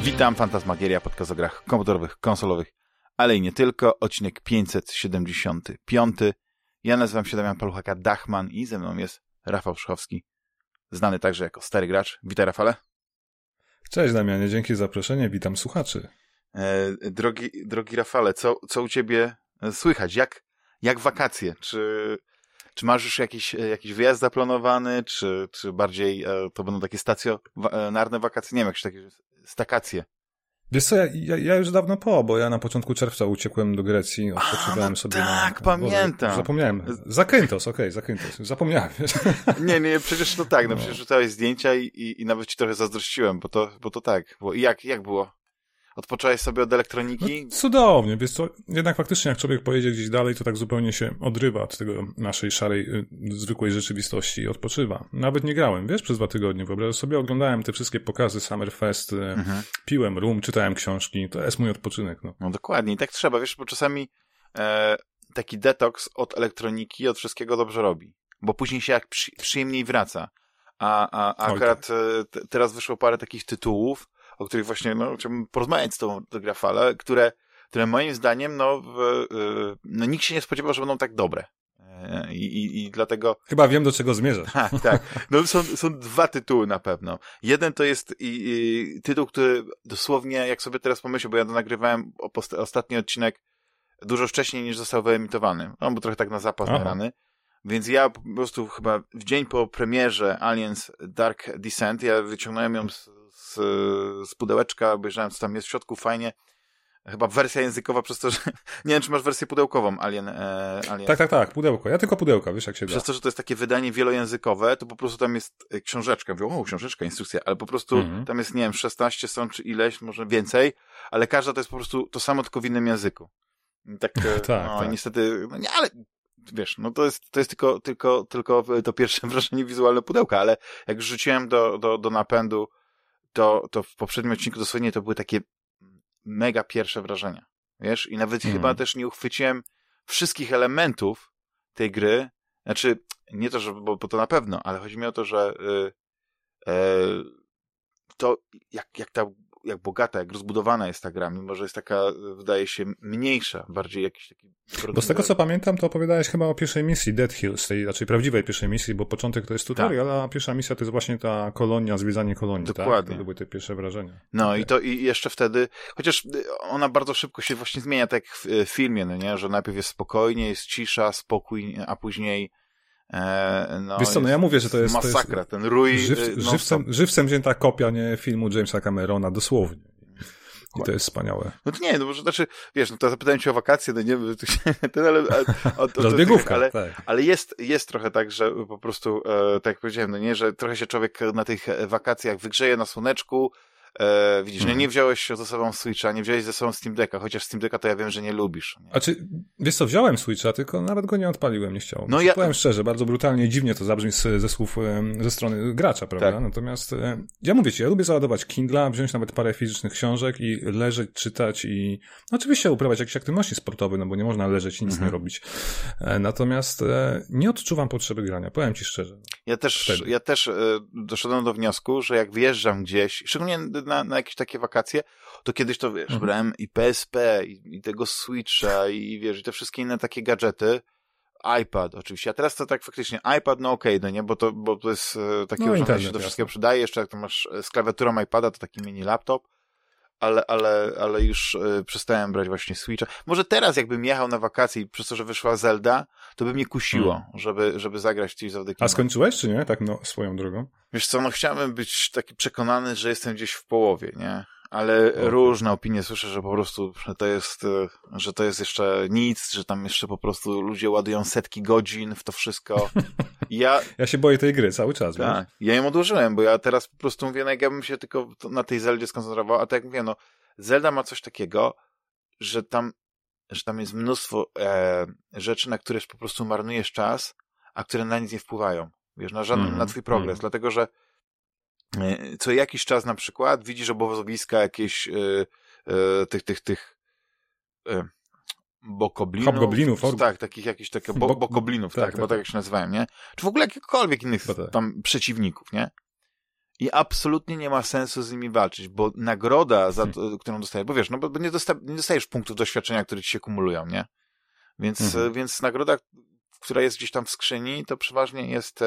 Witam, Fantasmagieria, podcast o grach komputerowych, konsolowych, ale i nie tylko. Odcinek 575. Ja nazywam się Damian Paluchaka-Dachman i ze mną jest Rafał Szchowski, znany także jako Stary Gracz. Witaj, Rafale. Cześć, Damianie, dzięki za zaproszenie, witam słuchaczy. Drogi Rafale, co u ciebie słychać? Jak wakacje? Czy masz już jakiś wyjazd zaplanowany, czy bardziej to będą takie stacjonarne wakacje? Nie wiem, jakieś takie stakacje. Wiesz co, ja już dawno bo ja na początku czerwca uciekłem do Grecji, odpoczywałem sobie tak, pamiętam. Zapomniałem. Zakynthos, Zakynthos, zapomniałem. Nie, przecież to tak, przecież rzucałeś zdjęcia i nawet ci trochę zazdrościłem, bo to tak. I jak było? Odpocząłeś sobie od elektroniki? No, cudownie, wiesz co, jednak faktycznie jak człowiek pojedzie gdzieś dalej, to tak zupełnie się odrywa od tego naszej szarej, zwykłej rzeczywistości i odpoczywa. Nawet nie grałem, wiesz, przez 2 tygodnie, wyobrażasz sobie, oglądałem te wszystkie pokazy Summerfest, piłem rum, czytałem książki, to jest mój odpoczynek. No dokładnie, i tak trzeba, wiesz, bo czasami taki detoks od elektroniki, od wszystkiego dobrze robi, bo później się jak przyjemniej wraca. A akurat teraz wyszło parę takich tytułów, o których właśnie chciałbym porozmawiać z tą Rafale, które moim zdaniem nikt się nie spodziewał, że będą tak dobre. I dlatego... Chyba wiem, do czego zmierzasz. Tak. No, są 2 tytuły na pewno. Jeden to jest tytuł, który dosłownie, jak sobie teraz pomyślę, bo ja nagrywałem ostatni odcinek dużo wcześniej niż został wyemitowany. On był trochę tak na zapas nagrany. Więc ja po prostu chyba w dzień po premierze Aliens Dark Descent, ja wyciągnąłem ją z pudełeczka, obejrzałem, co tam jest w środku, fajnie. Chyba wersja językowa przez to, że... Nie wiem, czy masz wersję pudełkową Alien. Tak, pudełko. Ja tylko pudełka, wiesz jak się da. Przez to, że to jest takie wydanie wielojęzykowe, to po prostu tam jest książeczka. Mówię, książeczka, instrukcja, ale po prostu tam jest, nie wiem, 16 stron czy ileś, może więcej, ale każda to jest po prostu to samo, tylko w innym języku. Tak, tak. Niestety, ale wiesz, to jest tylko to pierwsze wrażenie wizualne pudełka, ale jak rzuciłem do napędu, to w poprzednim odcinku dosłownie to były takie mega pierwsze wrażenia, wiesz? I nawet chyba też nie uchwyciłem wszystkich elementów tej gry, znaczy, nie to, że, bo to na pewno, ale chodzi mi o to, że to jak bogata, jak rozbudowana jest ta gra, mimo że jest taka, wydaje się, mniejsza, bardziej jakiś taki... Bo z tego, co pamiętam, to opowiadałeś chyba o pierwszej misji Dead Hills, tej raczej prawdziwej pierwszej misji, bo początek to jest tutorial, a pierwsza misja to jest właśnie ta kolonia, zwiedzanie kolonii, dokładnie. Tak? To były te pierwsze wrażenia. No i jeszcze wtedy, chociaż ona bardzo szybko się właśnie zmienia, tak jak w filmie, nie? Że najpierw jest spokojnie, jest cisza, spokój, a później wiesz co, ja mówię, że to jest masakra, ten rój żywcem wzięta kopia, nie, filmu Jamesa Camerona, dosłownie. I to jest wspaniałe. No to nie, może znaczy, wiesz, to zapytałem cię o wakacje, nie, rozbiegówka, ale jest trochę tak, że po prostu, tak jak powiedziałem, nie, że trochę się człowiek na tych wakacjach wygrzeje na słoneczku, widzisz, nie wziąłeś ze sobą Switcha, nie wziąłeś ze sobą Steam Decka, chociaż Steam Decka to ja wiem, że nie lubisz. Nie? Wiesz co, wziąłem Switcha, tylko nawet go nie odpaliłem, nie chciałem. Powiem szczerze, bardzo brutalnie i dziwnie to zabrzmi ze słów ze strony gracza, prawda? Tak. Natomiast ja mówię ci, ja lubię załadować Kindla, wziąć nawet parę fizycznych książek i leżeć, czytać i oczywiście uprawiać jakieś aktywności sportowe, bo nie można leżeć i nic nie robić. Natomiast nie odczuwam potrzeby grania, powiem ci szczerze. Ja też doszedłem do wniosku, że jak wyjeżdżam gdzieś, szczególnie na jakieś takie wakacje, to kiedyś to, wiesz, brałem i PSP, i tego Switcha, i wiesz, i te wszystkie inne takie gadżety, iPad oczywiście, a teraz to tak faktycznie, iPad, nie, bo to jest takie urządzenie, się do wszystkiego przydaje, jeszcze jak to masz z klawiaturą iPada, to taki mini laptop, ale już przestałem brać właśnie Switcha. Może teraz jakbym jechał na wakacje i przez to, że wyszła Zelda, to by mnie kusiło, żeby zagrać w Tears of the Kingdom. A skończyłeś, czy nie? Tak, swoją drogą. Wiesz co, chciałem być taki przekonany, że jestem gdzieś w połowie, nie? Ale różne opinie słyszę, że po prostu, że to jest jeszcze nic, że tam jeszcze po prostu ludzie ładują setki godzin w to wszystko. Ja się boję tej gry cały czas. Tak, ja ją odłożyłem, bo ja teraz po prostu mówię, jak ja bym się tylko na tej Zeldzie skoncentrował, a tak jak mówię, Zelda ma coś takiego, że tam jest mnóstwo rzeczy, na które po prostu marnujesz czas, a które na nic nie wpływają. Wiesz, na twój progres, dlatego, że co jakiś czas na przykład widzisz obozowiska jakieś tych bokoblinów. Hobgoblinów. Tak, takich jakichś bokoblinów, tak, chyba tak jak się nazywałem, nie? Czy w ogóle jakichkolwiek innych tam przeciwników, nie? i absolutnie nie ma sensu z nimi walczyć, bo nagroda, za to, którą dostajesz, bo wiesz, no bo nie dostajesz punktów doświadczenia, które ci się kumulują, nie? Więc nagroda, która jest gdzieś tam w skrzyni, to przeważnie jest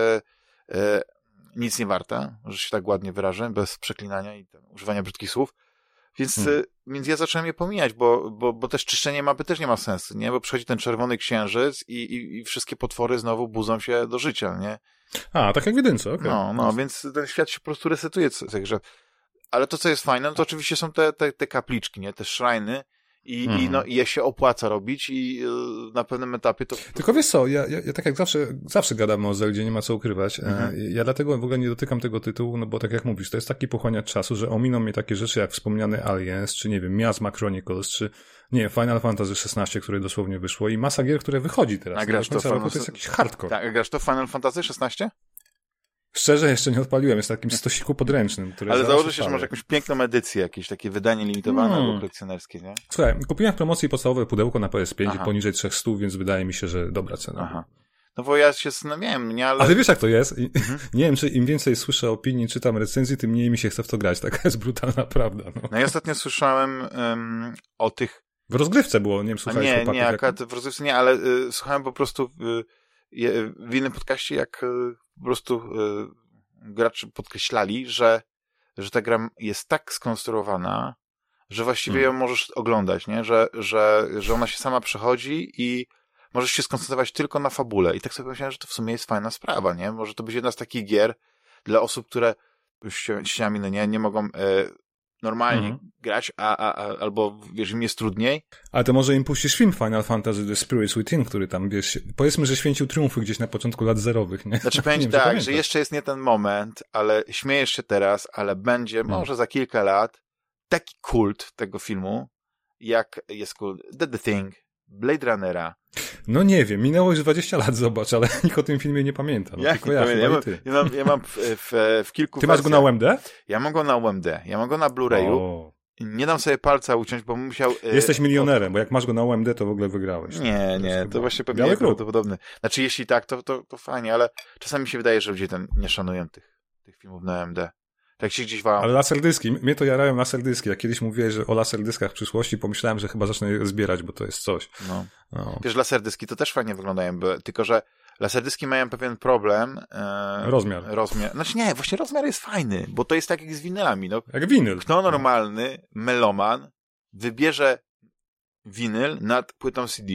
nic nie warta, że się tak ładnie wyrażę, bez przeklinania i używania brzydkich słów. Więc ja zacząłem je pomijać, bo też czyszczenie mapy też nie ma sensu, nie? Bo przychodzi ten czerwony księżyc i wszystkie potwory znowu budzą się do życia, nie? A, tak jak w jedynce, okej. No, więc ten świat się po prostu resetuje. Ale to, co jest fajne, no to oczywiście są te kapliczki, nie? Te shriny i je się opłaca robić i na pewnym etapie to... Tylko wiesz co, ja tak jak zawsze gadam o Zeldzie, nie ma co ukrywać. Ja dlatego w ogóle nie dotykam tego tytułu, no bo tak jak mówisz, to jest taki pochłaniacz czasu, że ominą mnie takie rzeczy jak wspomniany Aliens, czy nie wiem, Miasma Chronicles, czy nie wiem, Final Fantasy XVI, które dosłownie wyszło i masa gier, które wychodzi teraz. A grasz to jest jakiś hardcore. Tak, a grasz to Final Fantasy XVI? Szczerze jeszcze nie odpaliłem, jest w takim stosiku podręcznym. Ale założę się, że masz jakąś piękną edycję, jakieś takie wydanie limitowane albo kolekcjonerskie, nie? Słuchaj, kupiłem w promocji podstawowe pudełko na PS5 poniżej 300, więc wydaje mi się, że dobra cena. Aha. No bo ja się zastanawiałem, nie? Ale... A ty wiesz jak to jest? Nie wiem, czy im więcej słyszę opinii, czytam recenzji, tym mniej mi się chce w to grać. Taka jest brutalna prawda. No ja ostatnio słyszałem o tych... W rozgrywce było, nie wiem, słuchałeś chłopaków. Nie, akurat w rozgrywce nie, ale słuchałem po prostu w innym podcaście, jak po prostu gracze podkreślali, że ta gra jest tak skonstruowana, że właściwie ją możesz oglądać, nie? Że ona się sama przechodzi i możesz się skoncentrować tylko na fabule. I tak sobie myślałem, że to w sumie jest fajna sprawa, nie? Może to być jedna z takich gier dla osób, które ścianami, no nie mogą normalnie grać, albo wiesz, im jest trudniej. Ale to może im puścisz film Final Fantasy The Spirits Within, który tam, wiesz, powiedzmy, że święcił triumfy gdzieś na początku lat 0, nie? Znaczy powiem ci tak, że jeszcze jest nie ten moment, ale śmiejesz się teraz, ale będzie może za kilka lat taki kult tego filmu, jak jest kult The Thing, Blade Runnera. No nie wiem, minęło już 20 lat, zobacz, ale nikt o tym filmie nie pamięta. No, tylko ja mam w kilku Ty masz go na UMD? Ja mam go na UMD, ja mam go na Blu-rayu. Nie dam sobie palca uciąć, bo musiał... Jesteś milionerem, bo jak masz go na UMD, to w ogóle wygrałeś. Nie, to właśnie pewnie jest prawdopodobne. Znaczy, jeśli tak, to fajnie, ale czasami mi się wydaje, że ludzie nie szanują tych filmów na UMD. Tak się gdzieś wam... Ale laserdyski, mnie to jarają laserdyski. Jak kiedyś mówiłeś, że o laserdyskach w przyszłości, pomyślałem, że chyba zacznę je zbierać, bo to jest coś. No. Wiesz, laserdyski to też fajnie wyglądają, tylko że laserdyski mają pewien problem. Rozmiar. Znaczy nie, właśnie rozmiar jest fajny, bo to jest tak jak z winylami. No. Jak winyl. Kto normalny meloman wybierze winyl nad płytą CD?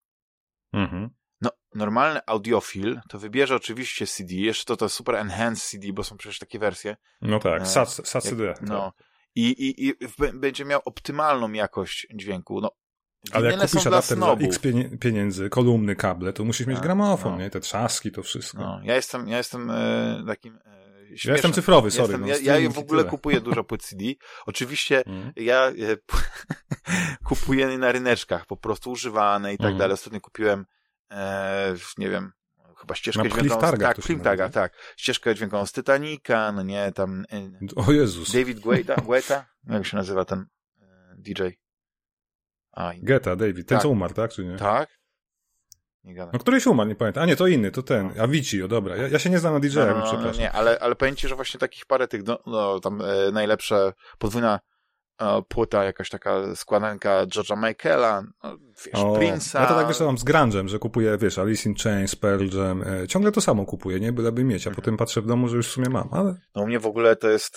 No, normalny audiofil to wybierze oczywiście CD, jeszcze to super enhanced CD, bo są przecież takie wersje. No tak, SAT CD. No. I będzie miał optymalną jakość dźwięku. No, ale jak kupisz adapter za X pieniędzy, kolumny, kable, to musisz mieć gramofon, nie? Te trzaski, to wszystko. No, ja jestem takim śmiesznym. Ja jestem cyfrowy, sorry. Ja w ogóle kupuję dużo płyt CD. Oczywiście ja kupuję na ryneczkach, po prostu używane i tak dalej. Ostatnio kupiłem nie wiem, chyba ścieżkę dźwiękową ścieżkę dźwiękową z Titanica, no nie, tam o Jezus. David Guetta? Jak się nazywa ten DJ? Guetta, David. Ten, co umarł, tak? Czy nie? Tak. Nie gadam. No któryś umarł, nie pamiętam. A nie, to inny, to ten. Avicii, dobra. Ja się nie znam na DJ-ach, przepraszam. Nie, ale powiem ci, że właśnie takich parę tych, tam najlepsze podwójna płyta, jakaś taka składanka George'a Michaela, wiesz, Prince'a. Ja to tak, wiesz, mam z grunge'em, że kupuję, wiesz, Alice in Chains, Pearl Jam, ciągle to samo kupuję, nie? Byleby mieć, a potem patrzę w domu, że już w sumie mam, ale... No u mnie w ogóle to jest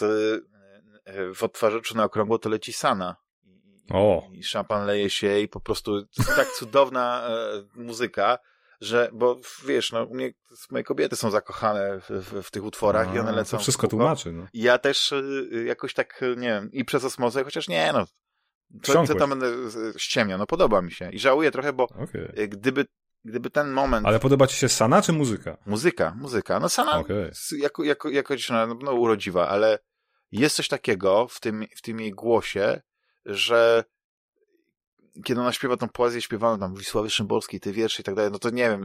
w odtwarzaczu na okrągło to leci Sana. I szampan leje się i po prostu tak cudowna muzyka, że, bo wiesz, no u mnie moje kobiety są zakochane w tych utworach i one lecą. To wszystko tłumaczy, no. I ja też jakoś tak, nie wiem, i przez osmozę, chociaż nie, no. Co tam będę ściemniał? No podoba mi się. I żałuję trochę, bo gdyby ten moment... Ale podoba ci się Sana czy muzyka? Muzyka. No Sana jako dziewczyna, no urodziwa, ale jest coś takiego w tym jej głosie, że kiedy ona śpiewa tą poezję śpiewaną tam Wisławy Szymborskiej, te wiersze i tak dalej, no to nie wiem,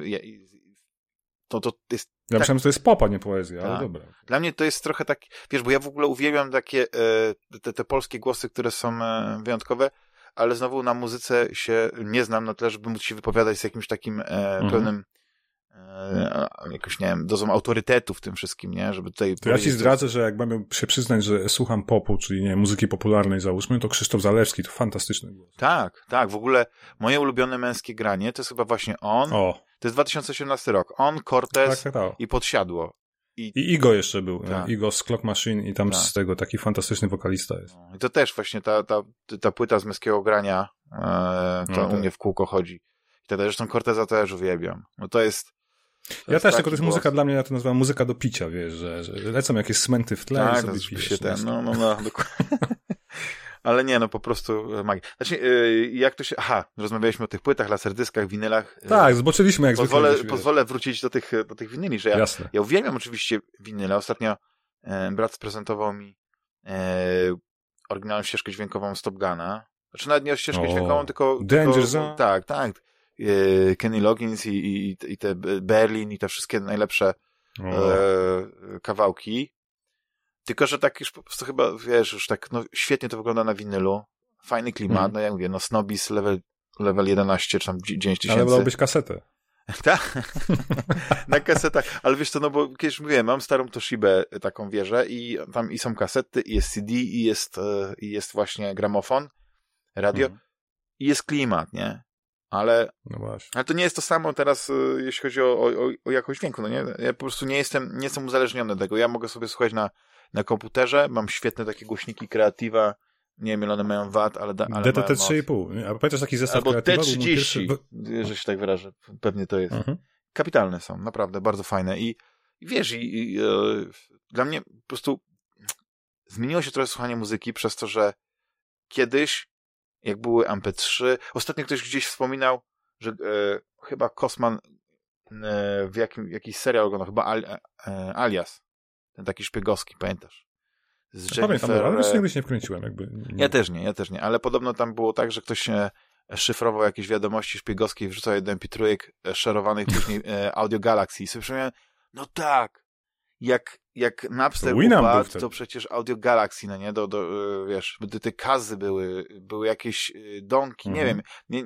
to jest... Ja myślałem, że to jest popa, nie poezja, ale dobra. Dla mnie to jest trochę tak, wiesz, bo ja w ogóle uwielbiam takie te polskie głosy, które są wyjątkowe, ale znowu na muzyce się nie znam na tyle, żeby móc się wypowiadać z jakimś takim pełnym jakoś, nie wiem, dozą autorytetu w tym wszystkim, nie? Żeby tutaj... To ja ci zdradzę, że jak będę się przyznać, że słucham popu, czyli nie muzyki popularnej załóżmy, to Krzysztof Zalewski to fantastyczny głos. Tak, w ogóle moje ulubione męskie granie to jest chyba właśnie on. To jest 2018 rok. On, Cortez i Podsiadło. I Igo jeszcze był. Tak. Igo z Clock Machine i tam z tego taki fantastyczny wokalista jest. I to też właśnie ta płyta z męskiego grania to u mnie w kółko chodzi. I to zresztą Corteza też uwielbiam. No to jest... Ja też, tylko to jest muzyka dla mnie, ja to nazywam muzyka do picia, wiesz, że lecą jakieś smenty w tle i sobie pijesz. No, dokładnie. Ale nie, no po prostu magia. Znaczy, jak to się... rozmawialiśmy o tych płytach, laserdyskach, winylach. Tak, zboczyliśmy jak Pozwolę wrócić do tych winyli, że ja uwielbiam oczywiście winyle. Ostatnio brat sprezentował mi oryginalną ścieżkę dźwiękową z Top Guna. Znaczy nawet nie o ścieżkę dźwiękową, tylko... Danger Zone. Tak. Kenny Loggins i te Berlin i te wszystkie najlepsze kawałki. Tylko, że tak już po prostu chyba, wiesz, już tak, no świetnie to wygląda na winylu. Fajny klimat, no jak mówię, no Snobis level 11, czy tam 9000. Ale wolałbyś kasetę. Tak, na kasetach. Ale wiesz co, no bo kiedyś mówiłem, mam starą Toshibę, taką wieżę i tam i są kasety, i jest CD, i jest właśnie gramofon, radio i jest klimat, nie? Ale to nie jest to samo teraz, jeśli chodzi o jakość dźwięku, no nie? Ja po prostu nie jestem uzależniony od tego. Ja mogę sobie słuchać na komputerze, mam świetne takie głośniki Creativa, nie wiem, ile one mają wat, ale DTT 3,5. A pamiętasz taki zestaw albo Creativa? T30, że się tak wyrażę. Pewnie to jest. Kapitalne są, naprawdę, bardzo fajne. I wiesz, dla mnie po prostu zmieniło się trochę słuchanie muzyki przez to, że kiedyś, jak były MP3, ostatnio ktoś gdzieś wspominał, że chyba Kosman w jakiś serial oglądał, chyba Alias. Ten taki szpiegowski, pamiętasz? Z Jennifer... Pamiętam, ale już nigdy się nie wkręciłem. Ja też nie, ale podobno tam było tak, że ktoś szyfrował jakieś wiadomości szpiegowskie i wrzucał je do MP3 szerowanych później Audio Galaxy. I sobie przypomniałem, no tak, jak Napster upadł, to przecież Audio Galaxy, no nie, wiesz, te kazy były jakieś donki, nie wiem,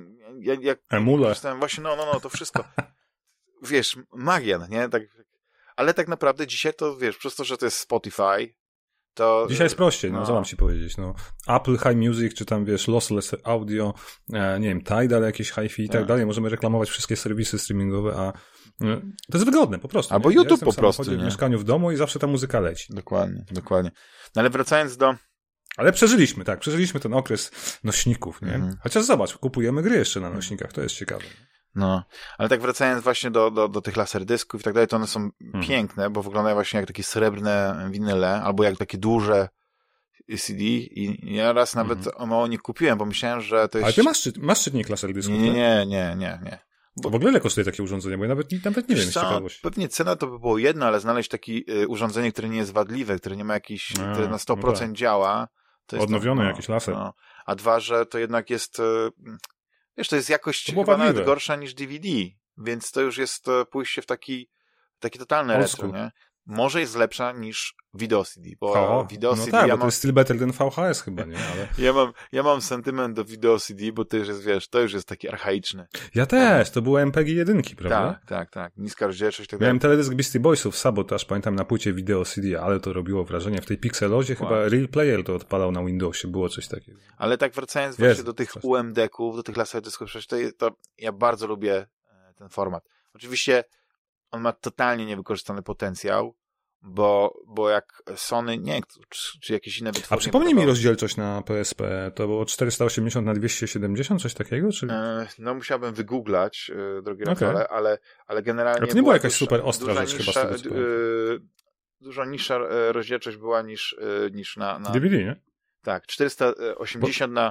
Emule. Właśnie, no, to wszystko. Wiesz, magia, no nie, tak. Ale tak naprawdę dzisiaj to, wiesz, przez to, że to jest Spotify, to... Dzisiaj jest prościej, co mam ci powiedzieć, Apple High Music, czy tam, wiesz, Lossless Audio, nie wiem, Tidal, jakieś hi-fi i tak dalej, możemy reklamować wszystkie serwisy streamingowe, a to jest wygodne, po prostu. Albo YouTube po prostu, w mieszkaniu w domu i zawsze ta muzyka leci. Dokładnie. No ale wracając do... Ale przeżyliśmy ten okres nośników, nie? Chociaż zobacz, kupujemy gry jeszcze na nośnikach, to jest ciekawe. No, ale tak wracając właśnie do tych laserdysków i tak dalej, to one są piękne, bo wyglądają właśnie jak takie srebrne winyle, albo jak takie duże CD i ja raz nawet o mało nie kupiłem, bo myślałem, że to jest... Ale ty masz czytnik laserdysków, Nie. Bo w ogóle ile kosztuje takie urządzenie? Bo ja nawet nie wiem, z ciekawości. Pewnie cena to by było jedno, ale znaleźć takie urządzenie, które nie jest wadliwe, które nie ma jakiś, które na 100% działa. To jest odnowiony jakiś laser. A dwa, że to jednak jest... Wiesz, to jest jakość chyba nawet gorsza niż DVD, więc to już jest pójście w taki totalny retro, nie? Może jest lepsza niż Video CD, bo Video CD... Tak, bo to jest still better than VHS chyba, nie? Ale... ja mam sentyment do Video CD, bo to już jest, wiesz, to już jest taki archaiczny. Ja też, to były MPG-1, prawda? Tak. Niska rozdzielczość. Tak miałem teledysk Beastie Boysów, Sabotage, pamiętam na płycie Video CD, ale to robiło wrażenie. W tej Pixelozie chyba Real Player to odpalał na Windowsie, było coś takiego. Ale tak wracając właśnie do tych UMD-ków, do tych laserdysków, to ja bardzo lubię ten format. Oczywiście on ma totalnie niewykorzystany potencjał, bo jak Sony, nie, czy jakieś inne wytwórnie... A przypomnij mi rozdzielczość na PSP, to było 480 na 270, coś takiego? Czy... No musiałbym wygooglać, drogi Rafale, ale generalnie... Ale to nie była jakaś super ostra rzecz chyba z tego, dużo niższa rozdzielczość była niż na... DVD, nie? Tak, 480 na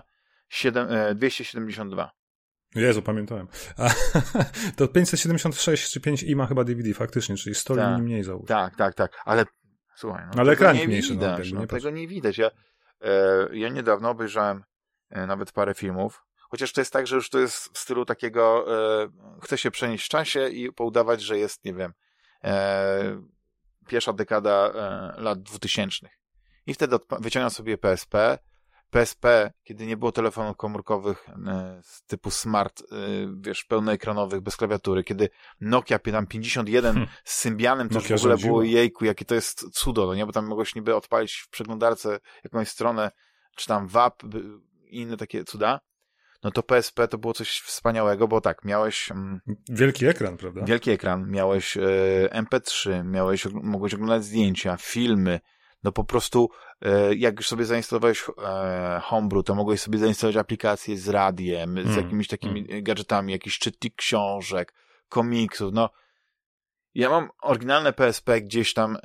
272. Jezu, pamiętałem. To 576 czy 5i ma chyba DVD faktycznie, czyli 100 linii mniej załóż. Tak. Ale słuchaj, ale ekran mniejszy. Tego nie widać. Ja niedawno obejrzałem nawet parę filmów, chociaż to jest tak, że już to jest w stylu takiego chcę się przenieść w czasie i poudawać, że jest, nie wiem, pierwsza dekada lat 2000. I wtedy wyciągam sobie PSP, PSP, kiedy nie było telefonów komórkowych z typu smart, wiesz, pełnoekranowych, bez klawiatury, kiedy Nokia tam 51 z Symbianem, to już w ogóle było jejku, jakie to jest cudo, no nie? Bo tam mogłeś niby odpalić w przeglądarce jakąś stronę, czy tam WAP i inne takie cuda. No to PSP to było coś wspaniałego, bo tak, miałeś... Wielki ekran, prawda? Wielki ekran, miałeś MP3, mogłeś oglądać zdjęcia, filmy, no po prostu jak już sobie zainstalowałeś Homebrew, to mogłeś sobie zainstalować aplikacje z radiem, z jakimiś takimi gadżetami, jakiś czytnik książek, komiksów, no. Ja mam oryginalne PSP gdzieś tam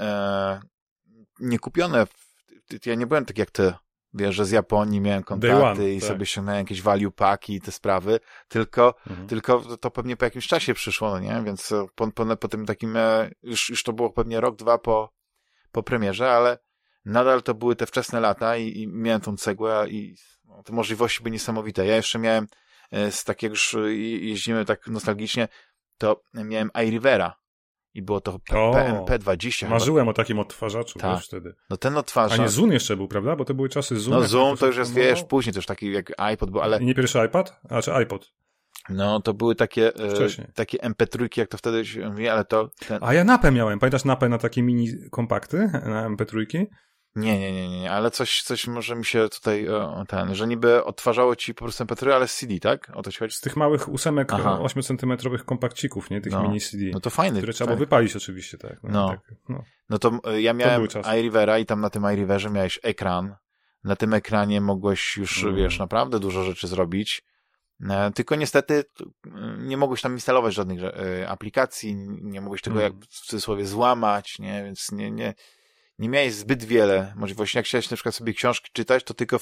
nie kupione, ja nie byłem tak jak ty, wiesz, że z Japonii miałem kontakty i sobie ściągnąłem jakieś value packi i te sprawy, tylko to pewnie po jakimś czasie przyszło, no nie? Więc po tym takim, już to było pewnie rok, dwa po premierze, ale nadal to były te wczesne lata i miałem tą cegłę i te możliwości były niesamowite. Ja jeszcze miałem, tak jak już jeździmy tak nostalgicznie, to miałem iRivera. I było to PMP20. Marzyłem o takim odtwarzaczu też wtedy. No ten odtwarzacz... A nie Zoom jeszcze był, prawda? Bo to były czasy Zoom. No Zoom to już jest, wiesz, później też taki jak iPod był, ale... I nie pierwszy iPad? Czy iPod? No, to były takie MP3, jak to wtedy się mówi, ale to... A ja napę miałem. Pamiętasz napę na takie mini kompakty? Na MP3? Nie, ale coś może mi się tutaj, że niby odtwarzało ci po prostu MP3, ale z CD, tak? O to ci chodzi? Z tych małych 8-centymetrowych kompakcików, nie? Tych mini CD. No to fajne. Które trzeba było wypalić oczywiście, tak. No to ja miałem iRivera i tam na tym iRiverze miałeś ekran. Na tym ekranie mogłeś już, wiesz, naprawdę dużo rzeczy zrobić. Tylko niestety nie mogłeś tam instalować żadnych aplikacji, nie mogłeś tego jak w cudzysłowie złamać, nie? Więc nie miałeś zbyt wiele możliwości. Jak chciałeś na przykład sobie książki czytać, to tylko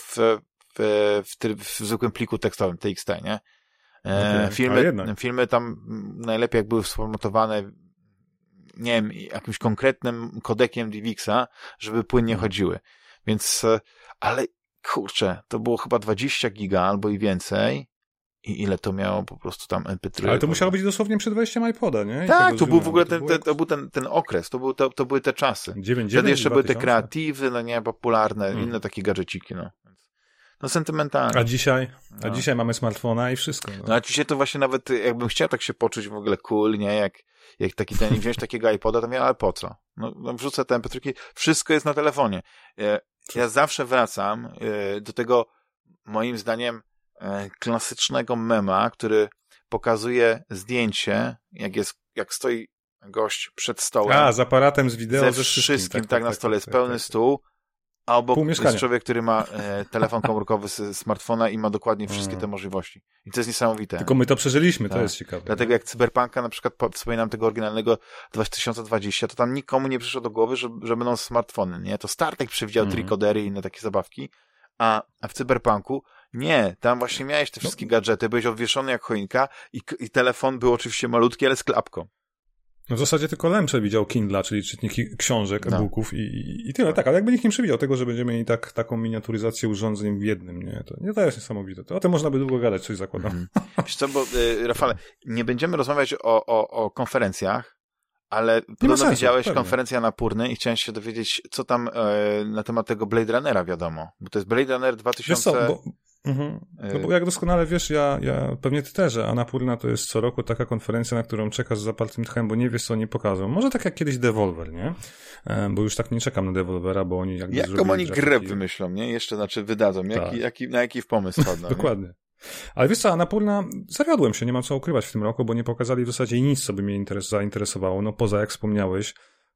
w zwykłym pliku tekstowym, TXT, nie? Filmy tam najlepiej jak były sformatowane, nie wiem, jakimś konkretnym kodekiem DivX'a, żeby płynnie chodziły. Więc, ale kurczę, to było chyba 20 giga albo i więcej. I ile to miało po prostu tam MP3. Ale to musiało być dosłownie przed wejściem iPoda, nie? I tak, to był w ogóle ten okres, to były te czasy. 9, wtedy jeszcze 2000. Były te kreatywy, no nie, popularne, inne takie gadżeciki, no. No sentymentalne. A dzisiaj mamy smartfona i wszystko. No a dzisiaj to właśnie nawet, jakbym chciał tak się poczuć w ogóle cool, nie, jak taki ten, i wziąć takiego iPoda, to ale po co? No wrzucę te MP3, wszystko jest na telefonie. Ja zawsze wracam do tego, moim zdaniem, klasycznego mema, który pokazuje zdjęcie, jak stoi gość przed stołem. Z aparatem z wideo, ze wszystkim tak na stole jest pełny stół, a obok jest człowiek, który ma telefon komórkowy z smartfona i ma dokładnie wszystkie te możliwości. I to jest niesamowite. Tylko my to przeżyliśmy, to jest ciekawe. Dlatego jak Cyberpunka na przykład, wspominam tego oryginalnego 2020, to tam nikomu nie przyszło do głowy, że będą smartfony, nie? To Startek przewidział trikodery i inne takie zabawki, a w Cyberpunku nie, tam właśnie miałeś te wszystkie gadżety, byłeś obwieszony jak choinka i telefon był oczywiście malutki, ale z klapką. No w zasadzie tylko Lem przewidział Kindla, czyli czytniki książek, e-booków i tyle. Tak, ale jakby nikt nie przewidział tego, że będziemy mieli taką miniaturyzację urządzeń w jednym, nie? To jest niesamowite. O tym można by długo gadać, coś zakładam. Wiesz co, bo Rafale, nie będziemy rozmawiać o konferencjach, ale podobno widziałeś konferencję Annapurny i chciałem się dowiedzieć, co tam na temat tego Blade Runnera wiadomo. Bo to jest Blade Runner 2000... Wiesz co, no bo jak doskonale wiesz, ja pewnie ty też, że Annapurna to jest co roku taka konferencja, na którą czekasz z zapartym tchem, bo nie wiesz, co oni pokażą. Może tak jak kiedyś Devolver, nie? Bo już tak nie czekam na Devolvera, bo oni jakby jaką oni grę wymyślą, nie? Jeszcze, wydadzą. Na jaki pomysł wpadną. Dokładnie. Ale wiesz co, Annapurna, zawiodłem się, nie mam co ukrywać w tym roku, bo nie pokazali w zasadzie nic, co by mnie zainteresowało. No poza, jak wspomniałeś,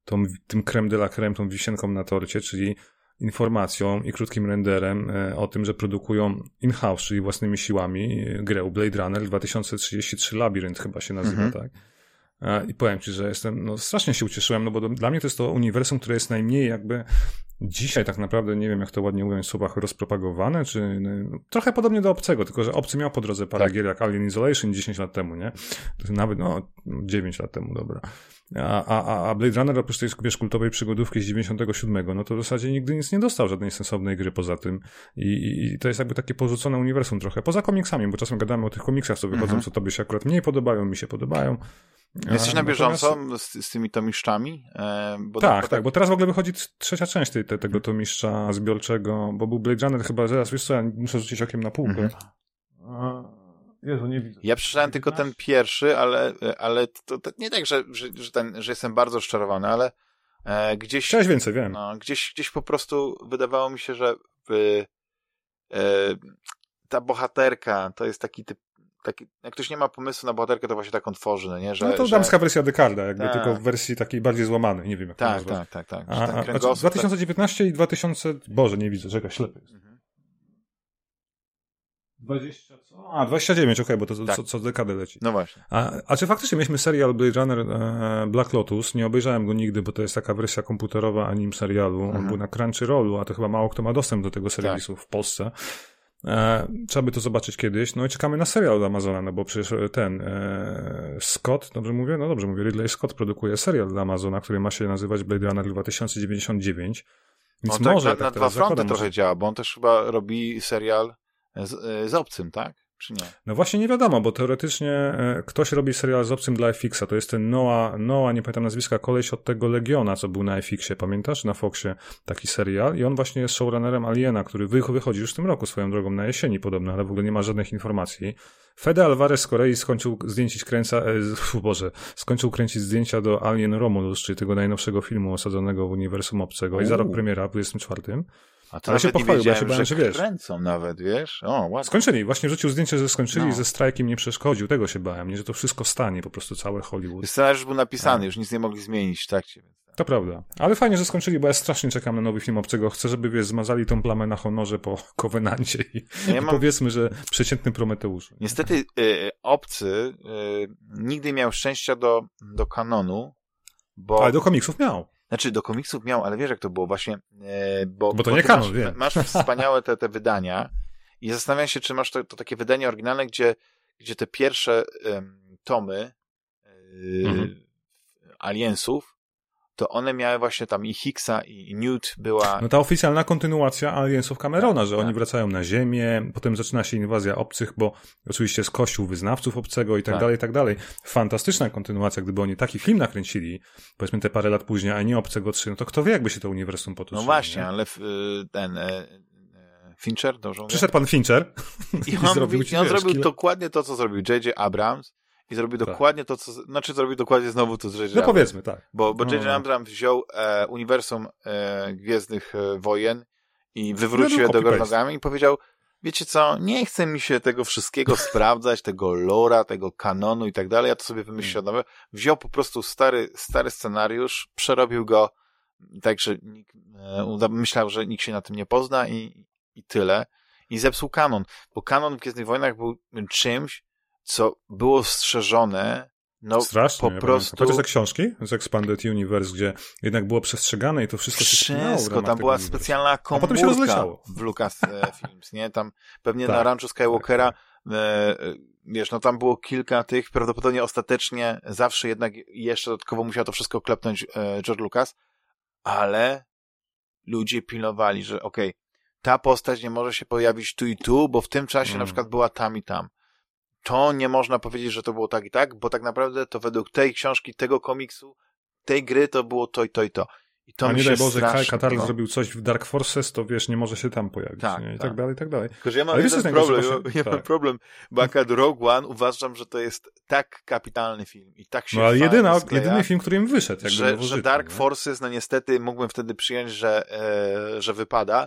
tym creme de la creme, tą wisienką na torcie, czyli informacją i krótkim renderem o tym, że produkują in-house, czyli własnymi siłami grę Blade Runner 2033 Labyrinth chyba się nazywa, tak? I powiem ci, że strasznie się ucieszyłem, no bo dla mnie to jest to uniwersum, które jest najmniej jakby dzisiaj tak naprawdę, nie wiem jak to ładnie ująć w słowach, rozpropagowane, czy trochę podobnie do Obcego, tylko że Obcy miał po drodze parę gier jak Alien Isolation 10 lat temu, nie? Nawet 9 lat temu, dobra. A Blade Runner oprócz tej, wiesz, kultowej przygodówki z 97, no to w zasadzie nigdy nic nie dostał, żadnej sensownej gry poza tym. I to jest jakby takie porzucone uniwersum trochę. Poza komiksami, bo czasem gadamy o tych komiksach, co wychodzą, co tobie się akurat mniej podobają, mi się podobają. Jesteś na bieżąco z tymi tomiszczami? Tak, bo teraz w ogóle wychodzi 3. część tego tomiszcza zbiorczego, bo był Blade Runner chyba zaraz, wiesz co, ja muszę rzucić okiem na półkę. Jezu, nie widzę. Ja przeczytałem tylko ten pierwszy, ale to nie tak, że jestem bardzo rozczarowany, ale gdzieś... Chciałeś więcej, wiem. No, gdzieś po prostu wydawało mi się, że ta bohaterka to jest taki typ, jak ktoś nie ma pomysłu na bohaterkę, to właśnie tak on tworzy, no nie? To damska wersja Decarda, jakby tylko w wersji takiej bardziej złamanej, nie wiem jak to nazwać. Tak. A 2019 i 2000... Boże, nie widzę, czekaj, ślepy jest. 20 co? 29, okej, bo to co dekadę leci. No właśnie. A czy faktycznie mieliśmy serial Blade Runner Black Lotus? Nie obejrzałem go nigdy, bo to jest taka wersja komputerowa anim serialu. On był na Crunchyrollu, a to chyba mało kto ma dostęp do tego serwisu w Polsce. Trzeba by to zobaczyć kiedyś. No i czekamy na serial od Amazona, no bo przecież Scott, dobrze mówię? No dobrze mówię, Ridley Scott produkuje serial dla Amazona, który ma się nazywać Blade Runner 2099. Więc on może na dwa fronty trochę działa, bo on też chyba robi serial z Obcym, tak? Czy nie? No właśnie nie wiadomo, bo teoretycznie ktoś robi serial z Obcym dla FX-a. To jest ten Noah, nie pamiętam nazwiska, koleś od tego Legiona, co był na FX-ie, pamiętasz? Na Foxie taki serial i on właśnie jest showrunnerem Aliena, który wychodzi już w tym roku swoją drogą na jesieni podobno, ale w ogóle nie ma żadnych informacji. Fede Alvarez z Korei skończył kręcić zdjęcia do Alien Romulus, czyli tego najnowszego filmu osadzonego w uniwersum obcego i za rok premiera w 24. A to nawet się pochwalił, ja się bałem, że wiesz. Kręcą nawet, wiesz? O, ładnie. Skończyli, właśnie wrzucił zdjęcie, że skończyli i ze strajkiem nie przeszkodził. Tego się bałem, nie, że to wszystko stanie, po prostu całe Hollywood. Scenariusz był napisany, już nic nie mogli zmienić w trakcie. To prawda. Ale fajnie, że skończyli, bo ja strasznie czekam na nowy film Obcego. Chcę, żeby, wiesz, zmazali tą plamę na honorze po Covenancie i powiedzmy, że przeciętnym Prometeuszu. Niestety Obcy nigdy miał szczęścia do kanonu, bo... Ale do komiksów miał. Znaczy, do komiksów miał, ale wiesz jak to było właśnie, bo to nie kanon, wiem. Masz wspaniałe te wydania i zastanawiam się, czy masz to takie wydanie oryginalne, gdzie te pierwsze tomy Aliensów, to one miały właśnie tam i Hicksa i Newt była... No ta oficjalna kontynuacja Aliensów Camerona, że oni wracają na Ziemię, potem zaczyna się inwazja obcych, bo oczywiście jest kościół wyznawców obcego i tak dalej, i tak dalej. Fantastyczna kontynuacja, gdyby oni taki film nakręcili, powiedzmy te parę lat później, a nie Obcego 3, no to kto wie, jakby się to uniwersum potoczyło. No właśnie, nie? Ale Fincher, dobrze mówię? Przyszedł pan Fincher i on zrobił dokładnie to, co zrobił J.J. Abrams. I zrobił dokładnie to, co... Znaczy zrobił dokładnie znowu to z J.J. No powiedzmy, tak. Bo J.J. Abrams wziął uniwersum Gwiezdnych Wojen i wywrócił je do góry nogami i powiedział, wiecie co, nie chce mi się tego wszystkiego sprawdzać, tego lora, tego kanonu i tak dalej, ja to sobie wymyśliłem nowe. Wziął po prostu stary scenariusz, przerobił go tak, że myślał, że nikt się na tym nie pozna i tyle. I zepsuł kanon. Bo kanon w Gwiezdnych Wojnach był czymś, co było strzeżone, no strasznie, po prostu... Chociaż te książki z Expanded Universe, gdzie jednak było przestrzegane i to wszystko się Wszystko, tam była specjalna komórka się rozleciało. w Lucasfilms, nie? Tam pewnie na ranczu Skywalkera, wiesz, no tam było kilka tych, prawdopodobnie ostatecznie zawsze jednak jeszcze dodatkowo musiał to wszystko klepnąć George Lucas, ale ludzie pilnowali, że okej, ta postać nie może się pojawić tu i tu, bo w tym czasie na przykład była tam i tam. To nie można powiedzieć, że to było tak i tak, bo tak naprawdę to według tej książki, tego komiksu, tej gry to było to i to i to. I to a mi nie się daj Boże, strasznie... Katar zrobił coś w Dark Forces, to wiesz, nie może się tam pojawić. Tak, nie? I tak dalej, i tak dalej. Tylko, że ja mam jeden problem, bo akurat Rogue One uważam, że to jest tak kapitalny film i tak się no ale jedyny film, który im wyszedł. Że Dark Forces, no niestety mógłbym wtedy przyjąć, że wypada,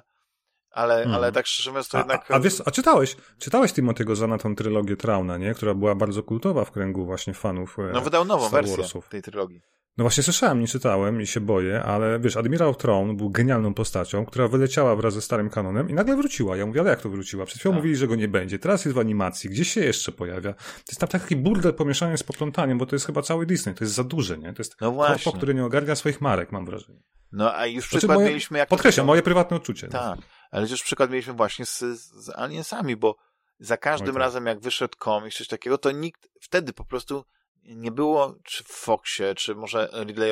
ale tak szczerze mówiąc to jednak... A czytałeś Timothy'ego Zahna tą trylogię Trauna, nie? Która była bardzo kultowa w kręgu właśnie fanów No wydał nową wersję tej trylogii. No właśnie słyszałem, nie czytałem i się boję, ale wiesz, Admirał Thrawn był genialną postacią, która wyleciała wraz ze starym kanonem i nagle wróciła. Ja mówię, ale jak to wróciła? Przed chwilą mówili, że go nie będzie. Teraz jest w animacji. Gdzieś się jeszcze pojawia. To jest tam taki burdel pomieszany z poplątaniem, bo to jest chyba cały Disney. To jest za duże, nie? To jest korpo, który nie ogarnia swoich marek, mam wrażenie. No a już przykład mieliśmy... Jak podkreślam, moje prywatne odczucie. Tak, ale już przykład mieliśmy właśnie z Aliensami, bo za każdym razem jak wyszedł komiks, coś takiego, to nikt wtedy po prostu nie było, czy w Foxie, czy może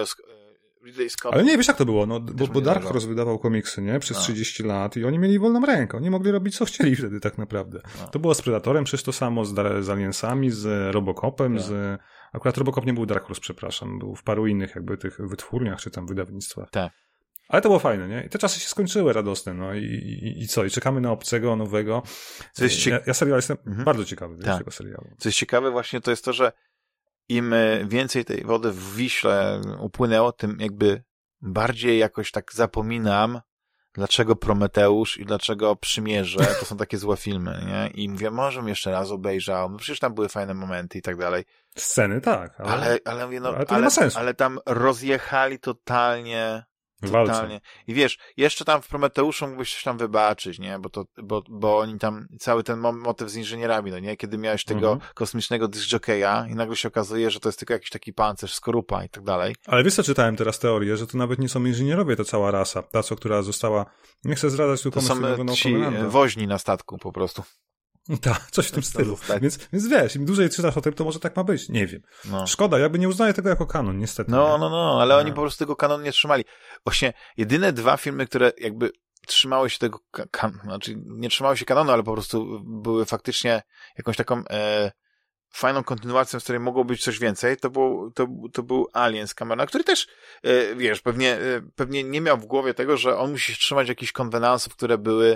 Ridley Scott. Ale nie, wiesz jak to było, no, bo Dark Horse wydawał komiksy, nie? Przez 30 lat i oni mieli wolną rękę. Oni mogli robić co chcieli wtedy tak naprawdę. To było z Predatorem, przecież to samo z Aliensami, z Robocopem, Akurat Robocop nie był Dark Horse, przepraszam, był w paru innych jakby tych wytwórniach, czy tam wydawnictwach. Tak. Ale to było fajne, nie? I te czasy się skończyły radosne, no i co? I czekamy na obcego, nowego. Ja serial jestem bardzo ciekawy tego serialu. Co jest ciekawe właśnie to jest to, że im więcej tej wody w Wiśle upłynęło, tym jakby bardziej jakoś tak zapominam, dlaczego Prometeusz i dlaczego Przymierze to są takie złe filmy, nie? I mówię, może bym jeszcze raz obejrzał, no przecież tam były fajne momenty i tak dalej. Sceny, tak. Ale mówię, no, ale to nie ma sensu. Ale tam rozjechali totalnie. I wiesz, jeszcze tam w Prometeuszu mógłbyś coś tam wybaczyć, nie? Bo oni tam, cały ten motyw z inżynierami, no nie? Kiedy miałeś tego kosmicznego discjockeya i nagle się okazuje, że to jest tylko jakiś taki pancerz, skorupa i tak dalej. Ale wiesz co, czytałem teraz teorię, że to nawet nie są inżynierowie, to cała rasa, ta co, która została, nie chcę zdradzać tu pomysłowego naukowego. To są ci woźni na statku po prostu. Tak, coś w tym stylu. Więc wiesz, im dłużej czytasz o tym, to może tak ma być. Nie wiem. No. Szkoda, jakby nie uznaję tego jako kanon, niestety. No, ale oni po prostu tego kanonu nie trzymali. Właśnie jedyne dwa filmy, które jakby trzymały się tego znaczy nie trzymały się kanonu, ale po prostu były faktycznie jakąś taką fajną kontynuacją, z której mogło być coś więcej, to był Alien z Camerona, który też, wiesz, pewnie nie miał w głowie tego, że on musi się trzymać jakichś konwenansów, które były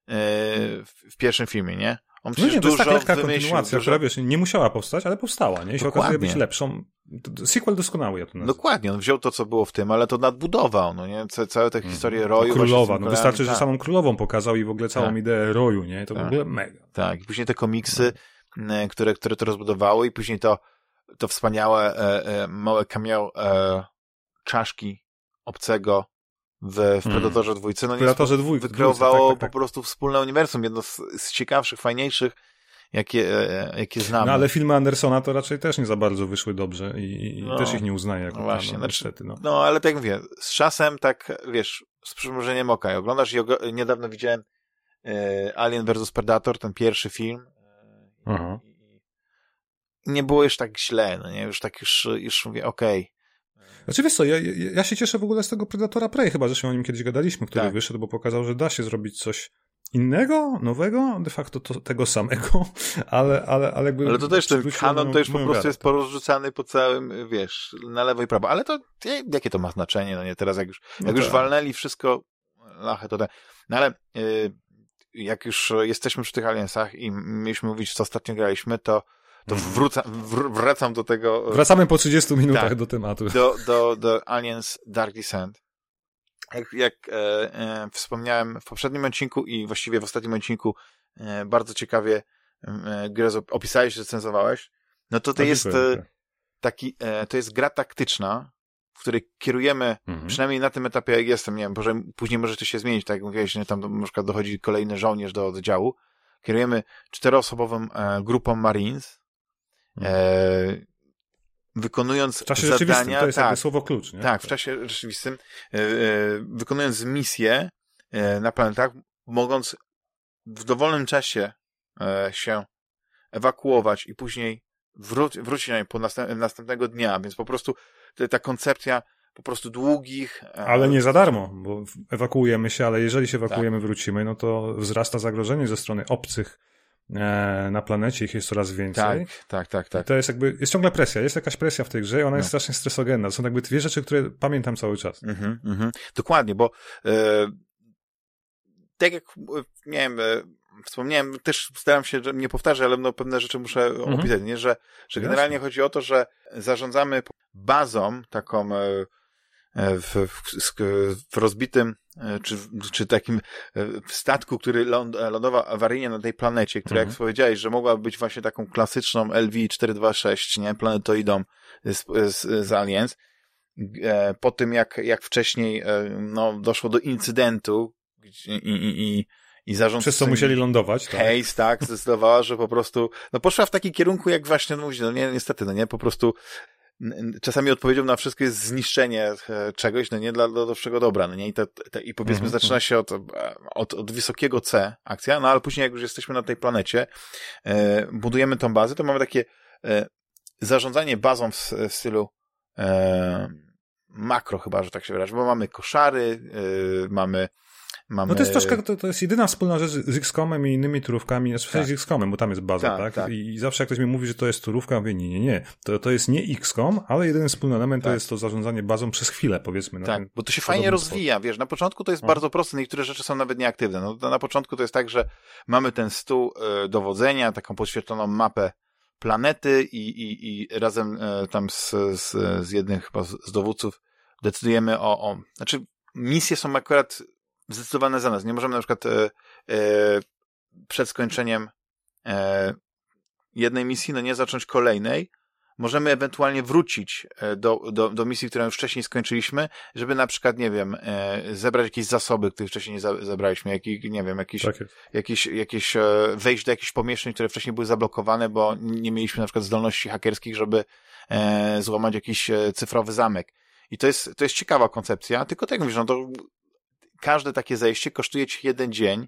w pierwszym filmie, nie? On przecież to jest tak lekka wymyślił, kontynuacja, która wiesz, nie musiała powstać, ale powstała, nie? I się okazuje być lepszą. Sequel doskonały, ja to nazywam. Dokładnie, on wziął to, co było w tym, ale to nadbudował, no nie? Całe te historie roju. Królowa, no wystarczy, że samą królową pokazał i w ogóle całą ideę roju, nie? To w ogóle mega. Tak, i później te komiksy, które to rozbudowały i później to wspaniałe małe cameo czaszki obcego w Predatorze 2. No Predatorze 2 wykreowało po prostu wspólne uniwersum, jedno z ciekawszych, fajniejszych, jakie znamy. No ale filmy Andersona to raczej też nie za bardzo wyszły dobrze i też ich nie uznaję jako właśnie, niestety. No ale tak jak mówię, z czasem tak, wiesz, z przymrużeniem oka. Oglądasz niedawno widziałem Alien vs Predator, ten pierwszy film. Nie było już tak źle, no nie? Już mówię, okej. Znaczy wiesz co, ja się cieszę w ogóle z tego Predatora Prey, chyba że się o nim kiedyś gadaliśmy, który wyszedł, bo pokazał, że da się zrobić coś innego, nowego, de facto tego samego, ale jakby... Ale to też ten kanon to już po prostu jest porozrzucany po całym, wiesz, na lewo i prawo. Ale to, jakie to ma znaczenie, no nie? Teraz jak już walnęli wszystko, lachę to no ale jak już jesteśmy przy tych Aliensach i mieliśmy mówić, co ostatnio graliśmy, to wracam do tego... Wracamy po 30 minutach do tematu. Do Aliens Dark Descent. Jak wspomniałem w poprzednim odcinku i właściwie w ostatnim odcinku bardzo ciekawie grę opisałeś, recenzowałeś, no to jest to jest gra taktyczna, w której kierujemy, przynajmniej na tym etapie jak jestem, nie wiem, później może to się zmienić, tak jak mówiłeś, nie, tam na przykład dochodzi kolejny żołnierz do oddziału, kierujemy 4-osobową grupą Marines, wykonując w czasie zadania, to jest jakby słowo klucz, nie? Tak, w czasie rzeczywistym, wykonując misje na planetach, mogąc w dowolnym czasie się ewakuować i później wrócić na nie następnego dnia, więc po prostu ta koncepcja po prostu długich... Ale nie za darmo, bo ewakuujemy się, ale jeżeli się ewakuujemy, wrócimy, no to wzrasta zagrożenie ze strony obcych na planecie, ich jest coraz więcej. Tak. I to jest jest ciągle presja, jest jakaś presja w tej grze i ona jest strasznie stresogenna. To są jakby dwie rzeczy, które pamiętam cały czas. Dokładnie, bo tak jak nie wiem, wspomniałem, też staram się nie powtarzać, ale pewne rzeczy muszę opisać, nie? Że generalnie chodzi o to, że zarządzamy bazą taką w rozbitym czy takim statku, który lądował awaryjnie na tej planecie, która jak powiedziałeś, że mogłaby być właśnie taką klasyczną LV-426, nie? Planetoidą z Aliens. Po tym jak wcześniej doszło do incydentu i zarządcy... Przez co musieli lądować, tak? Hayes, zdecydowała, że po prostu poszła w taki kierunku, jak właśnie niestety, po prostu czasami odpowiedzią na wszystko jest zniszczenie czegoś, nie dla lepszego dobra, nie? I powiedzmy zaczyna się od wysokiego C akcja, ale później jak już jesteśmy na tej planecie, budujemy tą bazę, to mamy takie zarządzanie bazą w stylu makro chyba, że tak się wyrażę, bo mamy koszary, mamy mamy... No to jest troszkę, to jest jedyna wspólna rzecz z XCOM-em i innymi turówkami, znaczy w sensie z XCOM-em, bo tam jest baza, tak? I zawsze jak ktoś mi mówi, że to jest turówka, mówię, nie. To jest nie XCOM, ale jedyny wspólny element to jest to zarządzanie bazą przez chwilę, powiedzmy. Tak, bo to się fajnie rozwija, wiesz, na początku to jest bardzo proste, niektóre rzeczy są nawet nieaktywne. No, na początku to jest tak, że mamy ten stół dowodzenia, taką podświetloną mapę planety i razem tam z jednym chyba z dowódców decydujemy znaczy misje są akurat zdecydowane za nas. Nie możemy na przykład przed skończeniem jednej misji, nie zacząć kolejnej. Możemy ewentualnie wrócić do misji, którą już wcześniej skończyliśmy, żeby na przykład, nie wiem, zebrać jakieś zasoby, których wcześniej nie zebraliśmy, jakieś wejść do jakichś pomieszczeń, które wcześniej były zablokowane, bo nie mieliśmy na przykład zdolności hakerskich, żeby złamać jakiś cyfrowy zamek. I to jest ciekawa koncepcja, tylko tak jak mówisz, to każde takie zejście kosztuje ci 1 dzień,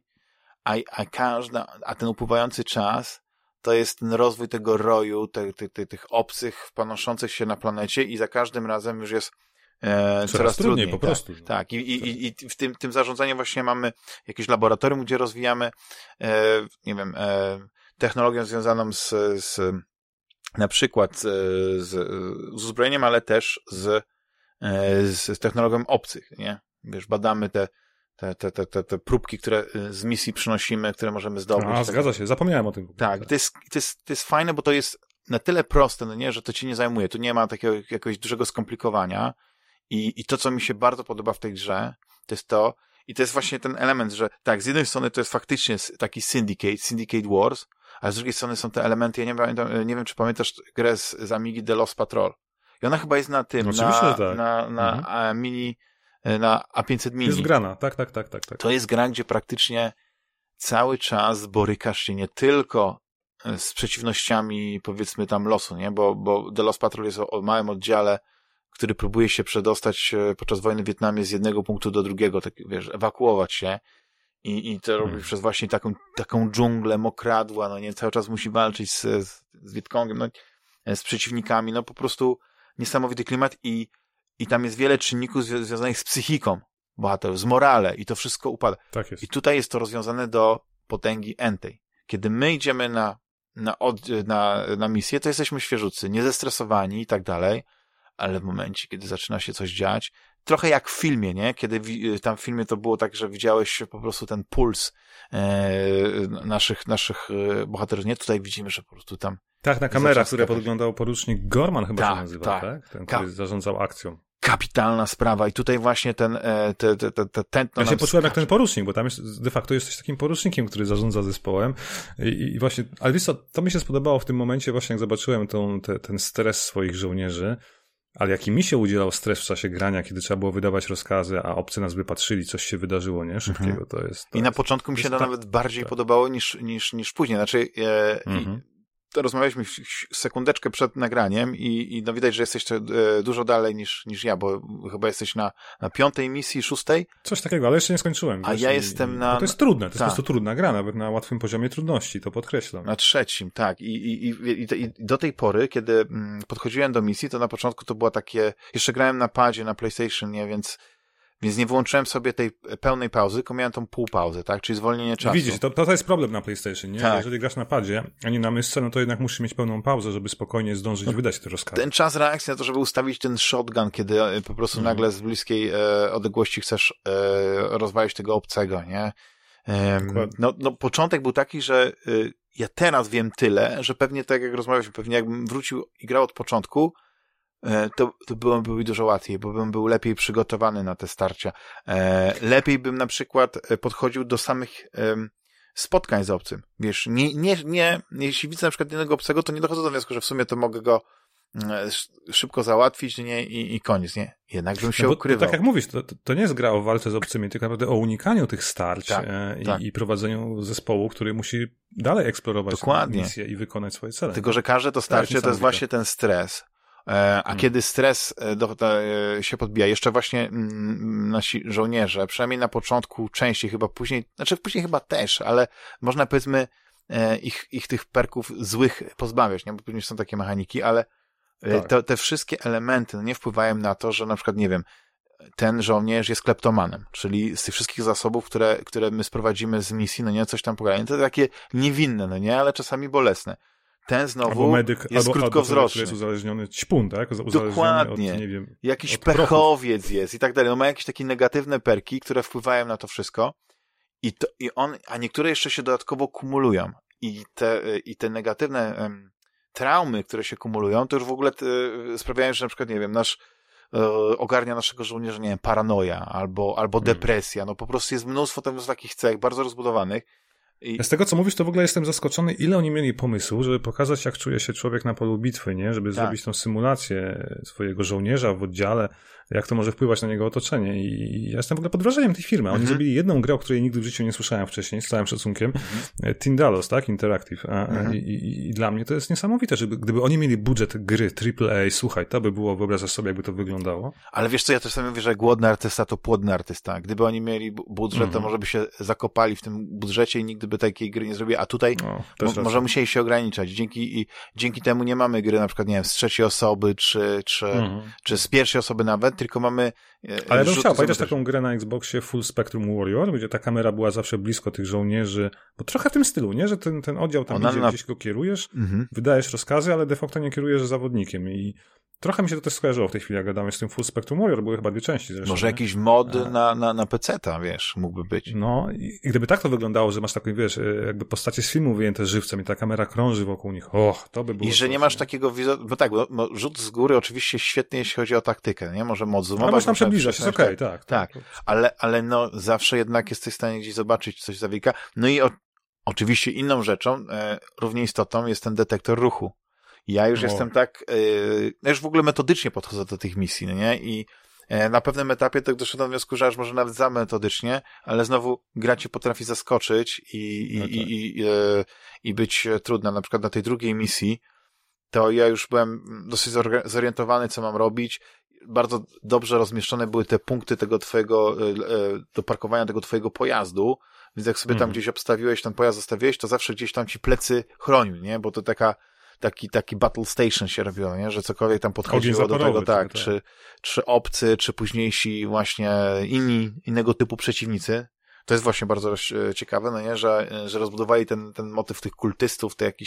a ten upływający czas to jest ten rozwój tego roju, tych obcych panoszących się na planecie i za każdym razem już jest coraz trudniej po prostu. Tak. I w tym zarządzaniu właśnie mamy jakieś laboratorium, gdzie rozwijamy nie wiem, technologię związaną na przykład z uzbrojeniem, ale też z technologią obcych, nie? Wiesz, badamy te próbki, które z misji przynosimy, które możemy zdobyć. Zgadza się, zapomniałem o tym. Tak, to jest fajne, bo to jest na tyle proste, że to ci nie zajmuje. Tu nie ma takiego jakiegoś dużego skomplikowania i to, co mi się bardzo podoba w tej grze, to jest to, i to jest właśnie ten element, że tak, z jednej strony to jest faktycznie taki Syndicate Wars, a z drugiej strony są te elementy, ja nie wiem, czy pamiętasz grę z Amigi The Lost Patrol. I ona chyba jest na tym, na mini, na A500 mini. Jest grana, tak. To jest gra, gdzie praktycznie cały czas borykasz się nie tylko z przeciwnościami, powiedzmy tam losu, nie? Bo The Lost Patrol jest o małym oddziale, który próbuje się przedostać podczas wojny w Wietnamie z jednego punktu do drugiego, tak wiesz, ewakuować się i to robi przez właśnie taką dżunglę, mokradła, cały czas musi walczyć z Wietkongiem, z przeciwnikami, po prostu niesamowity klimat i tam jest wiele czynników związanych z psychiką bohaterów, z morale i to wszystko upada. Tak jest. I tutaj jest to rozwiązane do potęgi entej. Kiedy my idziemy na misję, to jesteśmy świeżucy, niezestresowani i tak dalej, ale w momencie, kiedy zaczyna się coś dziać, trochę jak w filmie, nie? Kiedy tam w filmie to było tak, że widziałeś po prostu ten puls naszych bohaterów, nie? Tutaj widzimy, że po prostu tam tak, na kamerach, które podglądał porucznik Gorman chyba się nazywa, tak? Ten, który zarządzał akcją. Kapitalna sprawa i tutaj właśnie ten tętno... Ja się poczułem jak ten porucznik, bo tam jest, de facto jesteś takim porucznikiem, który zarządza zespołem i właśnie, ale wiesz co, to mi się spodobało w tym momencie właśnie jak zobaczyłem ten stres swoich żołnierzy, ale jaki mi się udzielał stres w czasie grania, kiedy trzeba było wydawać rozkazy, a obcy nas wypatrzyli, coś się wydarzyło, nie? Szybkiego to jest. I na początku mi się to nawet bardziej podobało niż później. Znaczy, to rozmawialiśmy sekundeczkę przed nagraniem i widać, że jesteś dużo dalej niż ja, bo chyba jesteś na 5. misji, 6. Coś takiego, ale jeszcze nie skończyłem. A ja jestem na... To jest trudne, to jest po prostu trudna gra, nawet na łatwym poziomie trudności, to podkreślam. Na 3, tak. I do tej pory, kiedy podchodziłem do misji, to na początku to było takie... Jeszcze grałem na padzie, na PlayStation, nie, więc nie wyłączyłem sobie tej pełnej pauzy, tylko miałem tą półpauzę, tak? Czyli zwolnienie czasu. Widzisz, to jest problem na PlayStation, nie? Tak. Jeżeli grasz na padzie, a nie na myszce, no to jednak musisz mieć pełną pauzę, żeby spokojnie zdążyć wydać te rozkazy. Ten czas reakcji na to, żeby ustawić ten shotgun, kiedy po prostu nagle z bliskiej odległości chcesz rozwalić tego obcego, nie? Początek był taki, że ja teraz wiem tyle, że pewnie tak jak rozmawialiśmy, pewnie jakbym wrócił i grał od początku, to byłoby dużo łatwiej, bo bym był lepiej przygotowany na te starcia. Lepiej bym na przykład podchodził do samych spotkań z obcym. Wiesz, jeśli widzę na przykład jednego obcego, to nie dochodzę do wniosku, że w sumie to mogę go szybko załatwić, nie? I koniec, nie? Jednak bym się ukrywał. Tak jak mówisz, to nie jest gra o walce z obcymi, tylko naprawdę o unikaniu tych starć i prowadzeniu zespołu, który musi dalej eksplorować misję i wykonać swoje cele. Tylko, że każde to starcie to jest właśnie ten stres. A kiedy stres się podbija, jeszcze właśnie nasi żołnierze, przynajmniej na początku częściej, chyba później, później chyba też, ale można powiedzmy ich tych perków złych pozbawiać, nie? Bo później są takie mechaniki, ale te wszystkie elementy nie wpływają na to, że na przykład, nie wiem, ten żołnierz jest kleptomanem, czyli z tych wszystkich zasobów, które my sprowadzimy z misji, no nie, coś tam pogadanie, to takie niewinne, no nie, ale czasami bolesne. Ten znowu jest krótkowzroczny. Jest uzależniony ćpun, tak? Dokładnie. Od, nie wiem, jakiś pechowiec jest i tak dalej. No ma jakieś takie negatywne perki, które wpływają na to wszystko a niektóre jeszcze się dodatkowo kumulują. I te negatywne traumy, które się kumulują, to już w ogóle sprawiają, że na przykład, nie wiem, ogarnia naszego żołnierza, nie wiem, paranoja albo depresja. No po prostu jest mnóstwo takich cech bardzo rozbudowanych. Z tego, co mówisz, to w ogóle jestem zaskoczony, ile oni mieli pomysłu, żeby pokazać, jak czuje się człowiek na polu bitwy, nie? Żeby zrobić tą symulację swojego żołnierza w oddziale, jak to może wpływać na niego otoczenie. I ja jestem w ogóle pod wrażeniem tej firmy. Oni zrobili jedną grę, o której nigdy w życiu nie słyszałem wcześniej, z całym szacunkiem. Tindalos, tak? Interactive. I dla mnie to jest niesamowite, że gdyby oni mieli budżet gry AAA, słuchaj, to by było, wyobrażasz sobie, jakby to wyglądało. Ale wiesz co, ja też sobie mówię, że głodny artysta to płodny artysta. Gdyby oni mieli budżet, to może by się zakopali w tym budżecie i nigdy by takiej gry nie zrobili, a tutaj może musieli się ograniczać. Dzięki temu nie mamy gry na przykład, nie wiem, z trzeciej osoby, czy z pierwszej osoby nawet, tylko mamy... Ale ja bym chciał pamiętać taką grę na Xboxie Full Spectrum Warrior, gdzie ta kamera była zawsze blisko tych żołnierzy, bo trochę w tym stylu, nie? Że ten oddział tam idzie, gdzieś go kierujesz, wydajesz rozkazy, ale de facto nie kierujesz zawodnikiem i trochę mi się to też skojarzyło w tej chwili, jak gadamy z tym Full Spectrum Warrior, były chyba 2 części zresztą. Może jakiś mod na PC-ta, wiesz, mógłby być. No i gdyby tak to wyglądało, że masz taką, wiesz, jakby postacie z filmu wyjęte żywcem i ta kamera krąży wokół nich, to by było... I że nie masz takiego bo tak, bo rzut z góry oczywiście świetnie, jeśli chodzi o taktykę, nie? Może mod zoomować. Ale można przybliżać, jest okej, tak. Ale no zawsze jednak jesteś w stanie gdzieś zobaczyć coś za wilka. No i oczywiście inną rzeczą, równie istotną jest ten detektor ruchu. Ja już jestem tak, ja już w ogóle metodycznie podchodzę do tych misji, no nie? I na pewnym etapie tak doszedłem do wniosku, że aż może nawet za metodycznie, ale znowu gra cię potrafi zaskoczyć i być trudna. Na przykład na tej drugiej misji to ja już byłem dosyć zorientowany, co mam robić. Bardzo dobrze rozmieszczone były te punkty tego do parkowania tego twojego pojazdu, więc jak sobie tam gdzieś obstawiłeś, ten pojazd zostawiłeś, to zawsze gdzieś tam ci plecy chronił, nie? Bo to taki battle station się robiło, nie? Że cokolwiek tam podchodziło do tego, tak, czy obcy, czy późniejsi właśnie innego typu przeciwnicy. To jest właśnie bardzo ciekawe, no nie? Że rozbudowali ten motyw tych kultystów, to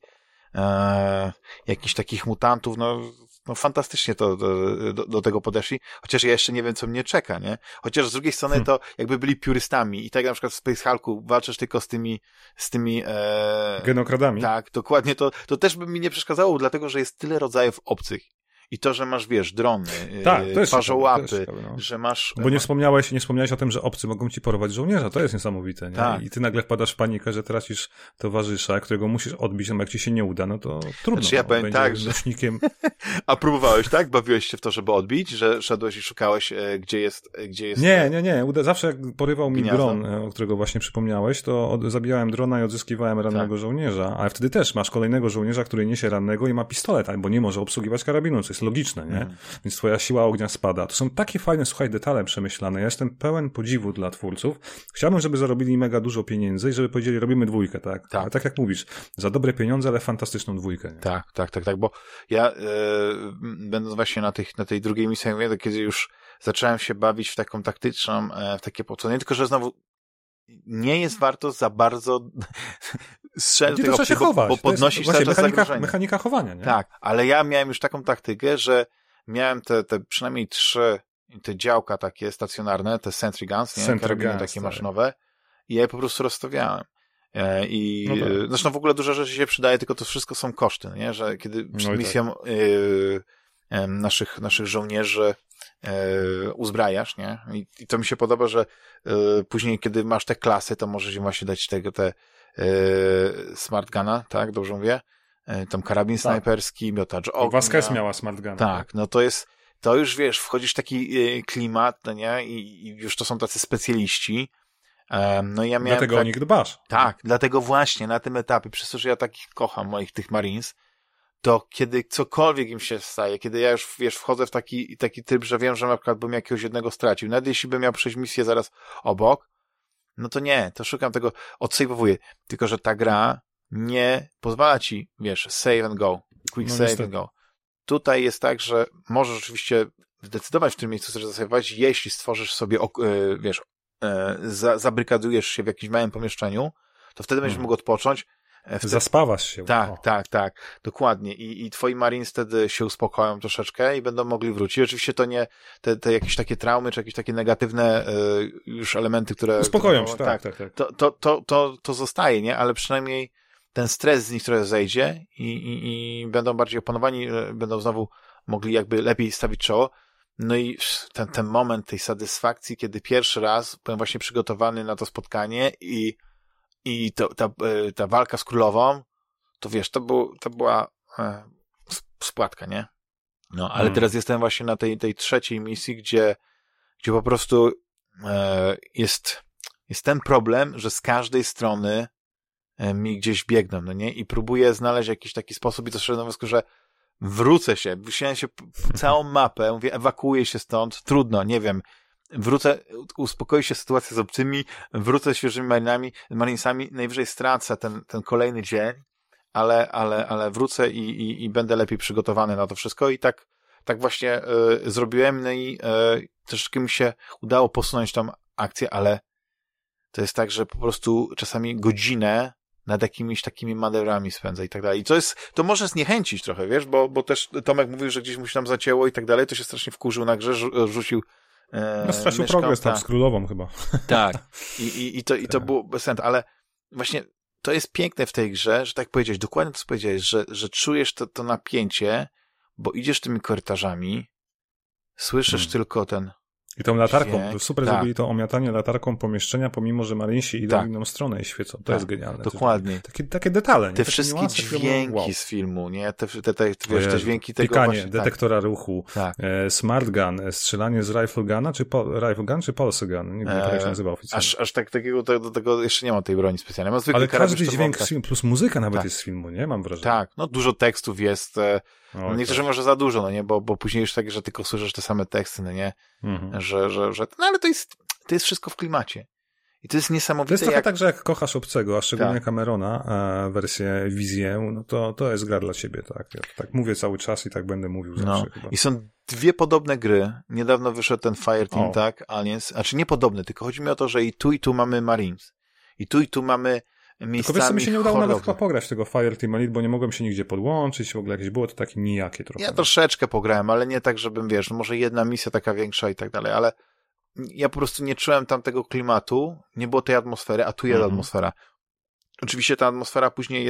jakichś takich mutantów, no fantastycznie do tego podeszli, chociaż ja jeszcze nie wiem, co mnie czeka, nie? Chociaż z drugiej strony to jakby byli piurystami i tak na przykład w Space Hulku walczysz tylko z tymi genokradami. Tak, dokładnie, to też by mi nie przeszkadzało, dlatego, że jest tyle rodzajów obcych. I to, że masz, wiesz, drony, twarzołapy, że masz... Bo nie wspomniałeś o tym, że obcy mogą ci porwać żołnierza, to jest niesamowite, nie? Tak. I ty nagle wpadasz w panikę, że tracisz towarzysza, którego musisz odbić, no jak ci się nie uda, no to trudno. Znaczy ja powiem tak, że... nośnikiem... A próbowałeś, tak? Bawiłeś się w to, żeby odbić, że szedłeś i szukałeś, gdzie jest... Nie. Zawsze jak porywał mi dron, o którego właśnie przypomniałeś, to zabijałem drona i odzyskiwałem rannego żołnierza, ale wtedy też masz kolejnego żołnierza, który niesie rannego i ma pistolet, bo nie może obsługiwać karabinu, co jest logiczne, nie? Więc twoja siła ognia spada. To są takie fajne, słuchaj, detale przemyślane. Ja jestem pełen podziwu dla twórców. Chciałbym, żeby zarobili mega dużo pieniędzy i żeby powiedzieli, robimy 2, tak? Ale tak jak mówisz, za dobre pieniądze, ale fantastyczną 2. Nie? Tak, bo ja będąc właśnie na tej drugiej misji, kiedy już zacząłem się bawić w taką taktyczną, w takie nie tylko, że znowu nie jest warto za bardzo strzelać tego opcji, bo podnosisz cały czas zagrożenie. Mechanika chowania, nie? Tak, ale ja miałem już taką taktykę, że miałem te przynajmniej 3 te działka takie stacjonarne, te sentry guns, nie? Karabiny takie maszynowe i ja je po prostu rozstawiałem. Zresztą w ogóle dużo rzeczy się przydaje, tylko to wszystko są koszty, nie? Że kiedy przed misją naszych żołnierzy uzbrajasz, nie? I to mi się podoba, że później, kiedy masz te klasy, to możesz im właśnie dać te smart guna, tak? Dobrze mówię? Tam karabin snajperski, miotacz ognia. Vasquez miała smart guna. Tak, no to już wiesz, wchodzisz w taki klimat, no nie? I już to są tacy specjaliści. No ja miałem dlatego o nich dbasz. Tak, dlatego właśnie na tym etapie, przez to, że ja takich kocham, moich tych Marines, to kiedy cokolwiek im się staje, kiedy ja już, wiesz, wchodzę w taki tryb, że wiem, że na przykład bym jakiegoś jednego stracił, nawet jeśli bym miał przejść misję zaraz obok, no to nie, to szukam tego, odsejwowuję. Tylko, że ta gra nie pozwala ci, wiesz, save and go, quick save and go. Tutaj jest tak, że możesz oczywiście zdecydować, w którym miejscu chcesz zasadować, jeśli stworzysz sobie, zabrykadujesz się w jakimś małym pomieszczeniu, to wtedy będziesz mógł odpocząć. Zaspawasz się. Tak, dokładnie. I twoi Marines wtedy się uspokoją troszeczkę i będą mogli wrócić. Oczywiście to nie te jakieś takie traumy, czy jakieś takie negatywne już elementy, które... Uspokoją się, tak. To zostaje, nie? Ale przynajmniej ten stres z nich trochę zejdzie i będą bardziej opanowani, będą znowu mogli jakby lepiej stawić czoło. No i ten moment tej satysfakcji, kiedy pierwszy raz byłem właśnie przygotowany na to spotkanie i ta walka z królową, to wiesz, to była spłatka, nie? No, ale teraz jestem właśnie na tej trzeciej misji, gdzie po prostu jest ten problem, że z każdej strony mi gdzieś biegną, no nie? I próbuję znaleźć jakiś taki sposób i doszedłem do wniosku, że wrócę się, wysiałem się całą mapę, mówię, ewakuuję się stąd, trudno, nie wiem, wrócę, uspokoi się sytuacja z obcymi, wrócę świeżymi marinesami, najwyżej stracę ten kolejny dzień, ale wrócę i będę lepiej przygotowany na to wszystko i tak właśnie zrobiłem, no i troszeczkę mi się udało posunąć tą akcję, ale to jest tak, że po prostu czasami godzinę nad jakimiś takimi manewrami spędza i tak dalej. I to może zniechęcić trochę, wiesz, bo też Tomek mówił, że gdzieś mu się tam zacięło i tak dalej, to się strasznie wkurzył na grze, rzucił stracił progres tam z królową chyba. Tak. I to było bez sensu, ale właśnie to jest piękne w tej grze, że tak powiedziałeś, dokładnie to co powiedziałeś, że czujesz to napięcie, bo idziesz tymi korytarzami, słyszysz tylko ten i tą latarką, super zrobili to omiatanie latarką pomieszczenia, pomimo, że Marinesi idą w inną stronę i świecą. To jest genialne. Dokładnie. Takie detale. Nie? Te wszystkie dźwięki z filmu, nie? Te dźwięki tego pikanie, właśnie, detektora ruchu, smart gun, strzelanie z rifle gun, czy pulse gun? Nie wiem, jak się nazywa oficjalnie. Aż takiego do tego jeszcze nie ma tej broni specjalnej. Ale każdy dźwięk z filmu, plus muzyka nawet jest z filmu, nie? Mam wrażenie. Tak, no dużo tekstów jest. Niektórzy może za dużo, no nie? Bo później już tak, że tylko słyszysz te same teksty, no nie? Że no ale to jest wszystko w klimacie. I to jest niesamowite. To jest trochę tak, że jak kochasz Obcego, a szczególnie Camerona, wersję Wizję, no to jest gra dla ciebie, tak. Ja tak mówię cały czas i tak będę mówił zawsze chyba. I są dwie podobne gry. Niedawno wyszedł ten Fireteam, tak? Aliens. Znaczy nie podobne, tylko chodzi mi o to, że i tu mamy Marines. I tu mamy miejscami tylko wiesz co, mi się nie udało nawet chyba pograć tego Fireteam Elite, bo nie mogłem się nigdzie podłączyć, w ogóle jakieś było to takie nijakie trochę. Ja troszeczkę pograłem, ale nie tak, żebym, wiesz, może jedna misja taka większa i tak dalej, ale ja po prostu nie czułem tam tego klimatu, nie było tej atmosfery, a tu jest atmosfera. Oczywiście ta atmosfera później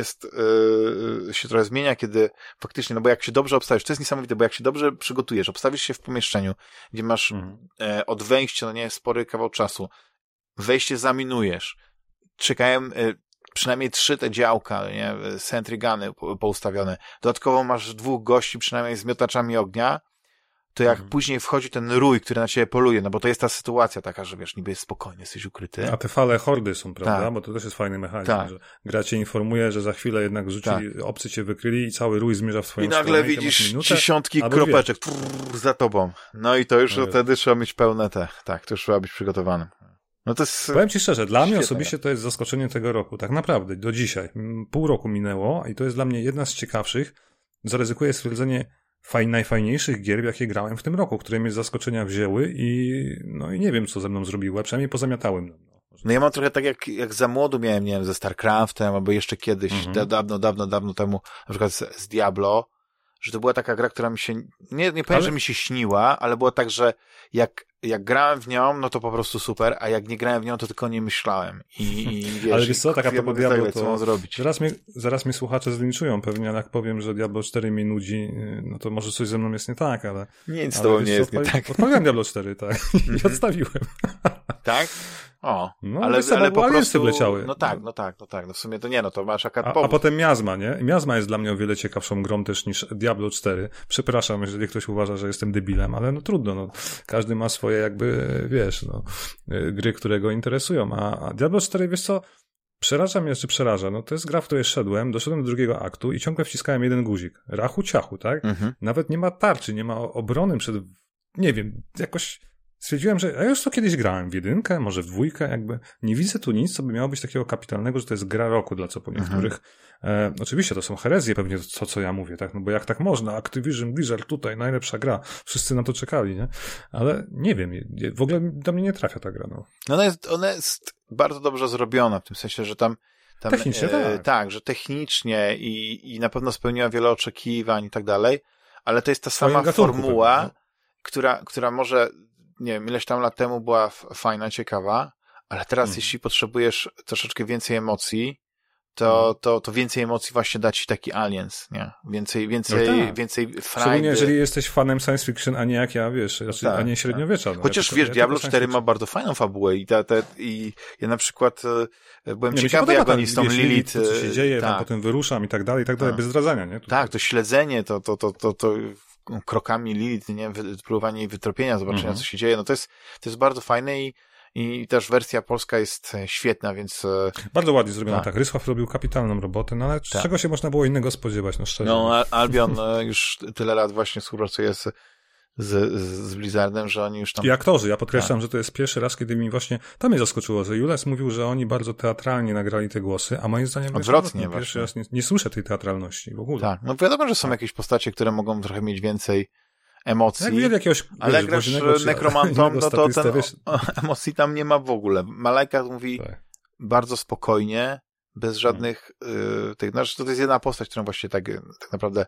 się trochę zmienia, kiedy faktycznie, no bo jak się dobrze obstawisz, to jest niesamowite, bo jak się dobrze przygotujesz, obstawisz się w pomieszczeniu, gdzie masz od wejścia, no nie, spory kawał czasu, wejście zaminujesz, czekają przynajmniej 3 te działka, nie, sentry guny poustawione, dodatkowo masz 2 gości przynajmniej z miotaczami ognia, to jak później wchodzi ten rój, który na ciebie poluje, no bo to jest ta sytuacja taka, że wiesz, niby jest spokojnie, jesteś ukryty. A te fale hordy są, prawda? Bo to też jest fajny mechanizm, że gra cię informuje, że za chwilę jednak rzucili, obcy cię wykryli i cały rój zmierza w swoją stronę. I nagle widzisz dziesiątki kropeczek za tobą. No i to już wtedy trzeba mieć pełne to już trzeba być przygotowanym. No to jest powiem ci szczerze, dla mnie osobiście to jest zaskoczenie tego roku. Tak naprawdę, do dzisiaj. Pół roku minęło i to jest dla mnie jedna z ciekawszych, zaryzykuję stwierdzenie, najfajniejszych gier, w jakie grałem w tym roku, które mnie z zaskoczenia wzięły i nie wiem, co ze mną zrobiły, a przynajmniej pozamiatałem. No ja mam trochę tak jak za młodu miałem, nie wiem, ze StarCraftem, albo jeszcze kiedyś, dawno temu, na przykład z Diablo, że to była taka gra, która mi się, nie powiem, że mi się śniła, ale było tak, że jak grałem w nią, no to po prostu super, a jak nie grałem w nią, to tylko nie myślałem. I wiesz, ale wiesz co, taka propos Diablo, co mam zrobić. Zaraz mnie słuchacze zlinczują pewnie, ale jak powiem, że Diablo 4 mnie nudzi, no to może coś ze mną jest nie tak, ale... Nic z tobą nie jest nie tak. Odpaliłem Diablo 4, tak. I odstawiłem. Tak? No, ale po prostu leciały. No tak. No w sumie to nie, no to masz akad a potem Miazma, nie? Miazma jest dla mnie o wiele ciekawszą grą też niż Diablo 4. Przepraszam, jeżeli ktoś uważa, że jestem debilem, ale no trudno, no. Każdy ma swoje jakby, wiesz, gry, które go interesują. A Diablo 4, wiesz co? Przeraża, no to jest gra, w której doszedłem do drugiego aktu i ciągle wciskałem jeden guzik. Rachu ciachu, tak? Nawet nie ma tarczy, nie ma obrony przed, nie wiem, jakoś stwierdziłem, że ja już to kiedyś grałem w 1, może w 2, jakby nie widzę tu nic, co by miało być takiego kapitalnego, że to jest gra roku, dla co po niektórych. Oczywiście to są herezje pewnie to, co ja mówię, tak? No bo jak tak można? Activision Blizzard tutaj, najlepsza gra. Wszyscy na to czekali, nie? Ale nie wiem, w ogóle do mnie nie trafia ta gra, no. Ona jest bardzo dobrze zrobiona, w tym sensie, że tam technicznie, tak, że technicznie i na pewno spełniła wiele oczekiwań i tak dalej, ale to jest ta sama formuła, pewnie, która może, nie wiem, ileś tam lat temu była fajna, ciekawa, ale teraz jeśli potrzebujesz troszeczkę więcej emocji, to więcej emocji właśnie da ci taki Aliens, nie? Więcej frajdy. Szczególnie jeżeli jesteś fanem science fiction, a nie jak ja, wiesz, a nie średniowiecza. No, chociaż wiesz, Diablo 4 ma bardzo fajną fabułę i ja na przykład byłem ciekawy, jak oni z tą Lilith... co się dzieje, tam potem wyruszam i tak dalej, bez zdradzania, nie? Tak, to śledzenie, to krokami Lilith, nie? Próbowanie jej wytropienia, zobaczenia, co się dzieje, no to jest bardzo fajne i też wersja polska jest świetna, więc... Bardzo ładnie zrobiona, tak. Rysław robił kapitalną robotę, no ale czego się można było innego spodziewać, no szczerze. No, Albion już tyle lat właśnie współpracuje z Blizzardem, że oni już tam... I aktorzy, ja podkreślam, że to jest pierwszy raz, kiedy mi właśnie... To mnie zaskoczyło, że Jules mówił, że oni bardzo teatralnie nagrali te głosy, a moim zdaniem... Odwrotnie właśnie. Pierwszy raz nie słyszę tej teatralności w ogóle. Tak, no wiadomo, że są jakieś postacie, które mogą trochę mieć więcej emocji, jak jakiegoś, ale jak grasz nekromantą, no to emocji tam nie ma w ogóle. Malajka mówi bardzo spokojnie, bez żadnych to jest jedna postać, którą właśnie tak naprawdę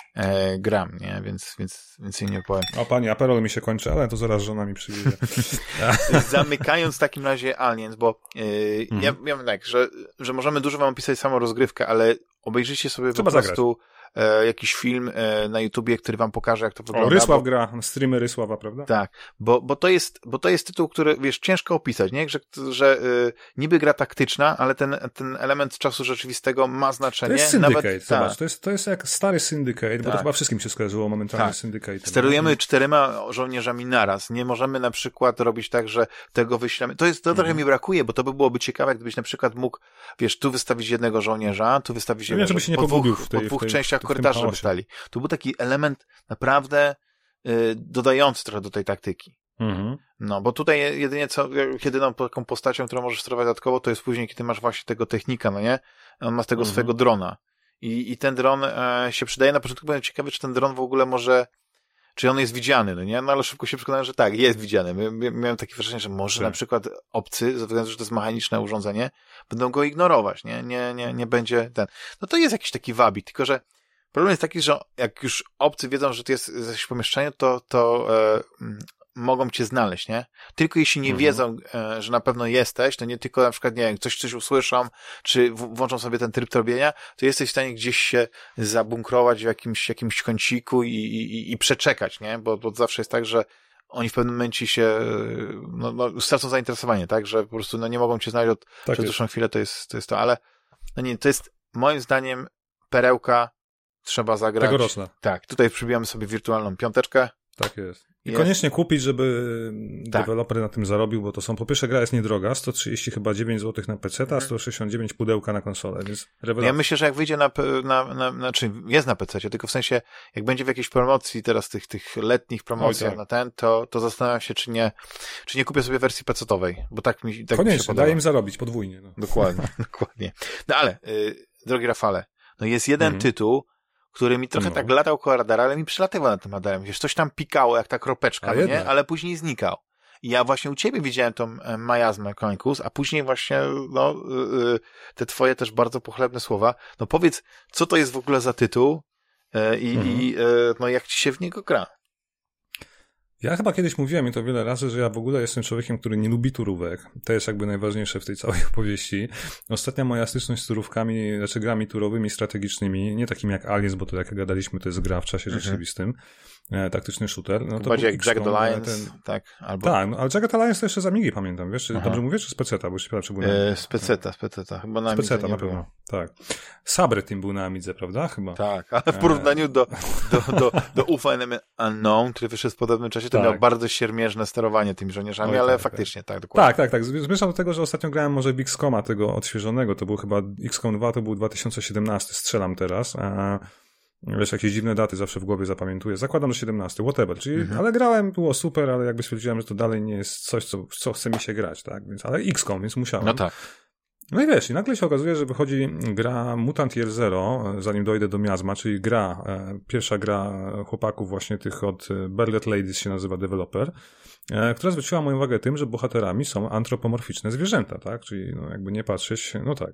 gram, nie? Więc jej nie powiem. O pani, Aperol mi się kończy, ale to zaraz żona mi przywiezie. Zamykając w takim razie Aliens, bo ja wiem tak, że możemy dużo wam opisać samą rozgrywkę, ale obejrzyjcie sobie po prostu jakiś film na YouTubie, który wam pokaże, jak to wygląda. Rysław gra, streamy Rysława, prawda? Tak, bo to jest tytuł, który, wiesz, ciężko opisać, nie? Że niby gra taktyczna, ale ten element czasu rzeczywistego ma znaczenie. To jest Syndicate, zobacz, to jest jak stary Syndicate, bo to chyba wszystkim się skojarzyło momentalnie Syndicate. Sterujemy 4 żołnierzami naraz. Nie możemy na przykład robić tak, że tego wyślemy. To trochę mi brakuje, bo to byłoby ciekawe, gdybyś na przykład mógł, wiesz, tu wystawić jednego żołnierza, tu wystawić jednego, żeby się nie pogubił w dwóch częściach korytarza by stali. To był taki element naprawdę dodający trochę do tej taktyki. No, bo tutaj jedyną taką postacią, którą możesz sterować dodatkowo, to jest później, kiedy masz właśnie tego technika, no nie? On ma tego swojego drona. I ten dron się przydaje. Na początku byłem ciekawy, czy ten dron w ogóle czy on jest widziany, no nie? No ale szybko się przekonałem, że tak, jest widziany. Miałem takie wrażenie, że może na przykład obcy, ze względu, że to jest mechaniczne urządzenie, będą go ignorować, nie? Nie będzie ten. No to jest jakiś taki wabik, tylko że problem jest taki, że jak już obcy wiedzą, że to jest jakieś pomieszczenie, to mogą cię znaleźć, nie? Tylko jeśli nie wiedzą, że na pewno jesteś, to nie tylko na przykład, nie wiem, coś usłyszą, czy włączą sobie ten tryb robienia, to jesteś w stanie gdzieś się zabunkrować w jakimś kąciku i przeczekać, nie? Bo zawsze jest tak, że oni w pewnym momencie się stracą zainteresowanie, tak? Że po prostu nie mogą cię znaleźć przez dłuższą chwilę, to jest to, ale to jest moim zdaniem perełka, trzeba zagrać. Tegoroczna. Tak, tutaj przybijamy sobie wirtualną 5. Tak jest. I koniecznie kupić, żeby deweloper na tym zarobił, bo to po pierwsze gra jest niedroga, 130 chyba 9 zł na PC, a 169 pudełka na konsolę, więc rewelacja. Ja myślę, że jak wyjdzie znaczy jest na PC, tylko w sensie, jak będzie w jakiejś promocji teraz tych letnich promocjach na ten, to zastanawiam się, czy nie kupię sobie wersji PC-owej, bo tak mi się podoba. Daje im zarobić podwójnie. No. Dokładnie. No ale, drogi Rafale, jest jeden tytuł, który mi trochę tak latał koło radara, ale mi przylatywał na tym radarem. Wiesz, coś tam pikało, jak ta kropeczka, nie? Ale później znikał. I ja właśnie u ciebie widziałem tą Miasmę Chronicles, a później właśnie, te twoje też bardzo pochlebne słowa. No powiedz, co to jest w ogóle za tytuł i jak ci się w niego gra? Ja chyba kiedyś mówiłem i to wiele razy, że ja w ogóle jestem człowiekiem, który nie lubi turówek. To jest jakby najważniejsze w tej całej opowieści. Ostatnia moja styczność z turówkami, znaczy grami turowymi, strategicznymi, nie takimi jak Aliens, bo to jak gadaliśmy, to jest gra w czasie rzeczywistym. Taktyczny shooter. No to bardziej jak Jagged Alliance, tak? Albo... Tak, ale Jagged Alliance to jeszcze z Amigi pamiętam, wiesz? Dobrze mówię, czy z PC-ta? Bo już się był z PC-ta, chyba na Amidze. Z PC-ta na pewno, tak. Sabre Team był na Amidze, prawda? Chyba. Tak, ale w porównaniu do UFO Enemy Unknown, który wyszedł w podobnym czasie, to miał bardzo siermierzne sterowanie tymi żołnierzami, ale faktycznie, tak, dokładnie. Tak. Zmierzam do tego, że ostatnio grałem może w XCOMa tego odświeżonego, to był chyba XCOM 2, to był 2017, strzelam teraz, Wiesz, jakieś dziwne daty zawsze w głowie zapamiętuję. Zakładam, że 17, whatever. Czyli, ale grałem, było super, ale jakby stwierdziłem, że to dalej nie jest coś, co chce mi się grać, tak? Więc, ale XCOM, więc musiałem. No tak. No i wiesz, i nagle się okazuje, że wychodzi gra Mutant Year Zero, zanim dojdę do Miasma, czyli pierwsza gra chłopaków właśnie tych od Barlet Ladies się nazywa developer, która zwróciła moją uwagę tym, że bohaterami są antropomorficzne zwierzęta, tak? Czyli no jakby nie patrzeć, no tak.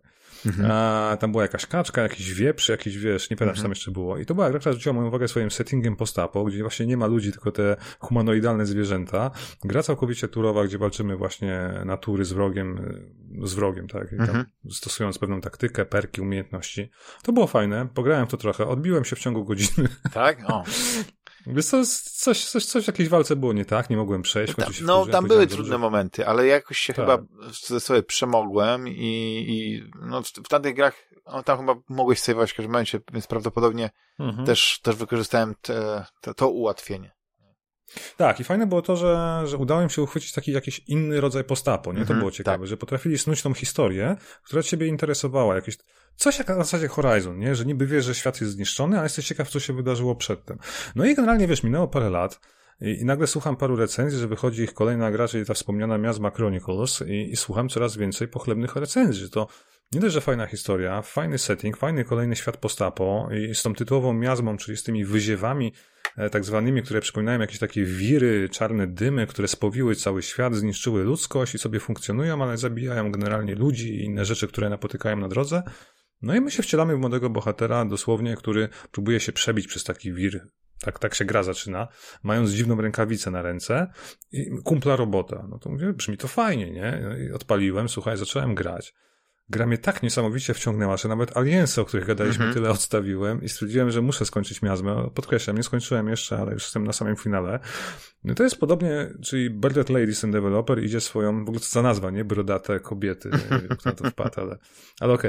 Tam była jakaś kaczka, jakiś wieprz, jakiś, wiesz, nie pamiętam, co tam jeszcze było. I to była gra, która zwróciła moją uwagę swoim settingiem post-apo, gdzie właśnie nie ma ludzi, tylko te humanoidalne zwierzęta. Gra całkowicie turowa, gdzie walczymy właśnie natury z wrogiem, tak? I tam stosując pewną taktykę, perki, umiejętności. To było fajne, pograłem w to trochę, odbiłem się w ciągu godziny. Tak? O. Wiesz, coś w jakiejś walce było nie tak, nie mogłem przejść. Tam były trudne momenty, ale jakoś się chyba sobie przemogłem i w tamtych grach tam chyba mogłeś save'ować w każdym momencie, więc prawdopodobnie też wykorzystałem to ułatwienie. Tak, i fajne było to, że udało im się uchwycić taki jakiś inny rodzaj post-apo, nie? To było ciekawe, że potrafili snuć tą historię, która ciebie interesowała, jakieś coś jak na zasadzie Horizon, nie? Że niby wiesz, że świat jest zniszczony, ale jesteś ciekaw, co się wydarzyło przedtem. No i generalnie, wiesz, minęło parę lat i nagle słucham paru recenzji, że wychodzi ich kolejna gra, czyli ta wspomniana Miasma Chronicles i słucham coraz więcej pochlebnych recenzji, że to nie dość, że fajna historia, fajny setting, fajny kolejny świat post-apo i z tą tytułową miazmą, czyli z tymi wyziewami tak zwanymi, które przypominają jakieś takie wiry, czarne dymy, które spowiły cały świat, zniszczyły ludzkość i sobie funkcjonują, ale zabijają generalnie ludzi i inne rzeczy, które napotykają na drodze. No i my się wcielamy w młodego bohatera dosłownie, który próbuje się przebić przez taki wir. Tak się gra zaczyna, mając dziwną rękawicę na ręce i kumpla robota. No to mówię, brzmi to fajnie, nie? I odpaliłem, słuchaj, zacząłem grać. Gra mnie tak niesamowicie wciągnęła, że nawet Aliensy, o których gadaliśmy, tyle odstawiłem i stwierdziłem, że muszę skończyć Miazmę. Podkreślam, nie skończyłem jeszcze, ale już jestem na samym finale. No to jest podobnie, czyli Barlet Ladies, ten developer, idzie swoją, w ogóle co za nazwa, nie? Brodate kobiety, nie wiem, kto na to wpadł, ale okej.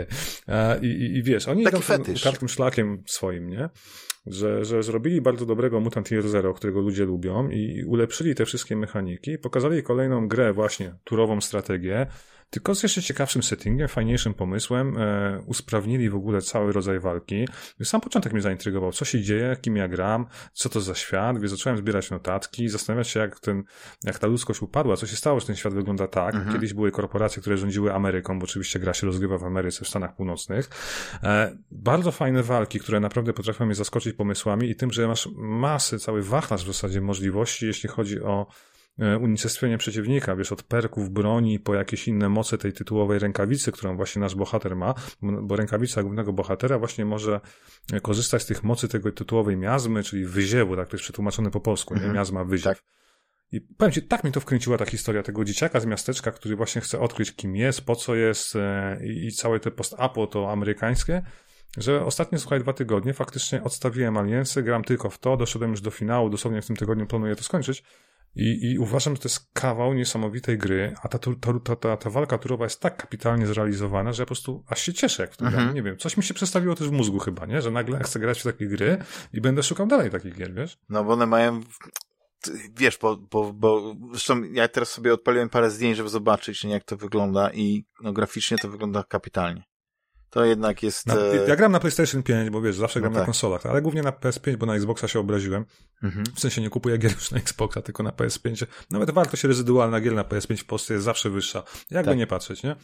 I wiesz, oni idą kartym szlakiem swoim, nie? Że zrobili bardzo dobrego Mutant Year Zero, którego ludzie lubią i ulepszyli te wszystkie mechaniki, pokazali kolejną grę właśnie, turową strategię, tylko z jeszcze ciekawszym settingiem, fajniejszym pomysłem, usprawnili w ogóle cały rodzaj walki. Sam początek mnie zaintrygował, co się dzieje, kim ja gram, co to za świat, więc zacząłem zbierać notatki, zastanawiać się, jak ta ludzkość upadła, co się stało, że ten świat wygląda tak. Kiedyś były korporacje, które rządziły Ameryką, bo oczywiście gra się rozgrywa w Ameryce, w Stanach Północnych. Bardzo fajne walki, które naprawdę potrafią mnie zaskoczyć pomysłami i tym, że masz masy, cały wachlarz w zasadzie możliwości, jeśli chodzi o unicestwienie przeciwnika, wiesz, od perków, broni, po jakieś inne moce tej tytułowej rękawicy, którą właśnie nasz bohater ma, bo rękawica głównego bohatera właśnie może korzystać z tych mocy tego tytułowej miazmy, czyli wyziewu, tak to jest przetłumaczone po polsku, nie? Miazma, wyziew. Tak. I powiem ci, tak mnie to wkręciła ta historia tego dzieciaka z miasteczka, który właśnie chce odkryć, kim jest, po co jest i całe te post-apo to amerykańskie, że ostatnie, słuchaj, 2 tygodnie faktycznie odstawiłem Aliensy, gram tylko w to, doszedłem już do finału, dosłownie w tym tygodniu planuję to skończyć. I uważam, że to jest kawał niesamowitej gry, a ta walka turowa jest tak kapitalnie zrealizowana, że ja po prostu aż się cieszę, jak w to gram. Nie wiem, coś mi się przestawiło też w mózgu chyba, nie? Że nagle chcę grać w takie gry i będę szukał dalej takich gier, wiesz? No bo one mają, wiesz, bo zresztą ja teraz sobie odpaliłem parę zdjęć, żeby zobaczyć, nie, jak to wygląda i no, graficznie to wygląda kapitalnie. To jednak jest... Ja gram na PlayStation 5, bo wiesz, zawsze gram na konsolach, ale głównie na PS5, bo na Xboxa się obraziłem. W sensie nie kupuję gier już na Xboxa, tylko na PS5. Nawet wartość rezydualna gier na PS5 w Polsce jest zawsze wyższa. Jakby nie patrzeć, nie?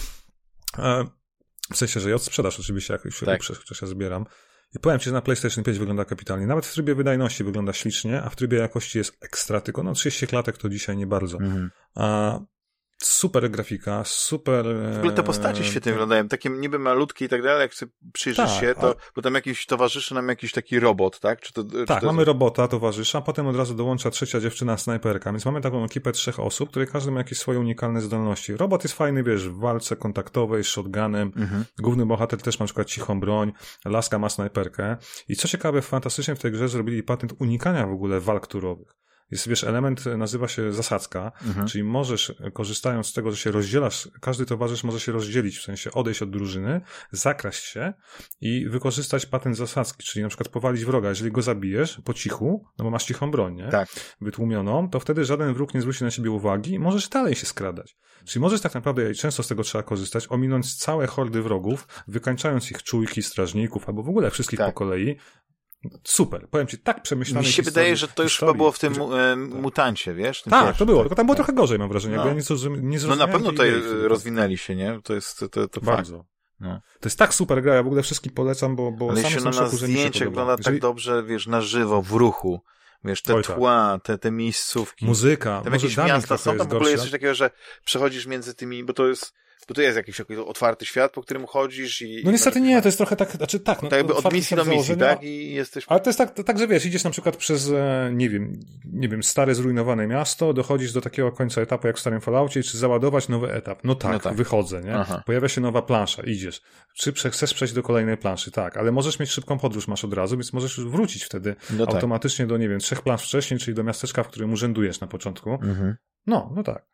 W sensie, że i odsprzedaż oczywiście, jak już ja zbieram. I powiem ci, że na PlayStation 5 wygląda kapitalnie. Nawet w trybie wydajności wygląda ślicznie, a w trybie jakości jest ekstra, tylko 30 klatek to dzisiaj nie bardzo. Super grafika, super... W ogóle te postacie świetnie wyglądają, takie niby malutkie i tak dalej, jak sobie przyjrzysz się, to bo tam jakiś towarzyszy nam jakiś taki robot, tak? Mamy robota, towarzysza, potem od razu dołącza trzecia dziewczyna snajperka, więc mamy taką ekipę 3 osób, które każdy ma jakieś swoje unikalne zdolności. Robot jest fajny, wiesz, w walce kontaktowej z shotgunem, główny bohater też ma na przykład cichą broń, laska ma snajperkę i co ciekawe, fantastycznie w tej grze zrobili patent unikania w ogóle walk turowych. Jest, wiesz, element nazywa się zasadzka, czyli możesz, korzystając z tego, że się rozdzielasz, każdy towarzysz może się rozdzielić, w sensie odejść od drużyny, zakraść się i wykorzystać patent zasadzki, czyli na przykład powalić wroga. Jeżeli go zabijesz po cichu, no bo masz cichą broń, nie? Tak. Wytłumioną, to wtedy żaden wróg nie zwróci na ciebie uwagi i możesz dalej się skradać. Czyli możesz tak naprawdę, i często z tego trzeba korzystać, ominąć całe hordy wrogów, wykańczając ich czujki, strażników, albo w ogóle wszystkich po kolei, Super, powiem ci, tak przemyślane. Mi się wydaje, że to już chyba było w tym Mutancie, wiesz? Tak, pierwszy, to było, tylko tam było trochę gorzej, mam wrażenie, bo ja nie zrozumiałem. No na pewno tutaj rozwinęli się, nie? To jest to bardzo. Fakt. No. To jest tak super gra, ja w ogóle wszystkim polecam, bo ale sam się na zdjęciach wygląda tak dobrze, wiesz, na żywo, w ruchu. Wiesz, te tła, te miejscówki. Muzyka. Tam jakieś miasta są, tam w ogóle jest coś takiego, że przechodzisz między tymi, bo to jest jakiś otwarty świat, po którym chodzisz i... No niestety nie, to jest trochę tak, znaczy tak. No, tak jakby od misji do misji, tak? I jesteś... Ale to jest tak, że wiesz, idziesz na przykład przez, nie wiem, stare, zrujnowane miasto, dochodzisz do takiego końca etapu jak w starym Falloutie, czy załadować nowy etap. No tak. Wychodzę, nie? Aha. Pojawia się nowa plansza, idziesz. Czy chcesz przejść do kolejnej planszy, tak, ale możesz mieć szybką podróż, masz od razu, więc możesz wrócić wtedy automatycznie do, nie wiem, 3 plansz wcześniej, czyli do miasteczka, w którym urzędujesz na początku. Mhm. No tak.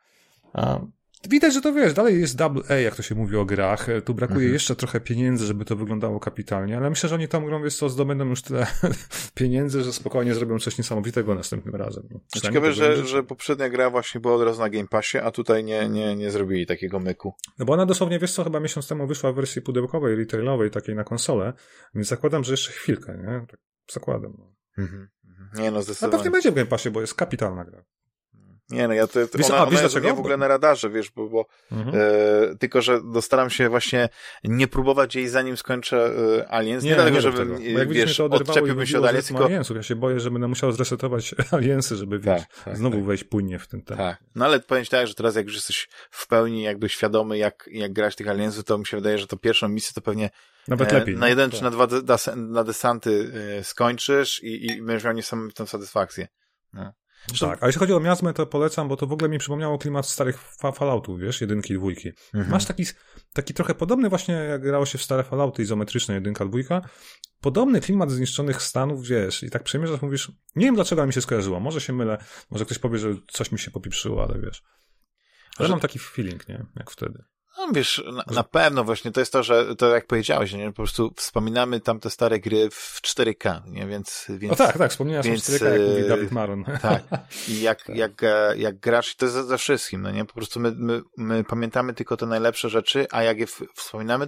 Widać, że to wiesz, dalej jest double A, jak to się mówi o grach. Tu brakuje jeszcze trochę pieniędzy, żeby to wyglądało kapitalnie, ale myślę, że oni tą grą, zdobędą już tyle pieniędzy, że spokojnie zrobią coś niesamowitego następnym razem. No, ciekawe, że poprzednia gra właśnie była od razu na Game Passie, a tutaj nie zrobili takiego myku. No bo ona dosłownie, wiesz co, chyba miesiąc temu wyszła w wersji pudełkowej, retailowej, takiej na konsolę, więc zakładam, że jeszcze chwilkę, nie? Tak zakładam. No. Nie no, zdecydowanie. A pewnie będzie w Game Passie, bo jest kapitalna gra. Nie no, ona jest w ogóle na radarze, wiesz, bo tylko, że dostaram się właśnie nie próbować jej zanim skończę Aliens. Nie dlatego, żebym, wiesz, odczepiłbym się od Aliens, tylko... Aliensów. Ja się boję, że będę musiał zresetować Aliensy, żeby, wiesz, znowu wejść płynnie w ten temat. Tak, no ale powiem ci tak, że teraz jak już jesteś w pełni jakby świadomy, jak grać tych Aliensów, to mi się wydaje, że to pierwszą misję to pewnie nawet lepiej. Na jeden czy na 2 na desanty skończysz i będziesz miał niesamowitą satysfakcję. No. Tak, a jeśli chodzi o miazmę, to polecam, bo to w ogóle mi przypomniało klimat starych Falloutów, wiesz, 1 i 2. Masz taki trochę podobny właśnie, jak grało się w stare Fallouty izometryczne 1, 2, podobny klimat zniszczonych stanów, wiesz, i tak przemierzasz, mówisz, nie wiem dlaczego mi się skojarzyło, może się mylę, może ktoś powie, że coś mi się popieprzyło, ale wiesz. Ale mam taki feeling, nie, jak wtedy. No wiesz, na pewno właśnie to jest to, że to jak powiedziałeś, nie? Po prostu wspominamy tamte stare gry w 4K, nie? Więc o tak, wspomniałeś o 4K, jak mówi Dawid Maron. Tak. I jak gracz, to jest ze wszystkim, no nie? Po prostu my pamiętamy tylko te najlepsze rzeczy, a jak je wspominamy,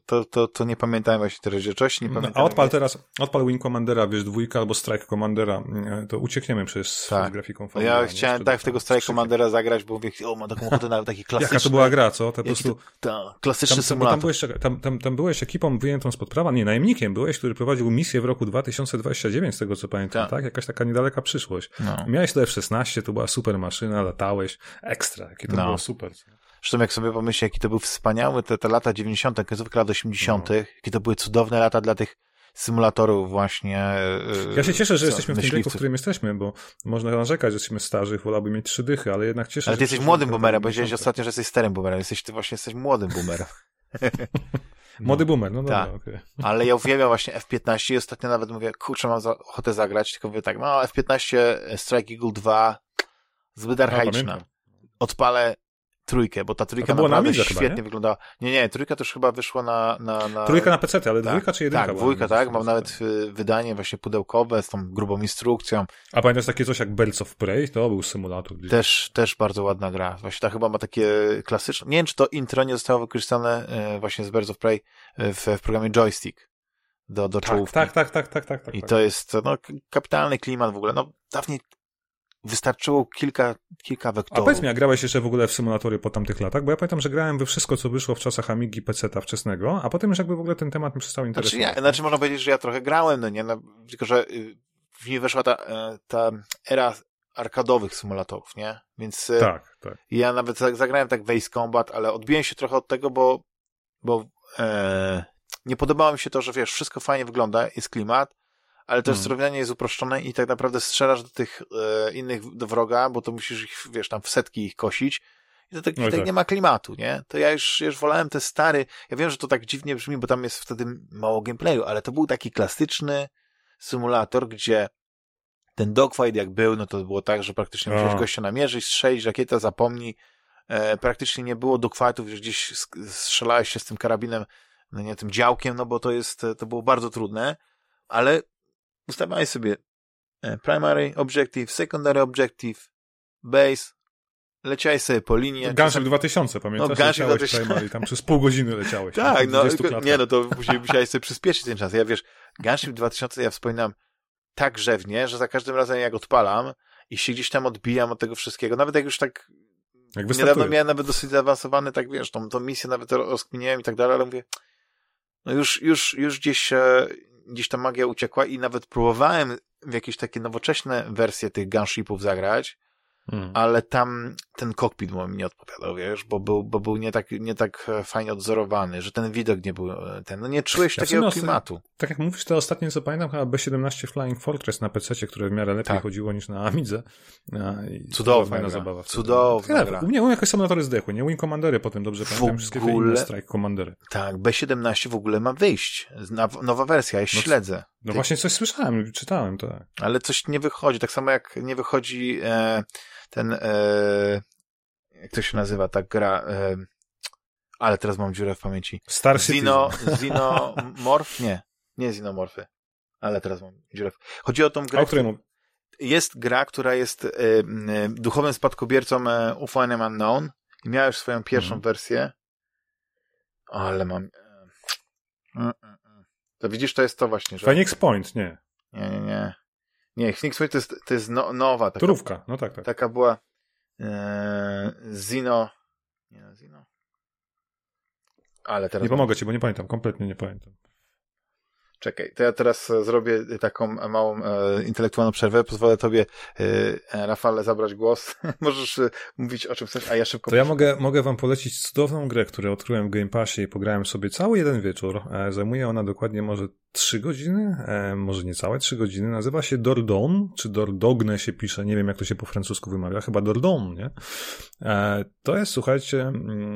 to nie pamiętamy właśnie te rzeczywistości, nie pamiętamy. A odpal Wing Commandera, wiesz, 2 albo Strike Commandera, to uciekniemy przez grafiką. Ja chciałem w tego Strike Commandera zagrać, bo mówię, mam taką ochotę na taki klasyczny. Jaka to była gra, co? To po prostu klasyczny symulator. Tam byłeś ekipą wyjętą spod prawa, nie, najemnikiem byłeś, który prowadził misję w roku 2029, z tego co pamiętam, tak? Jakaś taka niedaleka przyszłość. No. Miałeś to F-16, to była super maszyna, latałeś, ekstra, jakie to było super. Zresztą jak sobie pomyślę, jaki to był wspaniały, te lata 90., końcówka lat 80., jakie to były cudowne lata dla tych symulatorów właśnie. Ja się cieszę, że jesteśmy w tym wieku, w którym jesteśmy, bo można narzekać, że jesteśmy starzy, wolałbym mieć 3 dychy, ale jednak cieszę się. Ale ty jesteś młodym boomerem, bo powiedziałeś ostatnio, że jesteś starym boomerem. Ty właśnie jesteś młodym boomerem. Młody boomer, no dobra, okej. Ale ja uwielbiam właśnie F-15 i ostatnio nawet mówię, kurczę, mam ochotę zagrać, tylko mówię tak, no F-15 Strike Eagle 2 zbyt archaiczna. Odpalę 3, bo ta 3 naprawdę świetnie wyglądała. Nie, 3 to już chyba wyszła na... 3 na PC, ale 2 czy 1? Tak, 2, tak. Mam nawet wydanie właśnie pudełkowe z tą grubą instrukcją. A pamiętasz takie coś jak Birds of Prey? To był symulator. Też bardzo ładna gra. Właśnie ta chyba ma takie klasyczne... Nie wiem, czy to intro nie zostało wykorzystane właśnie z Birds of Prey w programie Joystick do czołówki. Tak. I to jest kapitalny klimat w ogóle. No dawniej wystarczyło kilka wektorów. A powiedz mi, jak grałeś jeszcze w ogóle w symulatory po tamtych latach? Bo ja pamiętam, że grałem we wszystko, co wyszło w czasach Amigi, PC-ta wczesnego, a potem już jakby w ogóle ten temat mi przestał interesować. Znaczy można powiedzieć, że ja trochę grałem, no nie? No, tylko, że w niej weszła ta era arkadowych symulatorów, nie? Więc tak. Ja nawet zagrałem tak w Ace Combat, ale odbiłem się trochę od tego, bo nie podobało mi się to, że wiesz, wszystko fajnie wygląda, jest klimat, ale też sterowanie jest uproszczone i tak naprawdę strzelasz do tych do wroga, bo to musisz ich, wiesz, tam w setki ich kosić i to tak nie ma klimatu, nie? To ja już wolałem te stary, ja wiem, że to tak dziwnie brzmi, bo tam jest wtedy mało gameplayu, ale to był taki klasyczny symulator, gdzie ten dogfight jak był, no to było tak, że praktycznie musiałeś gościa namierzyć, strzelić, rakieta, zapomnij, praktycznie nie było dogfightów, że gdzieś strzelałeś się z tym karabinem, no nie, tym działkiem, no bo to było bardzo trudne, ale ustawiałeś sobie primary objective, secondary objective, base, leciałeś sobie po linie. Gunship 2000, pamiętasz? Gunship 2000. Primary, tam przez pół godziny leciałeś. Tak, no to później musiałeś sobie przyspieszyć ten czas. Ja wiesz, Gunship 2000, ja wspominam, tak grzewnie, że za każdym razem jak odpalam i się gdzieś tam odbijam od tego wszystkiego, nawet jak już tak niedawno miałem nawet dosyć zaawansowany, tak wiesz, tą misję nawet rozkminiałem i tak dalej, ale mówię, no już gdzieś ta magia uciekła i nawet próbowałem w jakieś takie nowoczesne wersje tych gunshipów zagrać, ale tam ten kokpit mi nie odpowiadał, wiesz, bo był nie tak fajnie odzorowany, że ten widok nie był no nie czułeś takiego klimatu. Tak jak mówisz, to ostatnie co pamiętam, chyba B17 Flying Fortress na PC-cie, które w miarę lepiej chodziło niż na Amidze. Cudowna zabawa. Cudowna gra. U mnie jakieś symulatory zdechły, nie? Wing Commandery potem dobrze pamiętam, wszystkie te inne Strike Commandery. Tak, B17 w ogóle ma wyjść. Nowa wersja, ja śledzę. No właśnie coś słyszałem, czytałem, tak. Ale coś nie wychodzi, tak samo jak nie wychodzi ten jak to się nazywa ta gra, ale teraz mam dziurę w pamięci. Star Citizen. Xenomorph? Nie Xenomorphy. Ale teraz mam dziurę. Chodzi o tą grę, jest gra, która jest duchowym spadkobiercą UFO Enemy Unknown i miała już swoją pierwszą wersję. Ale mam... To widzisz, to jest to właśnie, że... Phoenix Point, nie. Nie, Phoenix Point to jest nowa. Taka, turówka, no tak. Taka była Zino... Ale teraz... Nie pomogę ci, bo nie pamiętam, kompletnie nie pamiętam. Czekaj, to ja teraz zrobię taką małą intelektualną przerwę. Pozwolę tobie, Rafale, zabrać głos. Możesz mówić o czym chcesz, a ja szybko... To ja mogę wam polecić cudowną grę, którą odkryłem w Game Passie i pograłem sobie cały jeden wieczór. Zajmuje ona dokładnie może 3 godziny, może niecałe 3 godziny. Nazywa się Dordogne, czy Dordogne się pisze, nie wiem jak to się po francusku wymawia, chyba Dordogne, nie? To jest, słuchajcie...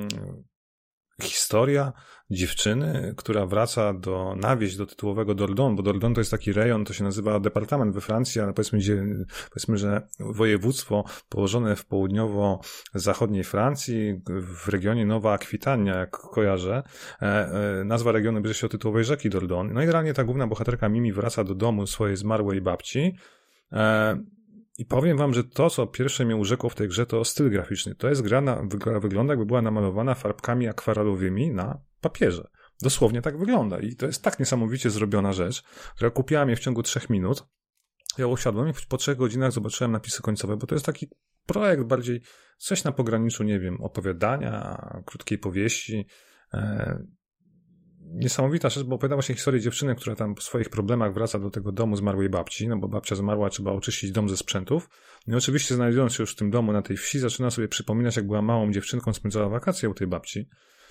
historia dziewczyny, która wraca na wieś do tytułowego Dordogne, bo Dordogne to jest taki rejon, to się nazywa departament we Francji, ale powiedzmy, że województwo położone w południowo-zachodniej Francji, w regionie Nowa Akwitania, jak kojarzę. Nazwa regionu bierze się od tytułowej rzeki Dordogne. No i generalnie ta główna bohaterka Mimi wraca do domu swojej zmarłej babci. I powiem wam, że to, co pierwsze mnie urzekło w tej grze, to styl graficzny. To jest gra, wygląda jakby była namalowana farbkami akwarelowymi na papierze. Dosłownie tak wygląda. I to jest tak niesamowicie zrobiona rzecz, która kupiła mnie w ciągu 3 minut. Ja usiadłem i po 3 godzinach zobaczyłem napisy końcowe, bo to jest taki projekt bardziej coś na pograniczu, nie wiem, opowiadania, krótkiej powieści. Niesamowita rzecz, bo opowiadała się historię dziewczyny, która tam po swoich problemach wraca do tego domu zmarłej babci, no bo babcia zmarła, trzeba oczyścić dom ze sprzętów. No i oczywiście znajdując się już w tym domu na tej wsi, zaczyna sobie przypominać, jak była małą dziewczynką, spędzała wakacje u tej babci.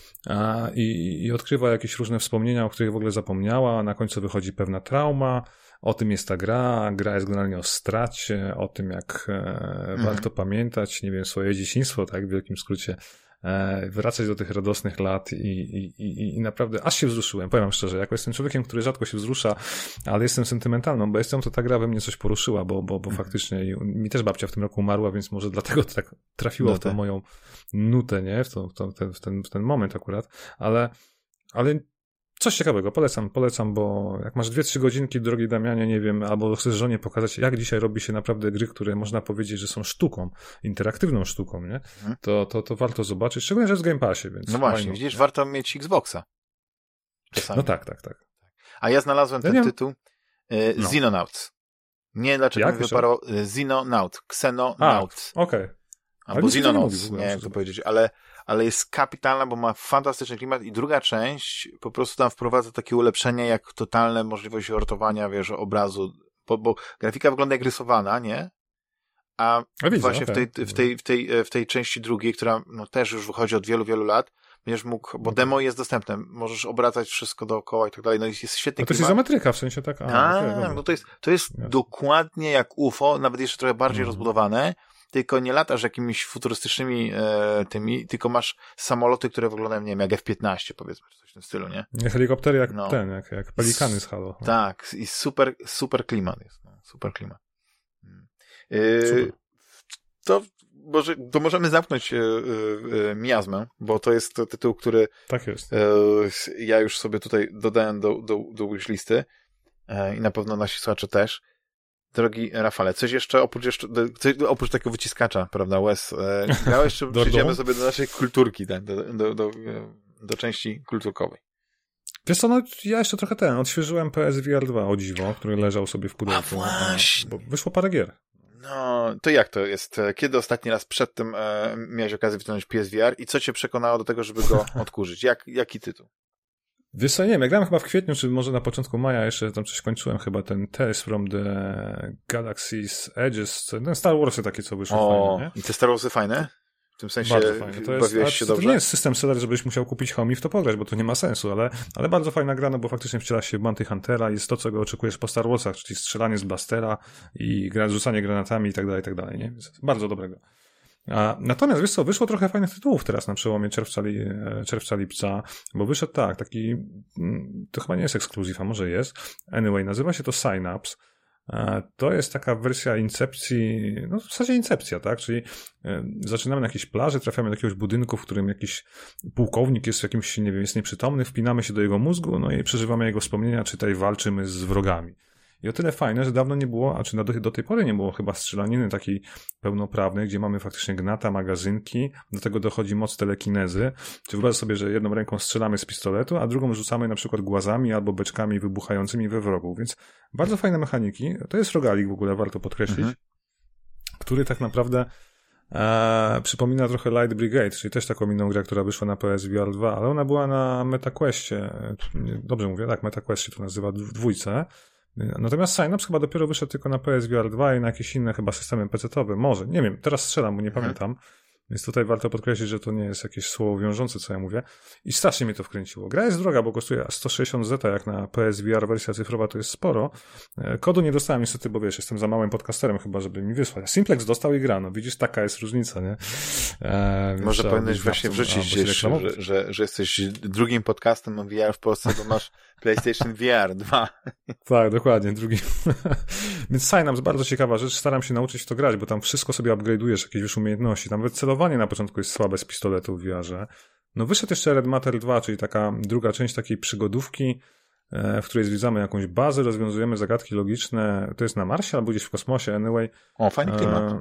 I odkrywa jakieś różne wspomnienia, o których w ogóle zapomniała, a na końcu wychodzi pewna trauma. O tym jest ta gra. Gra jest generalnie o stracie, o tym, jak warto pamiętać, nie wiem, swoje dzieciństwo, tak, w wielkim skrócie. Wracać do tych radosnych lat i naprawdę aż się wzruszyłem, powiem wam szczerze, jako jestem człowiekiem, który rzadko się wzrusza, ale jestem sentymentalną, bo jestem, to ta gra we mnie coś poruszyła, bo faktycznie mi też babcia w tym roku umarła, więc może dlatego to tak trafiło w tą moją nutę, nie? W ten moment akurat, ale coś ciekawego, polecam, bo jak masz 2-3 godzinki, drogi Damianie, nie wiem, albo chcesz żonie pokazać, jak dzisiaj robi się naprawdę gry, które można powiedzieć, że są sztuką, interaktywną sztuką, nie? To warto zobaczyć, szczególnie, że jest w Game Passie, więc... No właśnie, widzisz, warto mieć Xboxa. Czasami. No tak. A ja znalazłem ten tytuł Xenonauts. Nie dlaczego wyparował Xenonauts. Okej. Albo Xenonauts, nie wiem jak to powiedzieć, ale jest kapitalna, bo ma fantastyczny klimat i druga część po prostu tam wprowadza takie ulepszenia jak totalne możliwość ortowania, wiesz, obrazu, bo grafika wygląda jak rysowana, nie? A właśnie w tej części drugiej, która no, też już wychodzi od wielu, wielu lat, będziesz mógł, bo demo jest dostępne, możesz obracać wszystko dookoła i tak dalej, no jest świetny klimat. To jest izometryka, w sensie tak? No to jest dokładnie jak UFO, nawet jeszcze trochę bardziej rozbudowane, tylko nie latasz jakimiś futurystycznymi tylko masz samoloty, które wyglądają, nie wiem, jak F-15, powiedzmy, czy coś w tym stylu, nie? Helikoptery jak pelikany z Halo. Tak, i super klimat jest, super klimat. To możemy zamknąć miazmę, bo to jest tytuł, który tak jest. Ja już sobie tutaj dodałem do wishlisty i na pewno nasi słuchacze też. Drogi Rafale, coś jeszcze oprócz takiego wyciskacza, prawda, Wes, grałeś, czy przejdziemy sobie do naszej kulturki, tak, do części kulturkowej? Wiesz co, no ja jeszcze trochę odświeżyłem PSVR 2, o dziwo, który leżał sobie w pudełku. Bo wyszło parę gier. No, to jak to jest? Kiedy ostatni raz przed tym miałeś okazję wyciągnąć PSVR i co cię przekonało do tego, żeby go odkurzyć? Jaki tytuł? Wiesz co, nie wiem, ja grałem chyba w kwietniu, czy może na początku maja jeszcze tam coś kończyłem, chyba ten Tales from the Galaxy's Edges, ten Star Warsy takie, co wyszło fajne, nie? I te Star Warsy fajne? W tym sensie bawiłeś się dobrze? To nie jest system seller, żebyś musiał kupić home i w to pograć, bo to nie ma sensu, ale bardzo fajna gra, no bo faktycznie wcielasz się w Bounty Huntera, jest to, co go oczekujesz po Star Warsach, czyli strzelanie z blastera i rzucanie granatami i tak dalej, nie? Więc bardzo dobrego. Natomiast wiesz co, wyszło trochę fajnych tytułów teraz na przełomie czerwca, lipca, bo wyszedł taki, to chyba nie jest ekskluzyw, a może jest. Anyway, nazywa się to Synapse. To jest taka wersja Incepcji, no w zasadzie Incepcja, tak? Czyli zaczynamy na jakiejś plaży, trafiamy do jakiegoś budynku, w którym jakiś pułkownik jest jakimś, nie wiem, jest nieprzytomny, wpinamy się do jego mózgu, no i przeżywamy jego wspomnienia, czytaj, walczymy z wrogami. I o tyle fajne, że dawno nie było, a czy do tej pory nie było chyba strzelaniny takiej pełnoprawnej, gdzie mamy faktycznie gnata, magazynki, do tego dochodzi moc telekinezy. Czy wyobraź sobie, że jedną ręką strzelamy z pistoletu, a drugą rzucamy na przykład głazami albo beczkami wybuchającymi we wrogu. Więc bardzo fajne mechaniki. To jest rogalik w ogóle, warto podkreślić, który tak naprawdę przypomina trochę Light Brigade, czyli też taką inną grę, która wyszła na PSVR 2, ale ona była na MetaQuestie. Dobrze mówię, tak, MetaQuest się to nazywa, w dwójce. Natomiast Synapse chyba dopiero wyszedł tylko na PSVR 2 i na jakieś inne chyba systemy PC-owe. Może, nie wiem, teraz strzelam, bo nie pamiętam. Więc tutaj warto podkreślić, że to nie jest jakieś słowo wiążące, co ja mówię. I strasznie mnie to wkręciło. Gra jest droga, bo kosztuje 160 zeta, jak na PSVR wersja cyfrowa to jest sporo. Kodu nie dostałem niestety, bo wiesz, jestem za małym podcasterem chyba, żeby mi wysłać. Simplex dostał i gra, no widzisz, taka jest różnica, nie? Może powinieneś właśnie wrzucić gdzieś, że jesteś drugim podcastem o VR w Polsce, bo masz PlayStation VR 2. Tak, dokładnie, drugi. Więc Synapse, bardzo ciekawa rzecz, staram się nauczyć w to grać, bo tam wszystko sobie upgrade'ujesz, jakieś już umiejętności. Tam nawet celowanie na początku jest słabe z pistoletu w VR-ze. No wyszedł jeszcze Red Matter 2, czyli taka druga część takiej przygodówki, w której zwiedzamy jakąś bazę, rozwiązujemy zagadki logiczne. To jest na Marsie albo gdzieś w kosmosie, anyway. O, fajny klimat.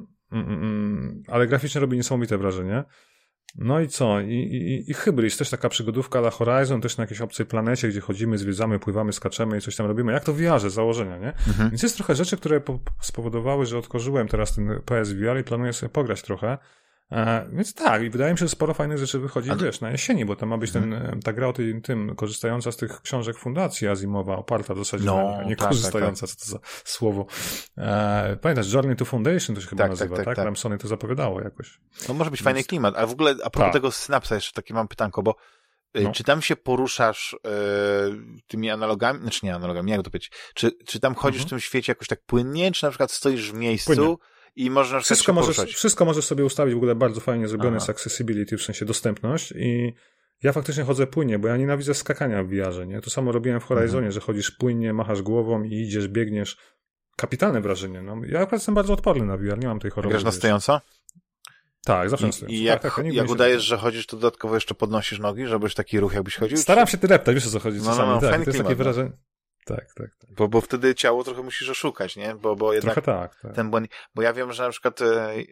Ale graficznie robi niesamowite wrażenie. No i co? I Hybris, też taka przygodówka dla Horizon, też na jakiejś obcej planecie, gdzie chodzimy, zwiedzamy, pływamy, skaczemy i coś tam robimy. Jak to w VR-ze, założenia, nie? Więc jest trochę rzeczy, które spowodowały, że odkorzyłem teraz ten PSVR i planuję sobie pograć trochę. Więc tak, i wydaje mi się, że sporo fajnych rzeczy wychodzi, wiesz, na jesieni, bo tam ma być ta gra o tym korzystająca z tych książek Fundacji Asimowa, oparta w zasadzie na nich, a nie korzystająca, co to za słowo. Pamiętasz, Journey to Foundation to się chyba nazywa, tak? Ramsony to zapowiadało jakoś. No może być fajny klimat, ale w ogóle a propos tego Synapsa jeszcze takie mam pytanko, bo czy tam się poruszasz tymi analogami, znaczy nie analogami, jak to powiedzieć, czy tam chodzisz w tym świecie jakoś tak płynnie, czy na przykład stoisz w miejscu płynnie. I można wszystko możesz sobie ustawić, w ogóle bardzo fajnie zrobione jest accessibility, w sensie dostępność i ja faktycznie chodzę płynnie, bo ja nienawidzę skakania w VR-ze, nie? To samo robiłem w Horizonie, że chodzisz płynnie, machasz głową i idziesz, biegniesz. Kapitalne wrażenie, no. Ja akurat jestem bardzo odporny na VR, nie mam tej choroby. Grasz na stojąco? Tak, zawsze na stojąco. I jak udajesz, że chodzisz, to dodatkowo jeszcze podnosisz nogi, żebyś taki ruch jakbyś chodził? Staram się deptać, wiesz o co chodzi czasami. Tak, to jest takie wrażenie. Tak. Bo wtedy ciało trochę musisz oszukać, nie? Bo jednak trochę tak. Ten błąd. Bo ja wiem, że na przykład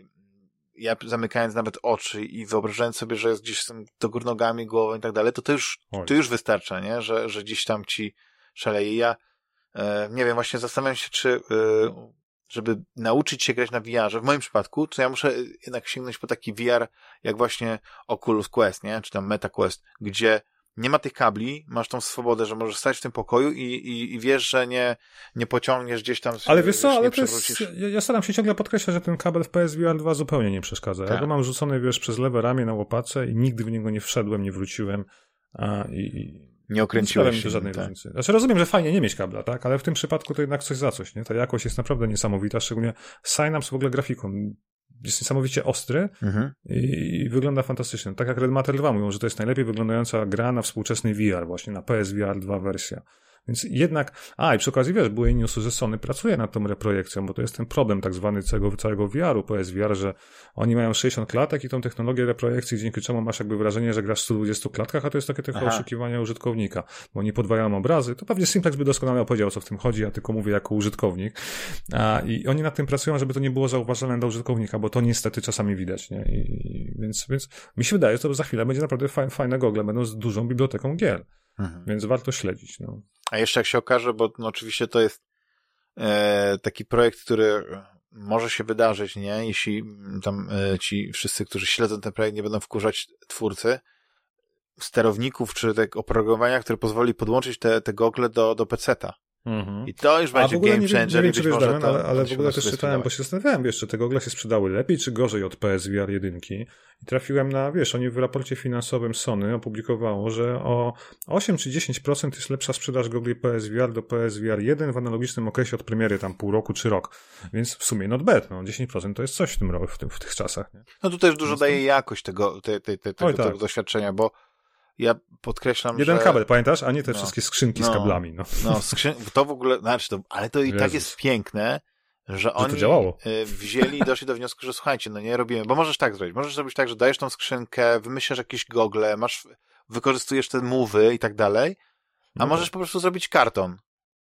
ja zamykając nawet oczy i wyobrażając sobie, że jest gdzieś do góry nogami, głową i tak dalej, to już wystarcza, nie? Że gdzieś tam ci szaleje. Ja nie wiem, właśnie zastanawiam się, czy żeby nauczyć się grać na VR-ze, w moim przypadku, to ja muszę jednak sięgnąć po taki VR, jak właśnie Oculus Quest, nie? Czy tam MetaQuest, gdzie nie ma tych kabli, masz tą swobodę, że możesz stać w tym pokoju i wiesz, że nie pociągniesz gdzieś tam. Ale wiesz co, ale to jest, ja staram się ciągle podkreślać, że ten kabel w PSVR 2 zupełnie nie przeszkadza. Ja go mam rzucony, wiesz, przez lewe ramię na łopatce i nigdy w niego nie wszedłem, nie wróciłem nie okręciłeś się żadnej różnicy. Znaczy rozumiem, że fajnie nie mieć kabla, tak? Ale w tym przypadku to jednak coś za coś, nie? Ta jakość jest naprawdę niesamowita, szczególnie Synapse w ogóle grafiką jest niesamowicie ostry i wygląda fantastycznie. Tak jak Red Matter 2 mówią, że to jest najlepiej wyglądająca gra na współczesny VR, właśnie na PSVR 2 wersja. Więc jednak, i przy okazji wiesz, były newsy, że Sony pracuje nad tą reprojekcją, bo to jest ten problem tak zwany całego VR-u, PSVR, że oni mają 60 klatek i tą technologię reprojekcji, dzięki czemu masz jakby wrażenie, że grasz w 120 klatkach, a to jest takie trochę oszukiwanie użytkownika, bo oni podwajają obrazy. To pewnie Simplex by doskonale opowiedział, co w tym chodzi, ja tylko mówię jako użytkownik. I oni nad tym pracują, żeby to nie było zauważalne dla użytkownika, bo to niestety czasami widać, nie? Więc mi się wydaje, że to za chwilę będzie naprawdę fajne gogle, będą z dużą biblioteką gier. Więc warto śledzić. No. A jeszcze jak się okaże, bo no, oczywiście to jest taki projekt, który może się wydarzyć, nie? Jeśli tam ci wszyscy, którzy śledzą ten projekt, nie będą wkurzać twórcy, sterowników czy tego oprogramowania, które pozwoli podłączyć te gogle do PC-ta. I to już będzie game changer. Nie wiem, czy wiesz, Damian, ale w ogóle też czytałem, bo się zastanawiałem, wiesz, czy te gogle się sprzedały lepiej, czy gorzej od PSVR 1. I trafiłem na, wiesz, oni w raporcie finansowym Sony opublikowało, że o 8 czy 10% jest lepsza sprzedaż gogli PSVR do PSVR 1 w analogicznym okresie od premiery, tam pół roku czy rok. Więc w sumie not bad, no 10% to jest coś w tych czasach. Nie? No tu też dużo daje jakość tego doświadczenia, bo ja podkreślam, jeden kabel, pamiętasz? A nie te wszystkie skrzynki z kablami. To w ogóle, ale to i tak jest piękne, że oni wzięli i doszli do wniosku, że słuchajcie, no nie robimy, bo możesz tak zrobić. Możesz zrobić tak, że dajesz tą skrzynkę, wymyślasz jakieś gogle, wykorzystujesz te move'y i tak dalej, a możesz po prostu zrobić karton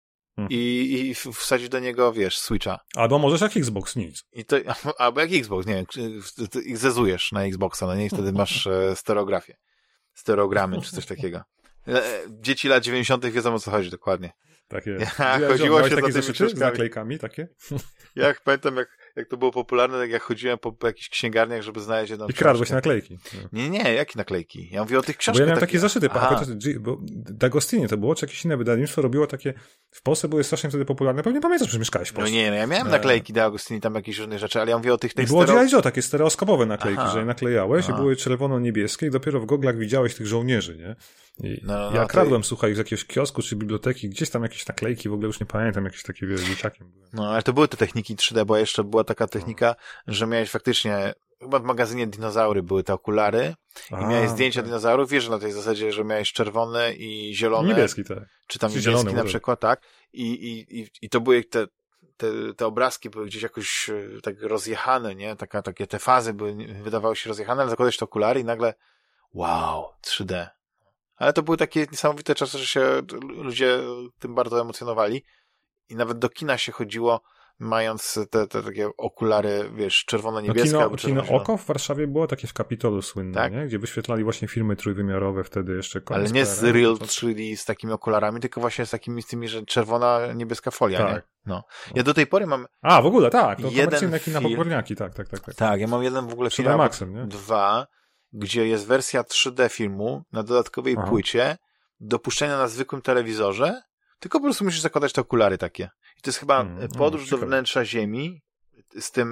i wsadzić do niego, wiesz, Switcha. Albo możesz jak Xbox, nic. Albo jak Xbox, nie wiem, zezujesz na Xboxa, no nie, i wtedy masz stereografię. Stereogramy, czy coś takiego. Dzieci lat 90. wiedzą, o co chodzi dokładnie. Tak jest. Chodziło się takie zeszyty z naklejkami, takie? Ja pamiętam, jak to było popularne, tak jak chodziłem po jakichś księgarniach, żeby znaleźć jedną książkę. I kradłeś naklejki. Nie, jakie naklejki? Ja mówię o tych książkach. Bo ja miałem takie zeszyty, bo D'Agostini to było, czy jakieś inne wydawnictwo robiło takie, w Polsce były strasznie wtedy popularne, pewnie pamiętasz, że mieszkałeś w Polsce. No nie, ja miałem naklejki D'Agostini, tam jakieś różne rzeczy, ale ja mówię o tych I było G.I. Joe, takie stereoskopowe naklejki, że je naklejałeś i były czerwono-niebieskie i dopiero w goglach widziałeś tych żołnierzy, nie? Ja kradłem, słuchaj, z jakiegoś kiosku czy biblioteki, gdzieś tam jakieś naklejki, w ogóle już nie pamiętam, jakieś takie, wiesz, dzieciakiem byłem. No, ale to były te techniki 3D, bo jeszcze była taka technika, że miałeś faktycznie, chyba w magazynie Dinozaury były te okulary i miałeś zdjęcia dinozaurów, wiesz, na tej zasadzie, że miałeś czerwone i zielone. Niebieski, tak. Czy tam niebieski na przykład, tak. I to były te obrazki były gdzieś jakoś tak rozjechane, nie? Takie te fazy wydawały się rozjechane, ale zakładałeś te okulary i nagle wow, 3D. Ale to były takie niesamowite czasy, że się ludzie tym bardzo emocjonowali i nawet do kina się chodziło, mając te takie okulary, wiesz, czerwono-niebieskie albo czerwono-zielone. Kino Oko w Warszawie było takie w Kapitolu słynne, tak? Nie? Gdzie wyświetlali właśnie filmy trójwymiarowe wtedy jeszcze. Ale nie z Real 3D z takimi okularami, tylko właśnie z tymi, że czerwona, niebieska folia, tak. Nie? No. Ja do tej pory mam... w ogóle tak, to komercyjne kina popcorniaki, tak. Tak, ja mam jeden w ogóle film, dwa, gdzie jest wersja 3D filmu na dodatkowej płycie, do puszczenia na zwykłym telewizorze, tylko po prostu musisz zakładać te okulary takie. I to jest chyba podróż do wnętrza Ziemi z tym,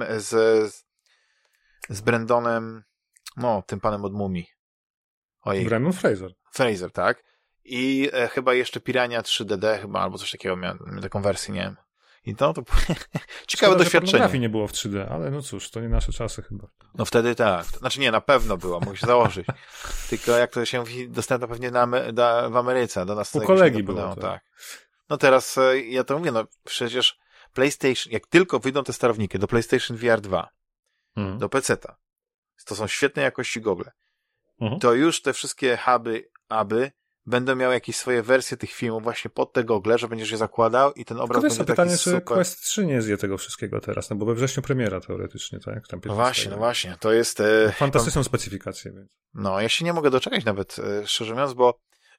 z Brandonem, tym panem od Mumii. Brandon Fraser. Fraser, tak. I chyba jeszcze Pirania 3DD chyba, albo coś takiego miałem taką wersję, nie wiem. I to ciekawe doświadczenie. Pornografii nie było w 3D, ale no cóż, to nie nasze czasy chyba. No wtedy tak. Znaczy nie, na pewno była, mogę się założyć. Tylko jak to się mówi, dostępna pewnie w Ameryce, do nas to u kolegi było. Tak. No teraz ja to mówię, przecież PlayStation, jak tylko wyjdą te sterowniki do PlayStation VR 2, do PC-ta, to są świetnej jakości gogle, to już te wszystkie huby będą miały jakieś swoje wersje tych filmów właśnie pod te gogle, że będziesz je zakładał i ten obraz będzie taki pytanie, super. Czy Quest 3 nie zje tego wszystkiego teraz, bo we wrześniu premiera teoretycznie, tak? Tam no właśnie, to jest... fantastyczną specyfikację, więc. No, ja się nie mogę doczekać nawet, szczerze mówiąc, bo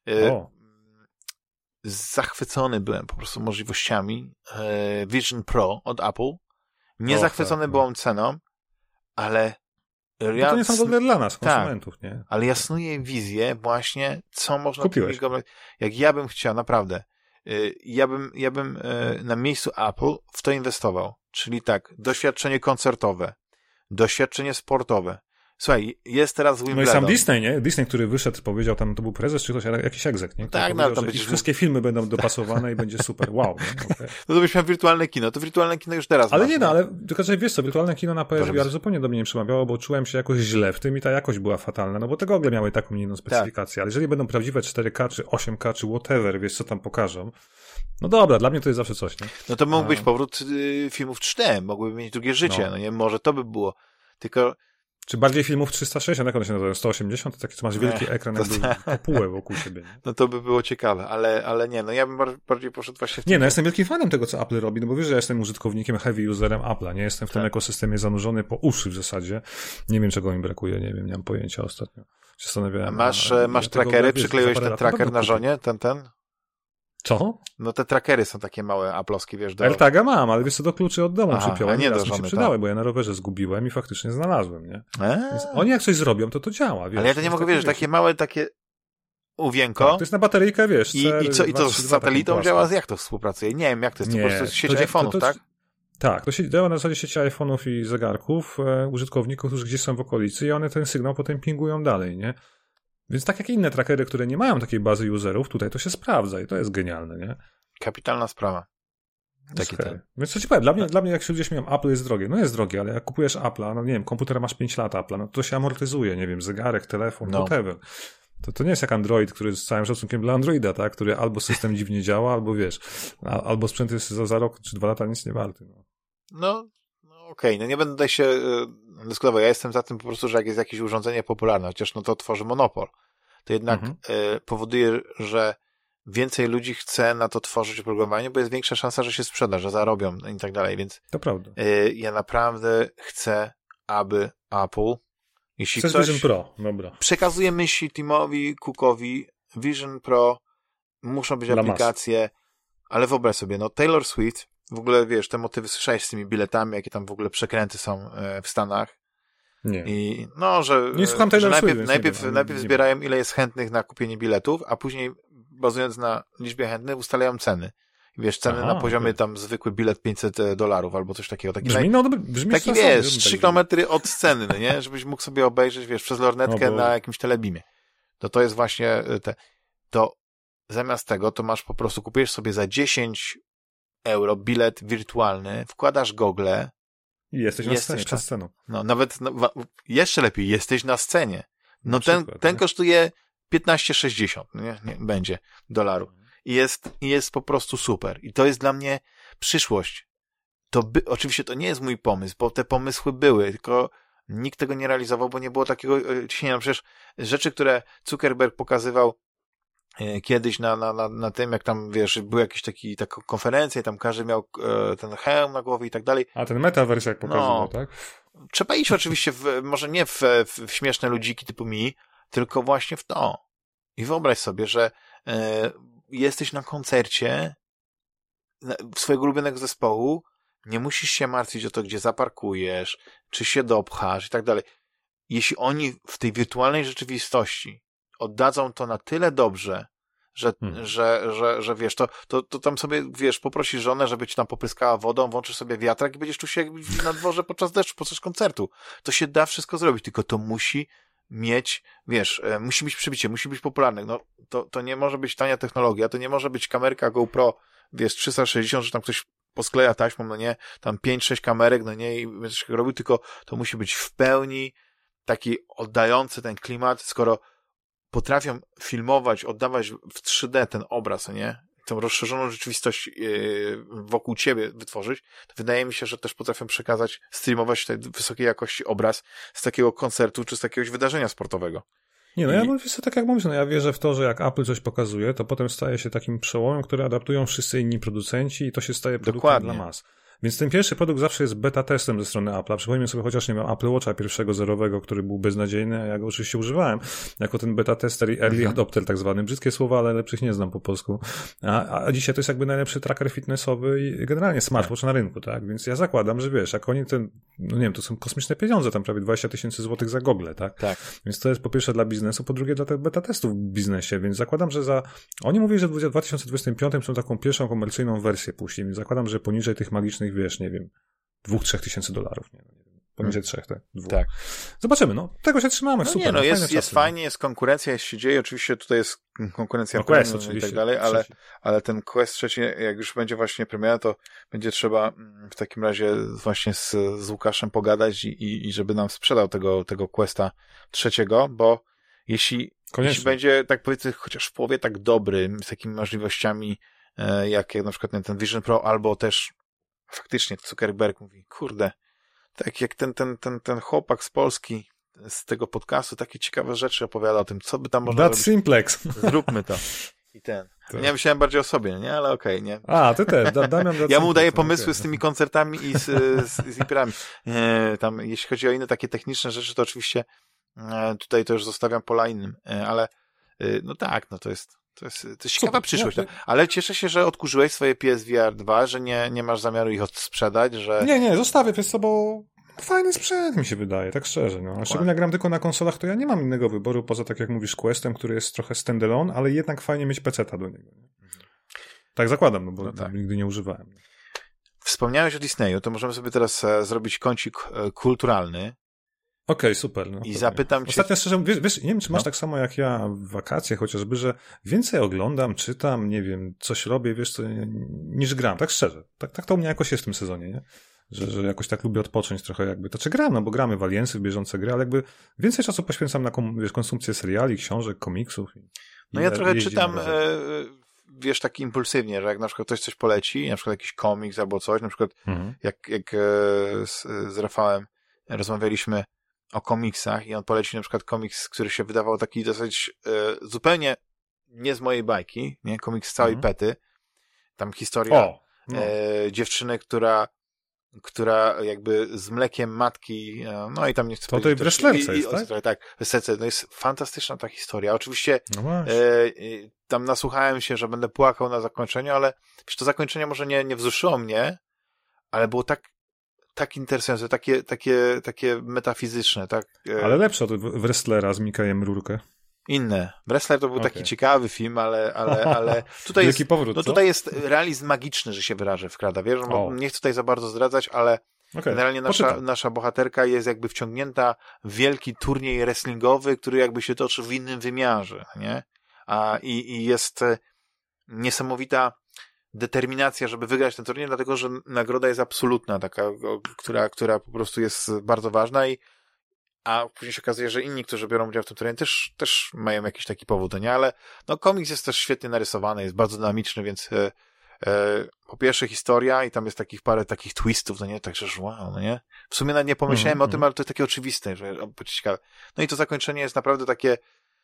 zachwycony byłem po prostu możliwościami Vision Pro od Apple. Nie zachwycony byłem ceną, ale to nie są gogle dla nas, konsumentów, nie? Ale ja snuję wizję właśnie, co można kupić. Jak ja bym chciał, naprawdę, ja bym na miejscu Apple w to inwestował. Czyli tak, doświadczenie koncertowe, doświadczenie sportowe. Słuchaj, jest teraz Wimbledon. No i sam Disney, nie? Disney, który wyszedł, powiedział tam, to był prezes czy ktoś, jakiś egzek, nie? Tak, tam wszystkie filmy będą dopasowane i będzie super. Wow. Nie? Okay. No to byś miał wirtualne kino. To wirtualne kino już teraz ale masz, nie, ale tylko, że wiesz co, wirtualne kino na PSVR zupełnie do mnie nie przemawiało, bo czułem się jakoś źle w tym i ta jakość była fatalna, no bo te gogle miały taką inną specyfikację, ale jeżeli będą prawdziwe 4K, czy 8K, czy whatever, wiesz co tam pokażą, no dobra, dla mnie to jest zawsze coś, nie? No to mógł być powrót filmów 3D, mogłyby mieć drugie życie, no nie? Może to by było. Tylko czy bardziej filmów 360, jak one się nazywają? 180? To taki, co masz wielki ekran, jakby kopułę wokół siebie. Nie? No to by było ciekawe, ale nie, no ja bym bardziej poszedł właśnie w Nie, no jestem wielkim fanem tego, co Apple robi, no bo wiesz, że ja jestem użytkownikiem, heavy userem Apple'a, nie? Jestem w tym ekosystemie zanurzony po uszy w zasadzie. Nie wiem, czego mi brakuje, nie mam pojęcia ostatnio. się zastanawiałem. Masz trackery? Przykleiłeś ten tracker na żonie? Ten? Co? No te trackery są takie małe aplowskie, wiesz. AirTaga mam, ale wiesz co, do kluczy od domu przypiąłem. A nie do żony, mi się przydały, bo ja na rowerze zgubiłem i faktycznie znalazłem, nie? Więc oni jak coś zrobią, to działa, wiesz. Ale ja to nie mogę wierzyć, takie małe, takie uwienko. Tak, to jest na bateryjkę, wiesz. I to z satelitą działa? Jak to współpracuje? Nie wiem, jak to jest. To po prostu jest sieć iPhone'ów, tak? Tak, to się działa na zasadzie sieci iPhone'ów i zegarków użytkowników, którzy gdzieś są w okolicy i one ten sygnał potem pingują dalej, nie? Więc tak jak inne trackery, które nie mają takiej bazy userów, tutaj to się sprawdza i to jest genialne, nie? Kapitalna sprawa. Taki ten. Więc co ci powiem, dla mnie jak się gdzieś miałem, Apple jest drogie. No jest drogie, ale jak kupujesz Apple'a, no nie wiem, komputer masz 5 lat Apple'a, no to się amortyzuje, nie wiem, zegarek, telefon, whatever. To nie jest jak Android, który z całym szacunkiem dla Androida, tak? Który albo system dziwnie działa, albo wiesz, albo sprzęt jest za rok czy 2 lata nic nie warty. No okej, no nie będę tutaj się dyskutował. Ja jestem za tym po prostu, że jak jest jakieś urządzenie popularne, chociaż no to tworzy monopol, to jednak powoduje, że więcej ludzi chce na to tworzyć oprogramowanie, bo jest większa szansa, że się sprzeda, że zarobią i tak dalej, więc to prawda. Ja naprawdę chcę, aby Apple, jeśli chcesz ktoś Vision Pro, dobra. przekazuje myśli Timowi Cookowi, Vision Pro, muszą być aplikacje, ale wyobraź sobie, no Taylor Swift, w ogóle wiesz, te motywy słyszałeś z tymi biletami, jakie tam w ogóle przekręty są w Stanach. Nie. I no, że, nie słucham Taylor Swift, najpierw zbierają, ile jest chętnych na kupienie biletów, a później bazując na liczbie chętnych ustalają ceny. I wiesz, ceny na poziomie tam zwykły bilet $500 albo coś takiego. Taki taki wiesz, 3 kilometry od sceny, no nie? Żebyś mógł sobie obejrzeć, wiesz, przez lornetkę na jakimś telebimie. To jest właśnie to zamiast tego, to masz po prostu, kupujesz sobie za 10 euro bilet wirtualny, wkładasz gogle i jesteś na scenie, przed sceną. No, nawet jeszcze lepiej, jesteś na scenie. No ten kosztuje 15,60, nie? Będzie dolarów. I jest po prostu super. I to jest dla mnie przyszłość. Oczywiście to nie jest mój pomysł, bo te pomysły były, tylko nikt tego nie realizował, bo nie było takiego ciśnienia. No przecież rzeczy, które Zuckerberg pokazywał kiedyś na tym, jak tam, wiesz, były jakieś taką konferencję, tam każdy miał ten hełm na głowie i tak dalej. A ten metaverse jak pokazywał, tak? Trzeba iść oczywiście może nie w śmieszne ludziki typu mi, tylko właśnie w to. I wyobraź sobie, że jesteś na koncercie swojego ulubionego zespołu, nie musisz się martwić o to, gdzie zaparkujesz, czy się dopchasz i tak dalej. Jeśli oni w tej wirtualnej rzeczywistości oddadzą to na tyle dobrze, że wiesz, to tam sobie, wiesz, poprosisz żonę, żeby ci tam popryskała wodą, włączysz sobie wiatrak i będziesz tu się na dworze podczas deszczu, podczas koncertu. To się da wszystko zrobić, tylko to musi mieć, wiesz, musi być przybicie, musi być popularne. No, to nie może być tania technologia, to nie może być kamerka GoPro, wiesz, 360, że tam ktoś poskleja taśmą, no nie, tam 5-6 kamerek, no nie, i będziesz tego robił, tylko to musi być w pełni taki oddający ten klimat, skoro potrafią filmować, oddawać w 3D ten obraz, nie? Tą rozszerzoną rzeczywistość wokół ciebie wytworzyć, to wydaje mi się, że też potrafią przekazać, streamować tej wysokiej jakości obraz z takiego koncertu czy z jakiegoś wydarzenia sportowego. Nie, no ja mówię sobie tak jak mówisz, no ja wierzę w to, że jak Apple coś pokazuje, to potem staje się takim przełomem, który adaptują wszyscy inni producenci i to się staje produktem dla mas. Więc ten pierwszy produkt zawsze jest beta testem ze strony Apple'a. Przypomnijmy sobie chociaż nie miał Apple Watcha pierwszego zerowego, który był beznadziejny, a ja go oczywiście używałem jako ten beta tester i early adopter tak zwany. Brzydkie słowa, ale lepszych nie znam po polsku. A dzisiaj to jest jakby najlepszy tracker fitnessowy i generalnie smartwatch na rynku, tak? Więc ja zakładam, że wiesz, jak oni no nie wiem, to są kosmiczne pieniądze, tam prawie 20 000 złotych za gogle, tak? Tak. Więc to jest po pierwsze dla biznesu, po drugie dla tych beta testów w biznesie, więc zakładam, że oni mówili, że w 2025 są taką pierwszą komercyjną wersję puścili, więc zakładam, że poniżej tych magicznych, wiesz, nie wiem, $2,000-3,000, nie wiem, poniżej 3, tak? 2. Tak. Zobaczymy, no, tego się trzymamy, no super. Nie, no jest fajnie, jest konkurencja, jest się dzieje, oczywiście tutaj jest konkurencja Quest, i tak dalej, ale ten Quest 3, jak już będzie właśnie premiera, to będzie trzeba w takim razie właśnie z Łukaszem pogadać i żeby nam sprzedał tego Questa 3, bo jeśli będzie, tak powiedzmy, chociaż w połowie tak dobry, z takimi możliwościami, jak na przykład ten Vision Pro, albo też faktycznie Zuckerberg mówi, kurde, tak jak ten chłopak z Polski, z tego podcastu, takie ciekawe rzeczy opowiada o tym, co by tam można robić. Simplex. Zróbmy to. I ten. To. Ja myślałem bardziej o sobie, nie? Ale okej, nie? A, ty też. Ja mu daję pomysły z tymi koncertami i z imprezami. Tam, jeśli chodzi o inne takie techniczne rzeczy, to oczywiście Tutaj to już zostawiam pola innym, ale no tak, no to jest ciekawa przyszłość. Ale cieszę się, że odkurzyłeś swoje PSVR 2, że nie masz zamiaru ich odsprzedać, że... Nie, zostawię, wiesz co, bo fajny sprzęt mi się wydaje, tak szczerze. No. A szczególnie jak gram tylko na konsolach, to ja nie mam innego wyboru, poza tak jak mówisz Questem, który jest trochę standalone, ale jednak fajnie mieć peceta do niego. Tak zakładam, no bo nigdy nie używałem. Wspomniałeś o Disneyu, to możemy sobie teraz zrobić kącik kulturalny. Okej, super. No, i zapytam cię... Ostatnio szczerze, wiesz, nie wiem, czy masz tak samo jak ja w wakacje chociażby, że więcej oglądam, czytam, nie wiem, coś robię, wiesz co, niż gram, tak szczerze. Tak to u mnie jakoś jest w tym sezonie, nie? Że jakoś tak lubię odpocząć trochę jakby. To czy gram, no bo gramy w Aliensy, w bieżące gry, ale jakby więcej czasu poświęcam na konsumpcję seriali, książek, komiksów. No ja trochę czytam, wiesz, tak impulsywnie, że jak na przykład ktoś coś poleci, na przykład jakiś komiks albo coś, na przykład jak z Rafałem rozmawialiśmy o komiksach i on poleci na przykład komiks, który się wydawał taki dosyć zupełnie nie z mojej bajki, nie? Komiks z całej Pety. Tam historia dziewczyny, która jakby z mlekiem matki, no i tam nie chcę to powiedzieć... To w wrestlerce jest, tak? Tak, w wrestlerce. No jest fantastyczna ta historia. Oczywiście tam nasłuchałem się, że będę płakał na zakończeniu, ale wiesz, to zakończenie może nie wzruszyło mnie, ale było tak interesujące, takie metafizyczne, tak. Ale lepsze od Wrestlera z Mikajem Rourke. Inne. Wrestler to był taki ciekawy film, ale tutaj jest, powrót, tutaj jest realizm magiczny, że się wyrażę, wkrada, wiesz? No, nie chcę tutaj za bardzo zdradzać, ale generalnie nasza bohaterka jest jakby wciągnięta w wielki turniej wrestlingowy, który jakby się toczy w innym wymiarze, nie? I jest niesamowita determinacja, żeby wygrać ten turniej, dlatego, że nagroda jest absolutna, taka, która po prostu jest bardzo ważna a później się okazuje, że inni, którzy biorą udział w tym turnieju, też mają jakiś taki powód, nie? Ale no komiks jest też świetnie narysowany, jest bardzo dynamiczny, więc po pierwsze historia i tam jest parę takich twistów, no nie? Także wow, no nie? W sumie nawet nie pomyślałem o tym, ale to jest takie oczywiste, że ciekawe. No i to zakończenie jest naprawdę takie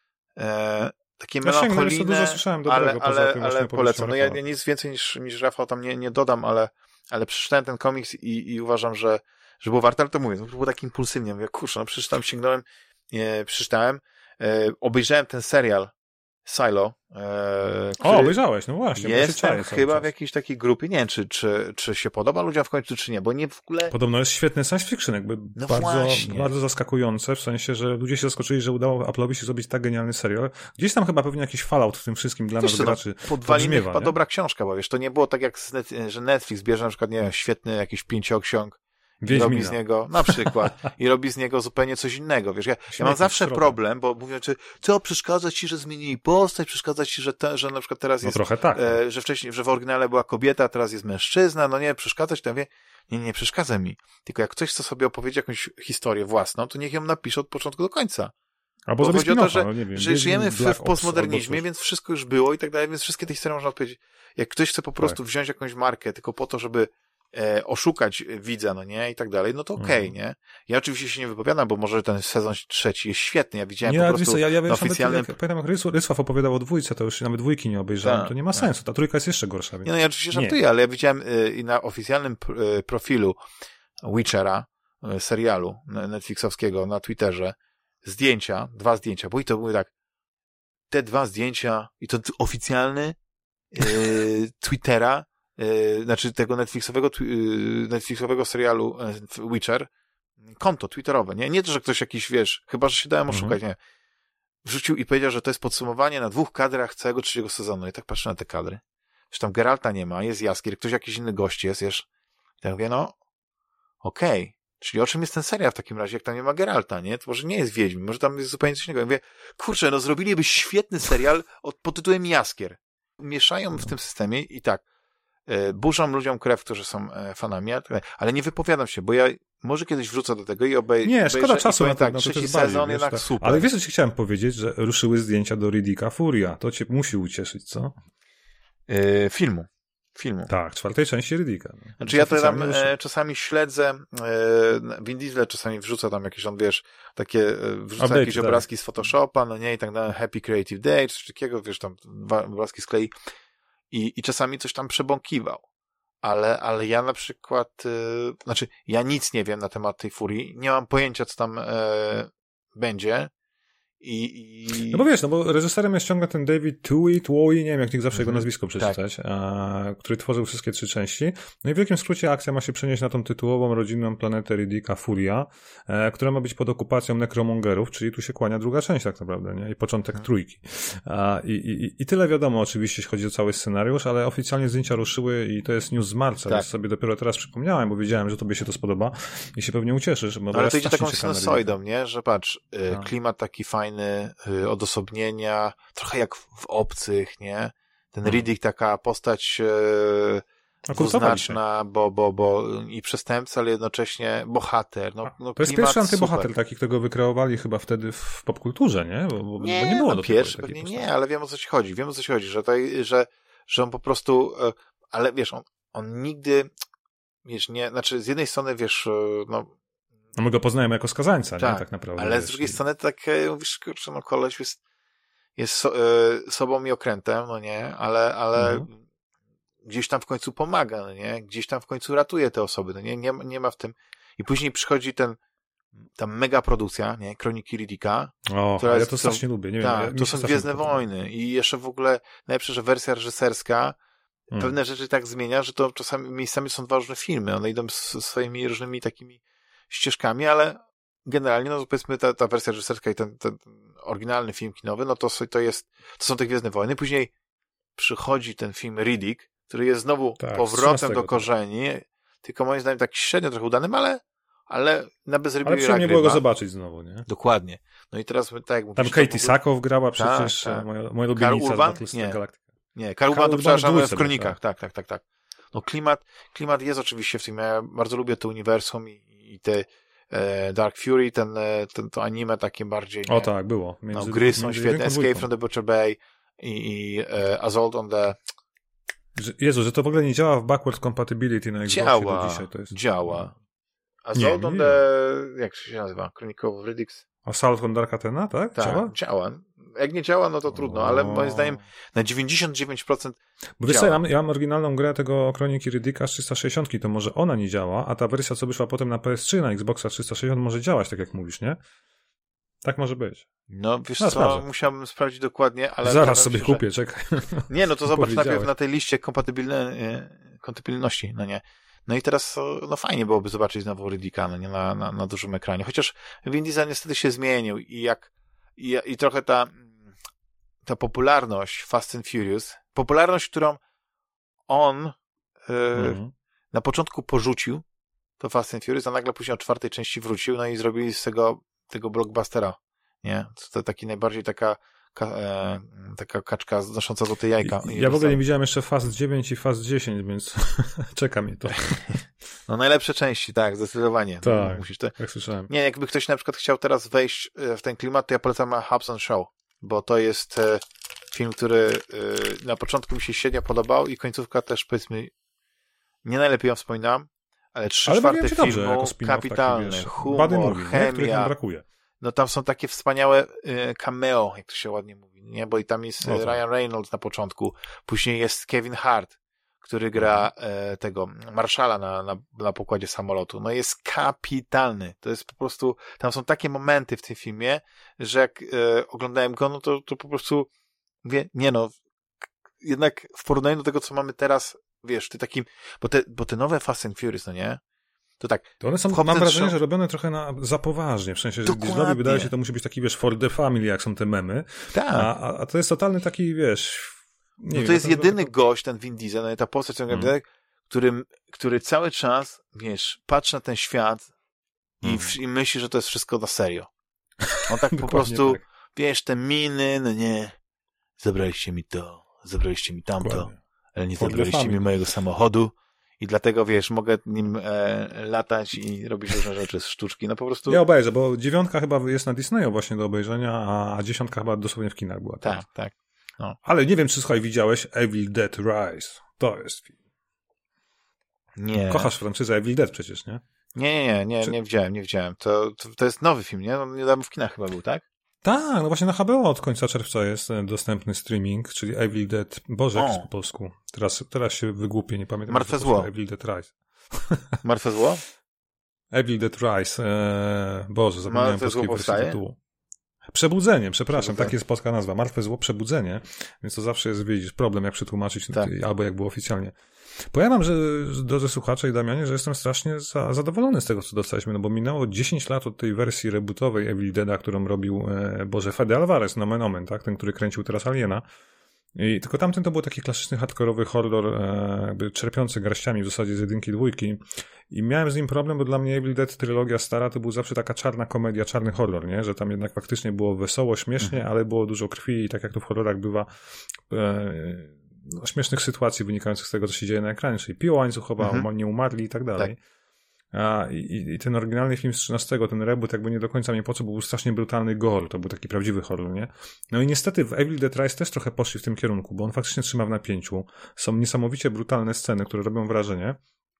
melancholijne, dużo słyszałem dobrego, ale polecam. No ja nic więcej niż Rafał tam nie dodam, ale przeczytałem ten komiks i uważam, że było warto, ale to mówię, to było tak impulsywnie. Mówię, kurczę, no przeczytałem, sięgnąłem, przeczytałem, obejrzałem ten serial Silo. Obejrzałeś, no właśnie. Jestem chyba w jakiejś takiej grupie, nie wiem, czy się podoba ludziom w końcu, czy nie, bo nie w ogóle... Podobno jest świetny science fiction, jakby bardzo zaskakujące, w sensie, że ludzie się zaskoczyli, że udało Apple'owi się zrobić tak genialny serial. Gdzieś tam chyba pewnie jakiś fallout w tym wszystkim dla nas graczy podwaliny chyba dobra książka, bo wiesz, to nie było tak jak że Netflix bierze na przykład, nie wiem, świetny jakiś 5-ksiąg i robi z niego, na przykład, i robi z niego zupełnie coś innego, wiesz, ja mam zawsze problem, bo mówią, co przeszkadza ci, że zmienili postać, przeszkadza ci, że na przykład teraz jest, trochę tak, że wcześniej, że w oryginale była kobieta, a teraz jest mężczyzna, no nie, przeszkadzać, to ja mówię, nie przeszkadza mi, tylko jak ktoś chce sobie opowiedzieć jakąś historię własną, to niech ją napisze od początku do końca. Albo chodzi o to, że żyjemy w postmodernizmie, więc wszystko już było i tak dalej, więc wszystkie te historie można odpowiedzieć. Jak ktoś chce po prostu wziąć jakąś markę tylko po to, żeby oszukać widza, no nie, i tak dalej, no to okej, nie? Ja oczywiście się nie wypowiadam, bo może ten sezon 3 jest świetny, ja widziałem po prostu na oficjalnym... Pamiętam, jak Rysław opowiadał o 2, to już nawet 2 nie obejrzałem, to nie ma sensu, ta 3 jest jeszcze gorsza. Więc... Nie, no ja oczywiście żartuję, ale ja widziałem i na oficjalnym profilu Witchera, serialu Netflixowskiego na Twitterze, dwa zdjęcia, bo i to były tak, te 2 zdjęcia i to oficjalny Twittera, znaczy tego Netflixowego serialu Witcher, konto twitterowe, nie to, że ktoś jakiś, wiesz, chyba, że się dałem oszukać, nie, wrzucił i powiedział, że to jest podsumowanie na 2 kadrach całego 3 sezonu. I tak patrzę na te kadry. Zresztą Geralta nie ma, jest Jaskier, ktoś jakiś inny gość jest, wiesz. I tak mówię, no, okej. Czyli o czym jest ten serial w takim razie, jak tam nie ma Geralta, nie? To może nie jest Wiedźmin, może tam jest zupełnie coś innego. Ja mówię, kurczę, no zrobiliby świetny serial pod tytułem Jaskier. Mieszają w tym systemie i tak, burzą ludziom krew, którzy są fanami, ale nie wypowiadam się, bo ja może kiedyś wrócę do tego i obejrzę. Nie, szkoda czasu na tak, trzeci sezon jednak tak. Super. Ale wiesz, co ci chciałem powiedzieć, że ruszyły zdjęcia do Riddicka Furia. To cię musi ucieszyć, co? Filmu. Tak, 4. części Riddicka. No. Znaczy ja to tam czasami śledzę, Vin Diesel czasami wrzuca tam jakieś, on wiesz, takie, wrzuca jakieś obrazki z Photoshopa, no nie, i tak dalej, Happy Creative Day, coś takiego, wiesz, tam obrazki sklei i czasami coś tam przebąkiwał. Ale ja na przykład, znaczy ja nic nie wiem na temat tej Furii, nie mam pojęcia, co tam będzie. No bo wiesz, no bo reżyserem jest ciągle ten David Twohy, nie wiem jak nikt zawsze jego nazwisko przeczytać, który tworzył wszystkie 3 części. No i w wielkim skrócie akcja ma się przenieść na tą tytułową rodzinną planetę Riddicka Furia, która ma być pod okupacją nekromongerów, czyli tu się kłania druga część tak naprawdę, nie? I początek trójki. I tyle wiadomo oczywiście, jeśli chodzi o cały scenariusz, ale oficjalnie zdjęcia ruszyły i to jest news z marca, więc sobie dopiero teraz przypomniałem, bo wiedziałem, że tobie się to spodoba i się pewnie ucieszysz. Bo ale to idzie taką sinusoidą, nie? Że patrz, klimat taki fajny, odosobnienia, trochę jak w Obcych, nie? Ten Riddick, taka postać dwuznaczna, bo i przestępca, ale jednocześnie bohater. No, to jest pierwszy antybohater taki, którego wykreowali chyba wtedy w popkulturze, nie? Bo nie było do pierwszy pewnie nie, ale wiem o co ci chodzi. Że on po prostu, ale wiesz, on nigdy, wiesz, nie, znaczy z jednej strony, wiesz, no my go poznajemy jako skazańca, nie? Tak naprawdę. Ale z drugiej strony tak, mówisz, kurczę, no koleś jest sobą i okrętem, no nie? Ale gdzieś tam w końcu pomaga, no nie? Gdzieś tam w końcu ratuje te osoby, no nie? Nie ma w tym. I później przychodzi ta mega produkcja, nie? Kroniki Riddicka. Ja to strasznie lubię. Nie wiem, to są Gwiezdne Wojny. I jeszcze w ogóle najlepsze, że wersja reżyserska pewne rzeczy tak zmienia, że to czasami miejscami są 2 różne filmy. One idą swoimi różnymi takimi ścieżkami, ale generalnie, no powiedzmy ta wersja reżyserska i ten oryginalny film kinowy, no to są te Gwiezdne Wojny. Później przychodzi ten film Riddick, który jest znowu powrotem do korzeni, tylko moim zdaniem tak średnio trochę udanym, ale na bezrybiu. Ale przynajmniej było go zobaczyć znowu, nie? Dokładnie. No i teraz tak jak mówisz... Tam Katie Sackhoff grała przecież, moja ulubienica z Battlestar Galactica. Nie, Karl Urban to przepraszam, w Kronikach. Tak. No klimat jest oczywiście w tym, ja bardzo lubię to uniwersum i te Dark Fury, to anime takie bardziej... O tak, było. Gry są świetne, Escape from the Butcher Bay i Assault on the... Jezu, że to w ogóle nie działa w backward compatibility na Xboxie do dzisiaj. To jest... Działa. Assault on the... Jak się nazywa? Chronicle of Riddicks? Assault on Dark Athena, tak? Działa. Jak nie działa, no to trudno, ale moim zdaniem na 99% bo wiesz co, ja mam oryginalną grę tego Kroniki Riddicka z 360, to może ona nie działa, a ta wersja, co wyszła potem na PS3, na Xboxa 360 może działać, tak jak mówisz, nie? Tak może być. No wiesz co, musiałbym sprawdzić dokładnie, ale... Zaraz sobie kupię, czekaj. Nie, no to zobacz najpierw na tej liście kompatybilności, no nie. No i teraz no fajnie byłoby zobaczyć znowu Riddicka, no nie, na dużym ekranie. Chociaż Vin Diesel niestety się zmienił i trochę ta popularność Fast and Furious, popularność, którą on na początku porzucił, to Fast and Furious, a nagle później od 4. części wrócił, no i zrobili z tego blockbustera, nie? To taki najbardziej taka kaczka znosząca do tej jajka. Ja w ogóle nie widziałem jeszcze Fast 9 i Fast 10, więc czeka mi to. No najlepsze części, tak, zdecydowanie. Tak, musisz to... tak słyszałem. Nie, jakby ktoś na przykład chciał teraz wejść w ten klimat, to ja polecam Hobson Show, bo to jest film, który na początku mi się średnio podobał i końcówka też, powiedzmy, nie najlepiej ją wspominam, ale 3/4 filmu kapitalny, humor, chemia. Brakuje. No tam są takie wspaniałe cameo, jak to się ładnie mówi, nie? Bo i tam jest Ryan Reynolds na początku, później jest Kevin Hart, który gra tego marszala na pokładzie samolotu. No jest kapitalny. To jest po prostu, tam są takie momenty w tym filmie, że jak oglądałem go, no to po prostu mówię, nie no, jednak w porównaniu do tego, co mamy teraz, wiesz, bo te nowe Fast and Furious, no nie? To tak. To one są, mam wrażenie, że robione trochę za poważnie, w sensie, że Disneyowi wydaje się, to musi być taki, wiesz, for the family, jak są te memy. Tak. A to jest totalny taki, wiesz... to jest jedyny gość, ten Vin Diesel, no ta postać, który cały czas, wiesz, patrzy na ten świat i myśli, że to jest wszystko na serio. On tak po prostu, tak. Wiesz, te miny, no nie, zabraliście mi to, zabraliście mi tamto, dokładnie. Ale nie zabraliście mi mojego samochodu. I dlatego, wiesz, mogę nim latać i robić różne rzeczy z sztuczki. No po prostu... Ja obejrzę, bo 9 chyba jest na Disneyu właśnie do obejrzenia, a 10 chyba dosłownie w kinach była. Tak. No. Ale nie wiem, czy słuchaj, widziałeś Evil Dead Rise. To jest film. Nie. Kochasz franczyzę Evil Dead przecież, nie? Nie widziałem. To jest nowy film, nie? No, niedawno w kinach chyba był, tak? Tak, no właśnie na HBO od końca czerwca jest dostępny streaming, czyli Evil Dead, Boże, jak jest po polsku. Teraz się wygłupię, nie pamiętam. Martwe zło. Evil Dead Rise. Martwe zło? Evil Dead Rise. Boże, zapomniałem polskiego tytułu. Przebudzenie, przepraszam, tak jest polska nazwa. Martwe zło, Przebudzenie, więc to zawsze jest, widzisz, problem, jak przetłumaczyć, albo jak było oficjalnie. Powiem wam, że drodzy słuchacze i Damianie, że jestem strasznie zadowolony z tego, co dostaliśmy, no bo minęło 10 lat od tej wersji rebootowej Evil Deada, którą robił, Fede Alvarez, nomen omen, tak? Ten, który kręcił teraz Aliena. I tylko tamten to był taki klasyczny hardkorowy horror, jakby czerpiący garściami w zasadzie z 1-2 i miałem z nim problem, bo dla mnie Evil Dead trylogia stara to był zawsze taka czarna komedia, czarny horror, nie? Że tam jednak faktycznie było wesoło, śmiesznie, ale było dużo krwi i tak jak to w horrorach bywa, śmiesznych sytuacji wynikających z tego, co się dzieje na ekranie, czyli piła łańcuchowa, nie umarli i tak dalej. Tak. I ten oryginalny film z 13, ten reboot jakby nie do końca mnie po co, był strasznie brutalny gore, to był taki prawdziwy horror, nie? No i niestety w Evil Dead Rise też trochę poszli w tym kierunku, bo on faktycznie trzyma w napięciu, są niesamowicie brutalne sceny, które robią wrażenie,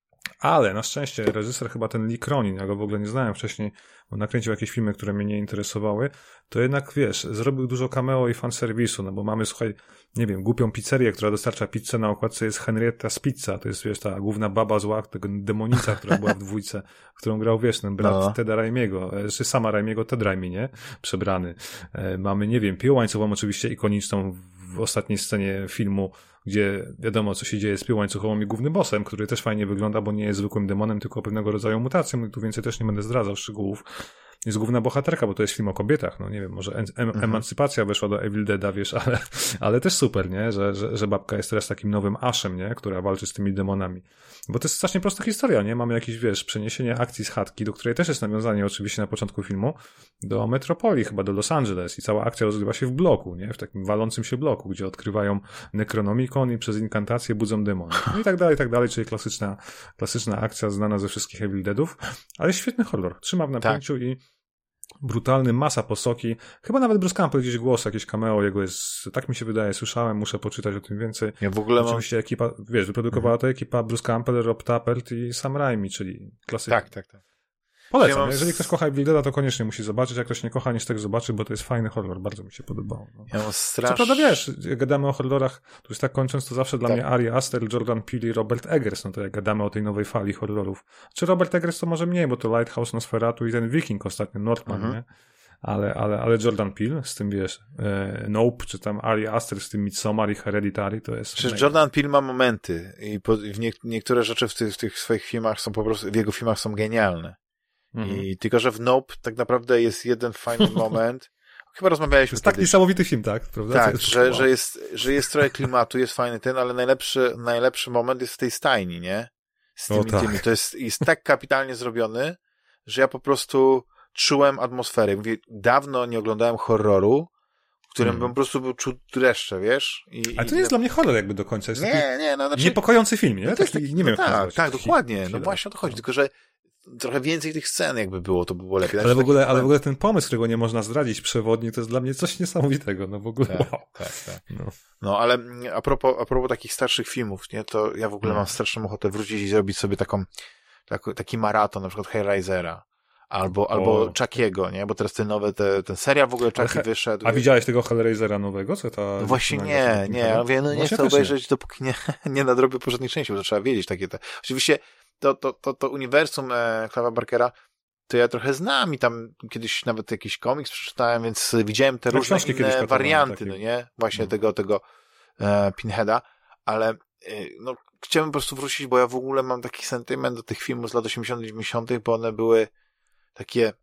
ale na szczęście reżyser chyba ten Lee Cronin, ja go w ogóle nie znałem wcześniej, bo nakręcił jakieś filmy, które mnie nie interesowały, to jednak, wiesz, zrobił dużo cameo i fanserwisu, no bo mamy, słuchaj, nie wiem, głupią pizzerię, która dostarcza pizzę, na okładce jest Henrietta z Pizza, to jest, wiesz, ta główna baba zła, tego demonica, która była w 2, którą grał, wiesz, ten brat Teda Raimiego, czy sama Raimiego, Ted Raimi, nie? Przebrany. Mamy, nie wiem, piłę łańcuchową oczywiście ikoniczną w ostatniej scenie filmu, gdzie wiadomo, co się dzieje z piłą łańcuchową i głównym bossem, który też fajnie wygląda, bo nie jest zwykłym demonem, tylko pewnego rodzaju mutacją, tu więcej też nie będę zdradzał szczegółów. Jest główna bohaterka, bo to jest film o kobietach, no nie wiem, może emancypacja weszła do Evil Deada, wiesz, ale też super, nie, że babka jest teraz takim nowym Ashem, nie, która walczy z tymi demonami. Bo to jest strasznie prosta historia, nie, mamy jakieś, wiesz, przeniesienie akcji z chatki, do której też jest nawiązanie oczywiście na początku filmu, do metropolii, chyba do Los Angeles i cała akcja rozgrywa się w bloku, nie, w takim walącym się bloku, gdzie odkrywają Necronomicon i przez inkantację budzą demony. No i tak dalej, czyli klasyczna akcja znana ze wszystkich Evil Deadów, ale świetny horror, trzyma w napięciu i brutalny, masa posoki. Chyba nawet Bruce Campbell gdzieś głos, jakieś cameo jego jest, tak mi się wydaje, słyszałem, muszę poczytać o tym więcej. Ja w ogóle oczywiście ekipa, wiesz, wyprodukowała to ekipa Bruce Campbell, Rob Tappert i Sam Raimi, czyli klasyka. Tak. Polecam. Jeżeli ktoś kocha Evil Deada, to koniecznie musi zobaczyć. Jak ktoś nie kocha, niech tak zobaczy, bo to jest fajny horror. Bardzo mi się podobało. No. Co prawda wiesz, jak gadamy o horrorach, to już tak kończąc, to zawsze dla mnie Ari Aster, Jordan Peele i Robert Eggers. No to jak gadamy o tej nowej fali horrorów. Czy Robert Eggers to może mniej, bo to Lighthouse, Nosferatu i ten Viking ostatnio, Northman, nie? Ale Jordan Peele z tym, wiesz, Nope, czy tam Ari Aster z tym Midsommar i Hereditary, to jest... Przecież Jordan Peele ma momenty i niektóre rzeczy w tych swoich filmach są po prostu, w jego filmach są genialne. I tylko, że w Nope tak naprawdę jest jeden fajny moment. Chyba rozmawialiśmy to jest tak niesamowity film, tak? Prawda? Tak, że jest trochę klimatu, jest fajny ten, ale najlepszy moment jest w tej stajni, nie? Z tymi. To jest tak kapitalnie zrobiony, że ja po prostu czułem atmosferę. Mówię, dawno nie oglądałem horroru, w którym bym po prostu czuł dreszcze, wiesz? Ale to nie jest dla mnie horror jakby do końca. Jest znaczy... niepokojący film, nie? No to jest taki, nie wiem, tak, dokładnie. No właśnie o to chodzi, tylko że trochę więcej tych scen jakby było, to by było lepiej. Ale w ogóle ten pomysł, którego nie można zdradzić przewodni, to jest dla mnie coś niesamowitego, no w ogóle Tak. No ale a propos takich starszych filmów, nie, to ja w ogóle mam straszną ochotę wrócić i zrobić sobie taki maraton, na przykład Hellraisera. Albo Chuckiego, nie? Bo teraz ten serial w ogóle Chucky wyszedł. A widziałeś tego Hellraisera nowego? Co ta... No właśnie nie. Ja mówię, nie chcę obejrzeć, dopóki nie nadrobię porządnej części, bo to trzeba wiedzieć takie te. Oczywiście to uniwersum Clive'a Barkera to ja trochę znam i tam kiedyś nawet jakiś komiks przeczytałem, więc widziałem te różne inne warianty, no nie? Właśnie tego Pinheada, ale no chciałem po prostu wrócić, bo ja w ogóle mam taki sentyment do tych filmów z lat 80 90 bo one były takie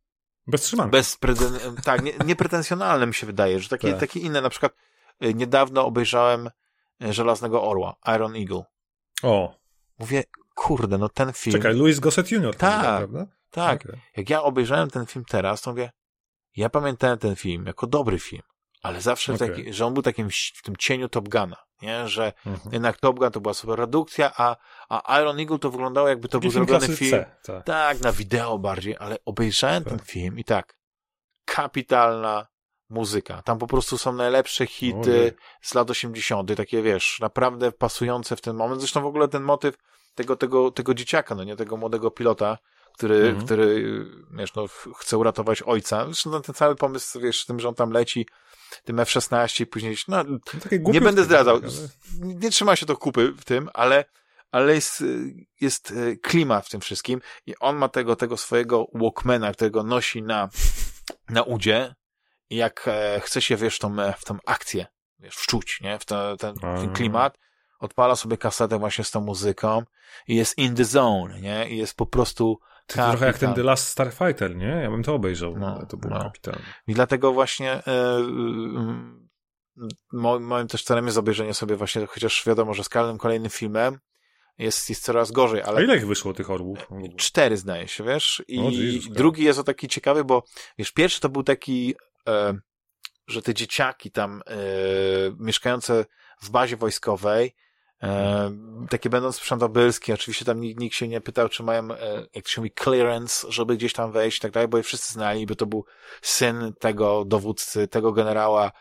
niepretensjonalne mi się wydaje, że takie inne, na przykład niedawno obejrzałem Żelaznego Orła, Iron Eagle. Mówię, kurde, no ten film... Czekaj, Louis Gossett Jr. prawda? Tak. Okay. Jak ja obejrzałem ten film teraz, to mówię, ja pamiętałem ten film jako dobry film, ale zawsze że on był takim w tym cieniu Top Guna, nie? Że jednak Top Gun to była super redukcja, a Iron Eagle to wyglądało jakby to był zrobiony film. Tak, na wideo bardziej, ale obejrzałem ten film i kapitalna muzyka. Tam po prostu są najlepsze hity z lat 80. Takie, wiesz, naprawdę pasujące w ten moment. Zresztą w ogóle ten motyw tego dzieciaka, no nie, tego młodego pilota, który wiesz, no, chce uratować ojca. Zresztą ten cały pomysł, wiesz, tym, że on tam leci tym F-16 i później, no nie będę zdradzał. Nie trzyma się to kupy w tym, ale jest klimat w tym wszystkim i on ma tego swojego Walkmana, którego nosi na udzie jak chce się, wiesz, w tą akcję, wiesz, wczuć, nie? W ten klimat, odpala sobie kasetę właśnie z tą muzyką i jest in the zone, nie? I jest po prostu to trochę jak ten The Last Starfighter, nie? Ja bym to obejrzał, ale to było kapitalne. I dlatego właśnie moim też celem jest obejrzenie sobie właśnie, chociaż wiadomo, że z każdym kolejnym filmem jest coraz gorzej, ale... A ile ich wyszło tych orłów? 4 zdaje się, wiesz? I drugi jest o taki ciekawy, bo wiesz, pierwszy to był taki, że te dzieciaki tam mieszkające w bazie wojskowej, takie będąc sprzętobylskie, oczywiście tam nikt się nie pytał, czy mają, jak to się mówi, clearance, żeby gdzieś tam wejść i tak dalej, bo je wszyscy znali, bo to był syn tego dowódcy, tego generała,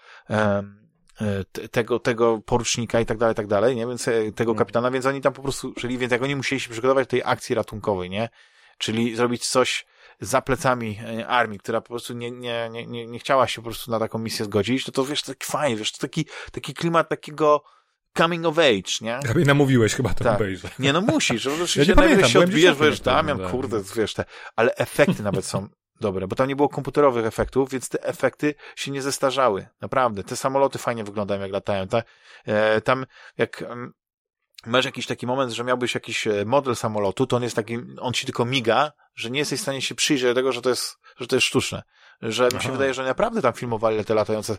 tego porucznika i tak dalej, nie? Więc tego kapitana, więc oni tam po prostu żyli, więc jak oni musieli się przygotować do tej akcji ratunkowej, nie? Czyli zrobić coś za plecami armii, która po prostu nie chciała się po prostu na taką misję zgodzić, to wiesz, to taki fajnie, wiesz, to taki klimat takiego coming of age, nie? Ja mnie namówiłeś chyba to obejrzeć. Nie, no musisz, że oczywiście najpierw się odbijesz, wiesz, kurde, wiesz, ale efekty nawet są dobre, bo tam nie było komputerowych efektów, więc te efekty się nie zestarzały. Naprawdę. Te samoloty fajnie wyglądają, jak latają. Tam, jak masz jakiś taki moment, że miałbyś jakiś model samolotu, to on jest taki, on ci tylko miga, że nie jesteś w stanie się przyjrzeć do tego, że to jest sztuczne. Że mi się wydaje, że naprawdę tam filmowali te latające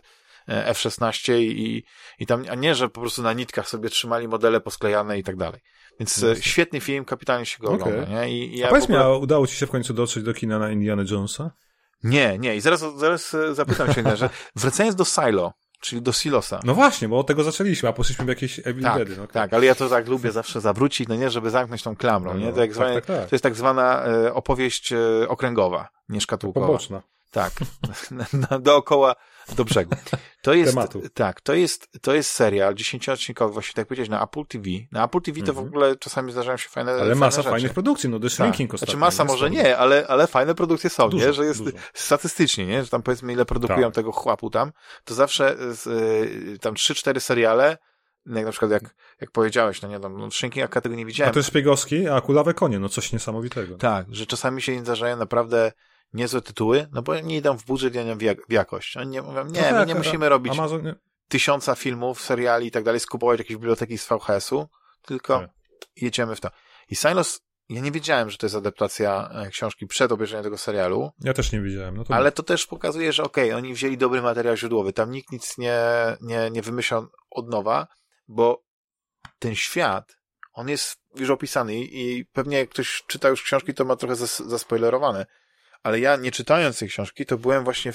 F-16 i tam, a nie, że po prostu na nitkach sobie trzymali modele posklejane i tak dalej. Więc świetny film, kapitalnie się go ogląda, nie? A powiedz mi, udało ci się w końcu dotrzeć do kina na Indiana Jonesa? Nie. I zaraz zapytam się, że wracając do Silo, czyli do Silosa. No właśnie, bo od tego zaczęliśmy, a poszliśmy w jakieś Evil Deady. No, tak, ale ja to tak lubię zawsze zawrócić, no nie, żeby zamknąć tą klamrą, nie? To jest tak zwana opowieść okręgowa, nie szkatułkowa. Poboczna. Tak, dookoła, do brzegu. To jest, tematu. Tak, to jest serial 10-odcinkowy, właśnie tak powiedzieć, na Apple TV. Na Apple TV to w ogóle czasami zdarzają się fajne masa fajnych produkcji, no The Shrinking ostatnio. Znaczy masa może nie, ale fajne produkcje są, nie? Że jest statystycznie, nie? Że tam powiedzmy ile produkują tego chłapu tam, to zawsze tam 3-4 seriale, jak na przykład jak powiedziałeś, no nie wiem, Shrinking, ja tego nie widziałem. A to jest szpiegowski, a Kulawe konie, no coś niesamowitego. Tak, że czasami się zdarzają naprawdę niezłe tytuły, no bo nie idą w budżet, nie w jakość. Oni nie mówią, my nie musimy robić Amazon, 1000 filmów, seriali i tak dalej, skupować jakieś biblioteki z VHS-u, tylko jedziemy w to. I Silos, ja nie wiedziałem, że to jest adaptacja książki przed obejrzeniem tego serialu. Ja też nie wiedziałem. No to ale to też pokazuje, że oni wzięli dobry materiał źródłowy. Tam nikt nic nie wymyślał od nowa, bo ten świat, on jest już opisany i pewnie jak ktoś czyta już książki, to ma trochę zaspoilerowane. Ale ja, nie czytając tej książki, to byłem właśnie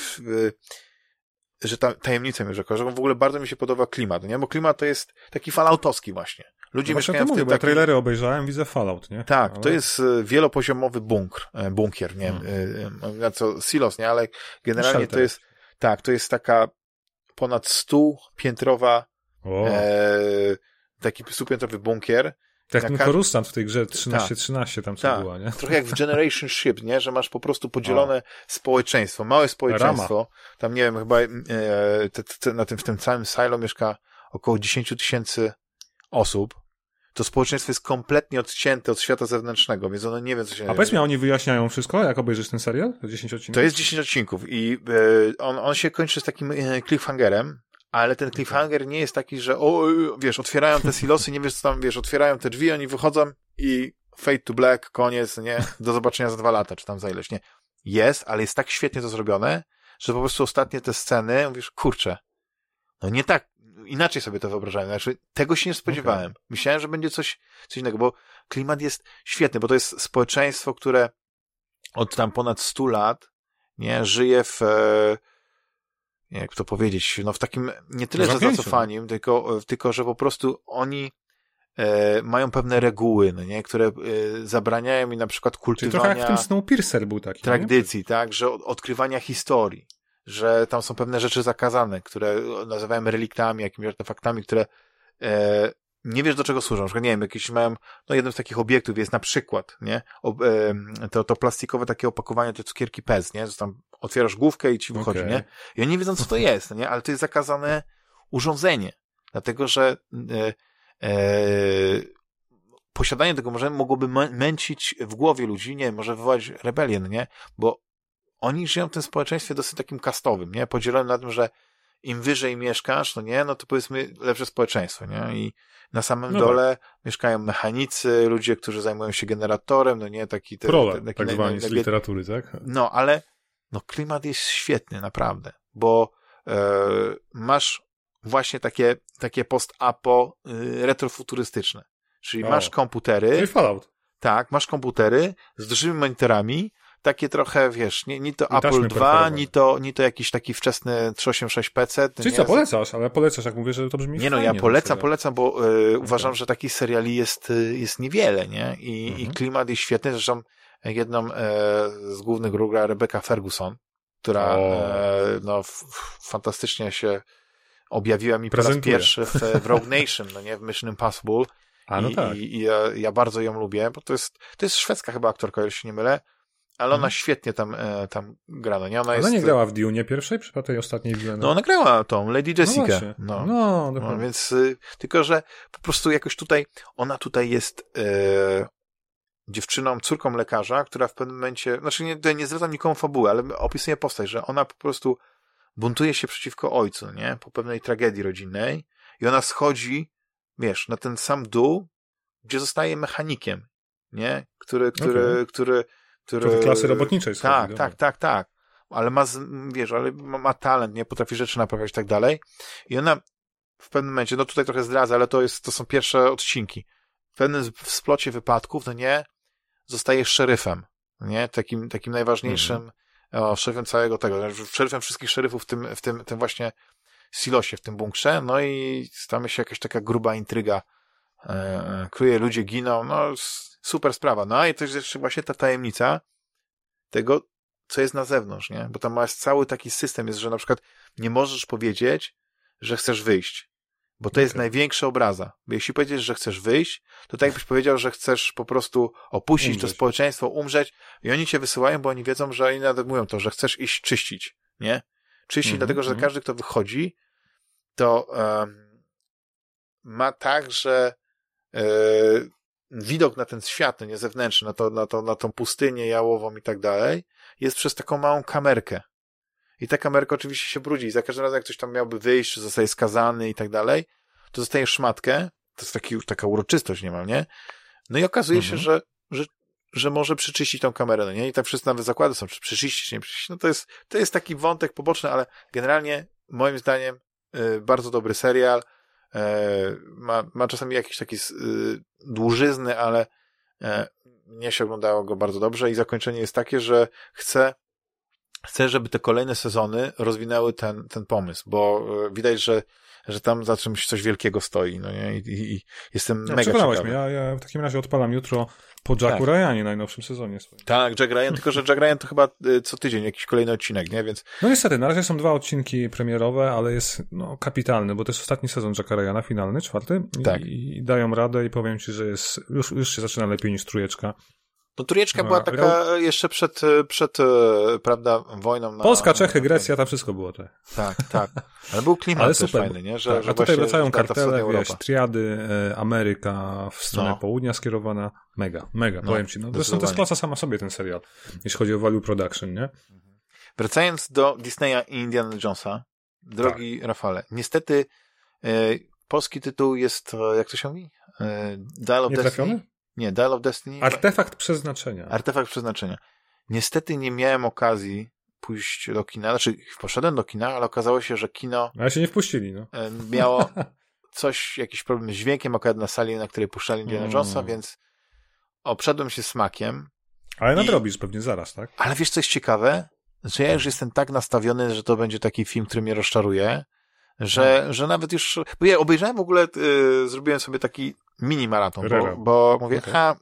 że tajemnicą już, że w ogóle bardzo mi się podoba klimat, nie? Bo klimat to jest taki falloutowski właśnie. Ludzie mieszkają w tym bo ja trailery obejrzałem, widzę Fallout, nie? Tak, ale to jest wielopoziomowy bunkier, nie? Co Silos, nie? Ale generalnie to jest, to jest taka ponad 100-piętrowa taki 100-piętrowy bunkier. Tak jak Coruscant w tej grze 13-13 tam co była, nie? Trochę jak w Generation Ship, nie? Że masz po prostu podzielone społeczeństwo, małe społeczeństwo. Rama. Tam nie wiem, chyba w tym całym silo mieszka około 10 000 osób. To społeczeństwo jest kompletnie odcięte od świata zewnętrznego, więc ono nie wie, co się... A powiedz mi, oni wyjaśniają wszystko, jak obejrzysz ten serial? To 10 odcinków? To jest 10 odcinków i on się kończy z takim cliffhangerem, ale ten cliffhanger nie jest taki, że otwierają te silosy, nie wiesz co tam, otwierają te drzwi, oni wychodzą i fade to black, koniec, nie? Do zobaczenia za 2 lata, czy tam za ileś, nie? Jest, ale jest tak świetnie to zrobione, że po prostu ostatnie te sceny, mówisz, kurczę, no nie tak, inaczej sobie to wyobrażałem, znaczy tego się nie spodziewałem. Okay. Myślałem, że będzie coś innego, bo klimat jest świetny, bo to jest społeczeństwo, które od tam ponad 100 lat, nie, żyje w jak to powiedzieć, w takim nie tyle, że zacofaniem, tylko że po prostu oni mają pewne reguły, no nie, które zabraniają mi na przykład kultywowania... Czyli trochę jak w tym Snowpiercer był taki, tradycji, nie? Tak, że odkrywania historii, że tam są pewne rzeczy zakazane, które nazywamy reliktami, jakimiś artefaktami, które nie wiesz do czego służą. Na przykład, nie wiem, jakieś mają, jednym z takich obiektów jest na przykład, nie, to plastikowe takie opakowanie, te cukierki Pez, nie, że tam otwierasz główkę i ci wychodzi, nie, i oni nie wiedzą co to jest, nie, ale to jest zakazane urządzenie, dlatego, że posiadanie tego mogłoby męcić w głowie ludzi, nie, może wywołać rebelię, nie, bo oni żyją w tym społeczeństwie dosyć takim kastowym, nie? Podzielonym na tym, że im wyżej mieszkasz, no nie, no to powiedzmy lepsze społeczeństwo, nie? I na samym dole mieszkają mechanicy, ludzie, którzy zajmują się generatorem, no nie, taki... tak zwani z literatury, tak? No, ale klimat jest świetny, naprawdę, bo masz właśnie takie post-apo retrofuturystyczne, czyli masz komputery... No Fallout. Tak, masz komputery z dużymi monitorami, takie trochę, wiesz, nie to Apple II, ni to jakiś taki wczesny 386 PC. Czyli co, polecasz, ale polecasz, jak mówię, że to brzmi fajnie. Ja polecam, bo uważam, że takich seriali jest niewiele, nie? I klimat jest świetny, zresztą jedną z głównych ról gra Rebecca Ferguson, która fantastycznie się objawiła mi po raz pierwszy w Rogue Nation, no nie, w Mission Impossible. I ja bardzo ją lubię, bo to jest szwedzka chyba aktorka, jeżeli się nie mylę, ale ona świetnie tam gra, no nie? Ona nie grała w Dune pierwszej, przy tej ostatniej Dune. No ona grała tą, Lady Jessica. No więc, tylko że po prostu jakoś ona tutaj jest dziewczyną, córką lekarza, która w pewnym momencie, znaczy nie zwracam nikomu fabuły, ale opisuję postać, że ona po prostu buntuje się przeciwko ojcu, nie? Po pewnej tragedii rodzinnej i ona schodzi, wiesz, na ten sam dół, gdzie zostaje mechanikiem, nie? Który klasy robotniczej schodzi. Tak. Ale ma talent, nie? Potrafi rzeczy naprawiać i tak dalej. I ona w pewnym momencie, no tutaj trochę zdradza, ale to są pierwsze odcinki. W pewnym splocie wypadków, no nie? Zostaje szeryfem, nie? Takim najważniejszym szeryfem całego tego. Szeryfem wszystkich szeryfów w tym właśnie silosie, w tym bunkrze, no i stanie się jakaś taka gruba intryga. Ludzie giną, no super sprawa. No i to jest jeszcze właśnie ta tajemnica tego, co jest na zewnątrz, nie? Bo tam masz cały taki system, jest, że na przykład nie możesz powiedzieć, że chcesz wyjść, bo to jest największa obraza. Bo jeśli powiedziesz, że chcesz wyjść, to tak jakbyś powiedział, że chcesz po prostu opuścić to społeczeństwo, umrzeć i oni cię wysyłają, bo oni wiedzą, że oni nawet mówią to, że chcesz iść czyścić, nie? Czyścić, dlatego, że każdy, kto wychodzi, to ma tak, że widok na ten świat, nie zewnętrzny, na tą pustynię jałową i tak dalej, jest przez taką małą kamerkę. I ta kamerka oczywiście się brudzi. I za każdym razem, jak ktoś tam miałby wyjść, czy zostaje skazany i tak dalej, to dostaje szmatkę. To jest taka uroczystość niemal, nie? No i okazuje się, że może przyczyścić tą kamerę, no nie? I tak wszyscy nawet zakłady są, czy przyczyścić, czy nie przyczyścić. No to jest taki wątek poboczny, ale generalnie, moim zdaniem, bardzo dobry serial. Ma czasami jakieś takie dłużyzny, ale mnie się oglądało go bardzo dobrze i zakończenie jest takie, że chcę, żeby te kolejne sezony rozwinęły ten pomysł, bo widać, że tam za czymś coś wielkiego stoi, no nie? I jestem mega ciekawy. Mnie. Ja w takim razie odpalam jutro po Jacku Ryanie, najnowszym sezonie swoim. Tak, Jack Ryan, tylko że Jack Ryan to chyba co tydzień jakiś kolejny odcinek, nie? Więc... No niestety, na razie są 2 odcinki premierowe, ale jest kapitalny, bo to jest ostatni sezon Jacka Ryana, finalny, 4. Tak. I dają radę i powiem ci, że jest już się zaczyna lepiej niż Trójeczka. No Trójeczka była taka jeszcze przed prawda, wojną. Polska, Czechy, Grecja, tam wszystko było tak. Tak. Ale był klimat też fajny, nie? Że a tutaj wracają kartele, triady, Ameryka w stronę południa skierowana. Mega, powiem ci. Zresztą to jest klasa sama sobie ten serial, jeśli chodzi o value production, nie? Wracając do Disneya i Indiana Jonesa, drogi Rafale, niestety polski tytuł jest, jak to się mówi? Dial of Destiny? Nie, Dial of Destiny. Artefakt przeznaczenia. Niestety nie miałem okazji pójść do kina. Znaczy, poszedłem do kina, ale okazało się, że kino... Ale się nie wpuścili, no. Miało jakiś problem z dźwiękiem, akurat na sali, na której puszczali Indiana Jonesa, więc obszedłem się smakiem. Ale nadrobisz pewnie zaraz, tak? Ale wiesz, co jest ciekawe? Że ja już jestem tak nastawiony, że to będzie taki film, który mnie rozczaruje, że nawet już... Bo ja obejrzałem w ogóle, zrobiłem sobie taki mini maraton, bo mówię,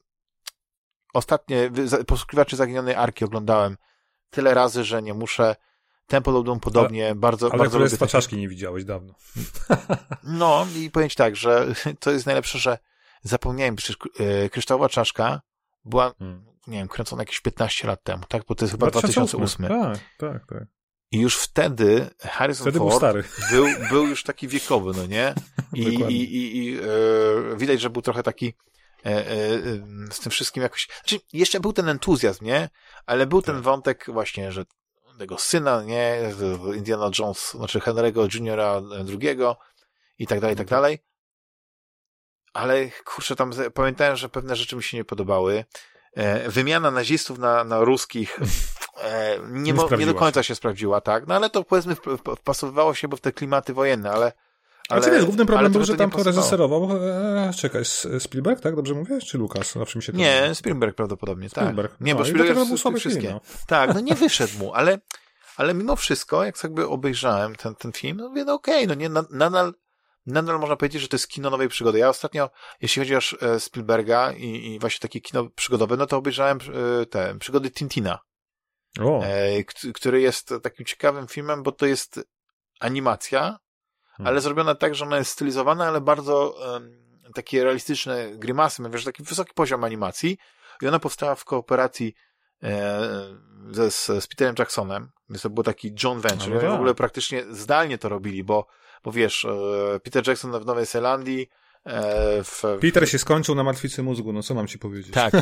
ostatnie Poszukiwaczy Zaginionej Arki oglądałem tyle razy, że nie muszę. Temple of Doom podobnie, bardzo lubię. Ale Królestwa Czaszki nie widziałeś dawno. No i powiem ci tak, że to jest najlepsze, że zapomniałem, przecież Kryształowa Czaszka była, nie wiem, kręcona jakieś 15 lat temu, tak? Bo to jest chyba 2008. Tak. I już wtedy Harrison Ford był już taki wiekowy, no nie? I widać, że był trochę taki z tym wszystkim jakoś... Znaczy, jeszcze był ten entuzjazm, nie? Ale był ten wątek właśnie, że tego syna, nie, Indiana Jones, znaczy Henry'ego Juniora II i tak dalej. Ale kurczę, tam pamiętałem, że pewne rzeczy mi się nie podobały. Wymiana nazistów na ruskich nie do końca się sprawdziła, tak? No ale to powiedzmy wpasowywało się, bo w te klimaty wojenne, ale wiesz, główny problem był, że tam to reżyserował Spielberg, tak? Dobrze mówię? Czy Lucas? Zawsze mi się nie, Spielberg prawdopodobnie, Spielberg. Tak. Nie, bo Spielberg był wszystkie. Film, no. Tak, no nie wyszedł mu, ale mimo wszystko, jak sobie obejrzałem ten film, no mówię, no okej, no nie, nadal można powiedzieć, że to jest kino nowej przygody. Ja ostatnio, jeśli chodzi o Spielberga i właśnie takie kino przygodowe, no to obejrzałem te przygody Tintina, który jest takim ciekawym filmem, bo to jest animacja, ale zrobiona tak, że ona jest stylizowana, ale bardzo takie realistyczne grymasy, wiesz, taki wysoki poziom animacji i ona powstała w kooperacji z Peterem Jacksonem, więc to był taki John Venture. W ogóle praktycznie zdalnie to robili, bo wiesz, Peter Jackson w Nowej Zelandii Peter się skończył na martwicy mózgu, no co mam ci powiedzieć? Tak,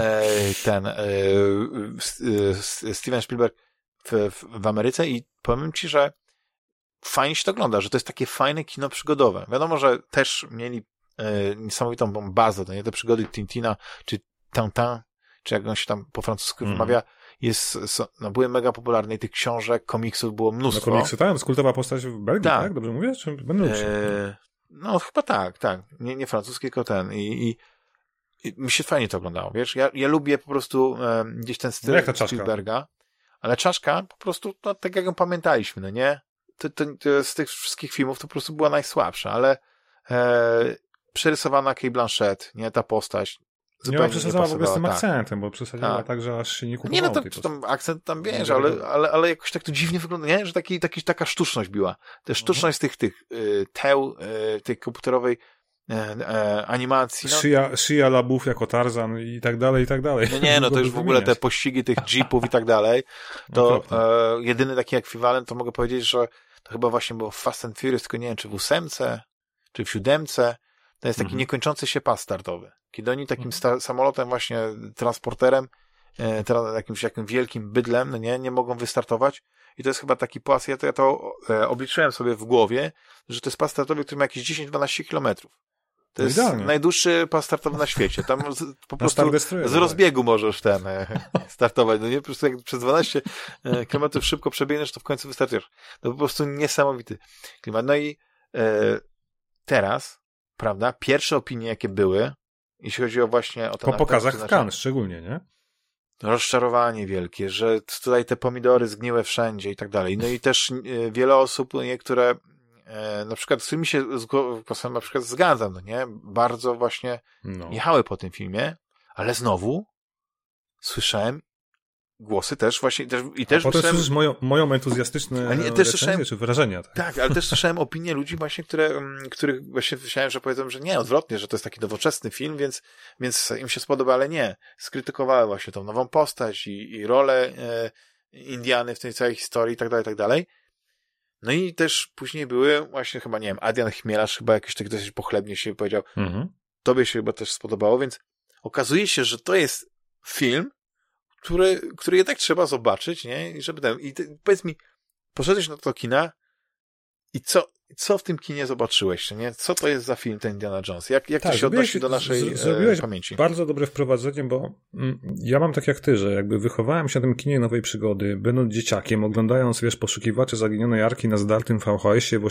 Steven Spielberg w Ameryce i powiem ci, że fajnie się to ogląda, że to jest takie fajne kino przygodowe. Wiadomo, że też mieli niesamowitą bazę, to nie te przygody Tintina, czy Tintin, czy jak on się tam po francusku wymawia, były mega popularne i tych książek, komiksów było mnóstwo. No komiksy, tak? To jest kultowa postać w Belgii, tak? Dobrze mówię? Czy będę no chyba tak. Nie francuski, tylko ten. I mi się fajnie to oglądało, wiesz? Ja lubię po prostu gdzieś ten styl Spielberga, ale Czaszka po prostu, no, tak jak ją pamiętaliśmy, no nie? To z tych wszystkich filmów to po prostu była najsłabsza, ale przerysowana Cate Blanchett, nie? Ta postać zupełnie nie przesadzała w ogóle z tym akcentem, bo przesadziła tak, że aż się nie kupowało. Nie, no to tam akcent tam wiesz, ale jakoś tak to dziwnie wygląda, nie? Że taka sztuczność była. Ta sztuczność tych teł, tej komputerowej animacji. No. Shia LaBeouf jako Tarzan i tak dalej, i tak dalej. No nie, no to już w ogóle te pościgi tych jeepów i tak dalej, to jedyny taki ekwiwalent, to mogę powiedzieć, że to chyba właśnie było w Fast and Furious, tylko nie wiem, czy w 8, czy w 7, to jest taki niekończący się pas startowy. Kiedy oni takim samolotem właśnie, transporterem, jakimś wielkim bydlem, no nie mogą wystartować. I to jest chyba taki pas, ja to obliczyłem sobie w głowie, że to jest pas startowy, który ma jakieś 10-12 kilometrów. To jest najdłuższy pas startowy na świecie. Tam po prostu z rozbiegu możesz startować. No nie, po prostu jak przez 12 kilometrów szybko przebiegniesz, to w końcu wystartujesz. To po prostu niesamowity klimat. No i teraz, prawda, pierwsze opinie, jakie były, jeśli chodzi o właśnie o ten po pokazach w Cannes szczególnie, nie? Rozczarowanie wielkie, że tutaj te pomidory zgniłe wszędzie i tak dalej. No i też wiele osób, które na przykład z którymi się na przykład zgadzam, no nie? Bardzo właśnie jechały po tym filmie, ale znowu słyszałem głosy też właśnie i też potem słyszysz moją entuzjastyczne recenzje czy wrażenia. Tak, ale też słyszałem opinie ludzi właśnie, których właśnie myślałem, że powiedzą, że nie, odwrotnie, że to jest taki nowoczesny film, więc im się spodoba, ale nie. Skrytykowały właśnie tą nową postać i rolę Indiany w tej całej historii i tak dalej. No i też później były właśnie chyba, nie wiem, Adrian Chmielarz chyba jakiś tak dosyć pochlebnie się powiedział. Tobie się chyba też spodobało, więc okazuje się, że to jest film, który jednak trzeba zobaczyć, nie? I powiedz mi, poszedłeś na to kina i co w tym kinie zobaczyłeś, nie? Co to jest za film, ten Indiana Jones? Jak to się odnosi do naszej pamięci? Bardzo dobre wprowadzenie, bo ja mam tak jak ty, że jakby wychowałem się na tym kinie nowej przygody, będąc dzieciakiem, oglądając, Poszukiwacze Zaginionej Arki na zdartym VHS-ie w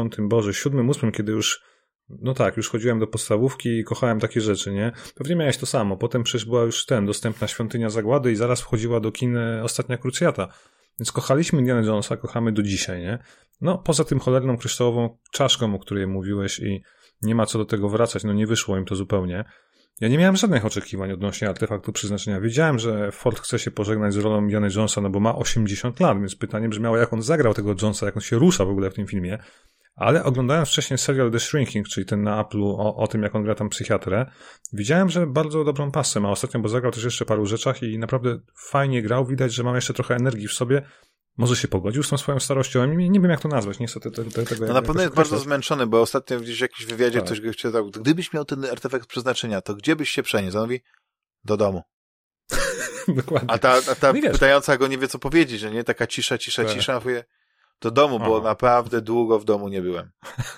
7, 8, kiedy już już chodziłem do podstawówki i kochałem takie rzeczy, nie? Pewnie miałeś to samo. Potem przecież była już dostępna Świątynia Zagłady i zaraz wchodziła do kin Ostatnia Krucjata. Więc kochaliśmy Indiana Jonesa, kochamy do dzisiaj, nie? No, poza tym cholerną kryształową czaszką, o której mówiłeś i nie ma co do tego wracać, nie wyszło im to zupełnie. Ja nie miałem żadnych oczekiwań odnośnie Artefaktu Przeznaczenia. Wiedziałem, że Ford chce się pożegnać z rolą Indiana Jonesa, bo ma 80 lat, więc pytanie brzmiało, jak on zagrał tego Jonesa, jak on się rusza w ogóle w tym filmie. Ale oglądając wcześniej serial The Shrinking, czyli ten na Apple'u o tym, jak on gra tam psychiatrę, widziałem, że bardzo dobrą pasę ma ostatnio, bo zagrał też jeszcze paru rzeczach i naprawdę fajnie grał. Widać, że ma jeszcze trochę energii w sobie. Może się pogodził z tą swoją starością, nie wiem jak to nazwać, niestety tego... No na pewno jest bardzo zmęczony, bo ostatnio gdzieś w jakimś wywiadzie ktoś go chciał, gdybyś miał ten artefakt przeznaczenia, to gdzie byś się przeniósł? On mówi, do domu. Dokładnie. A ta pytająca go nie wie, co powiedzieć, że nie? Taka cisza, mówię, do domu, bo naprawdę długo w domu nie byłem.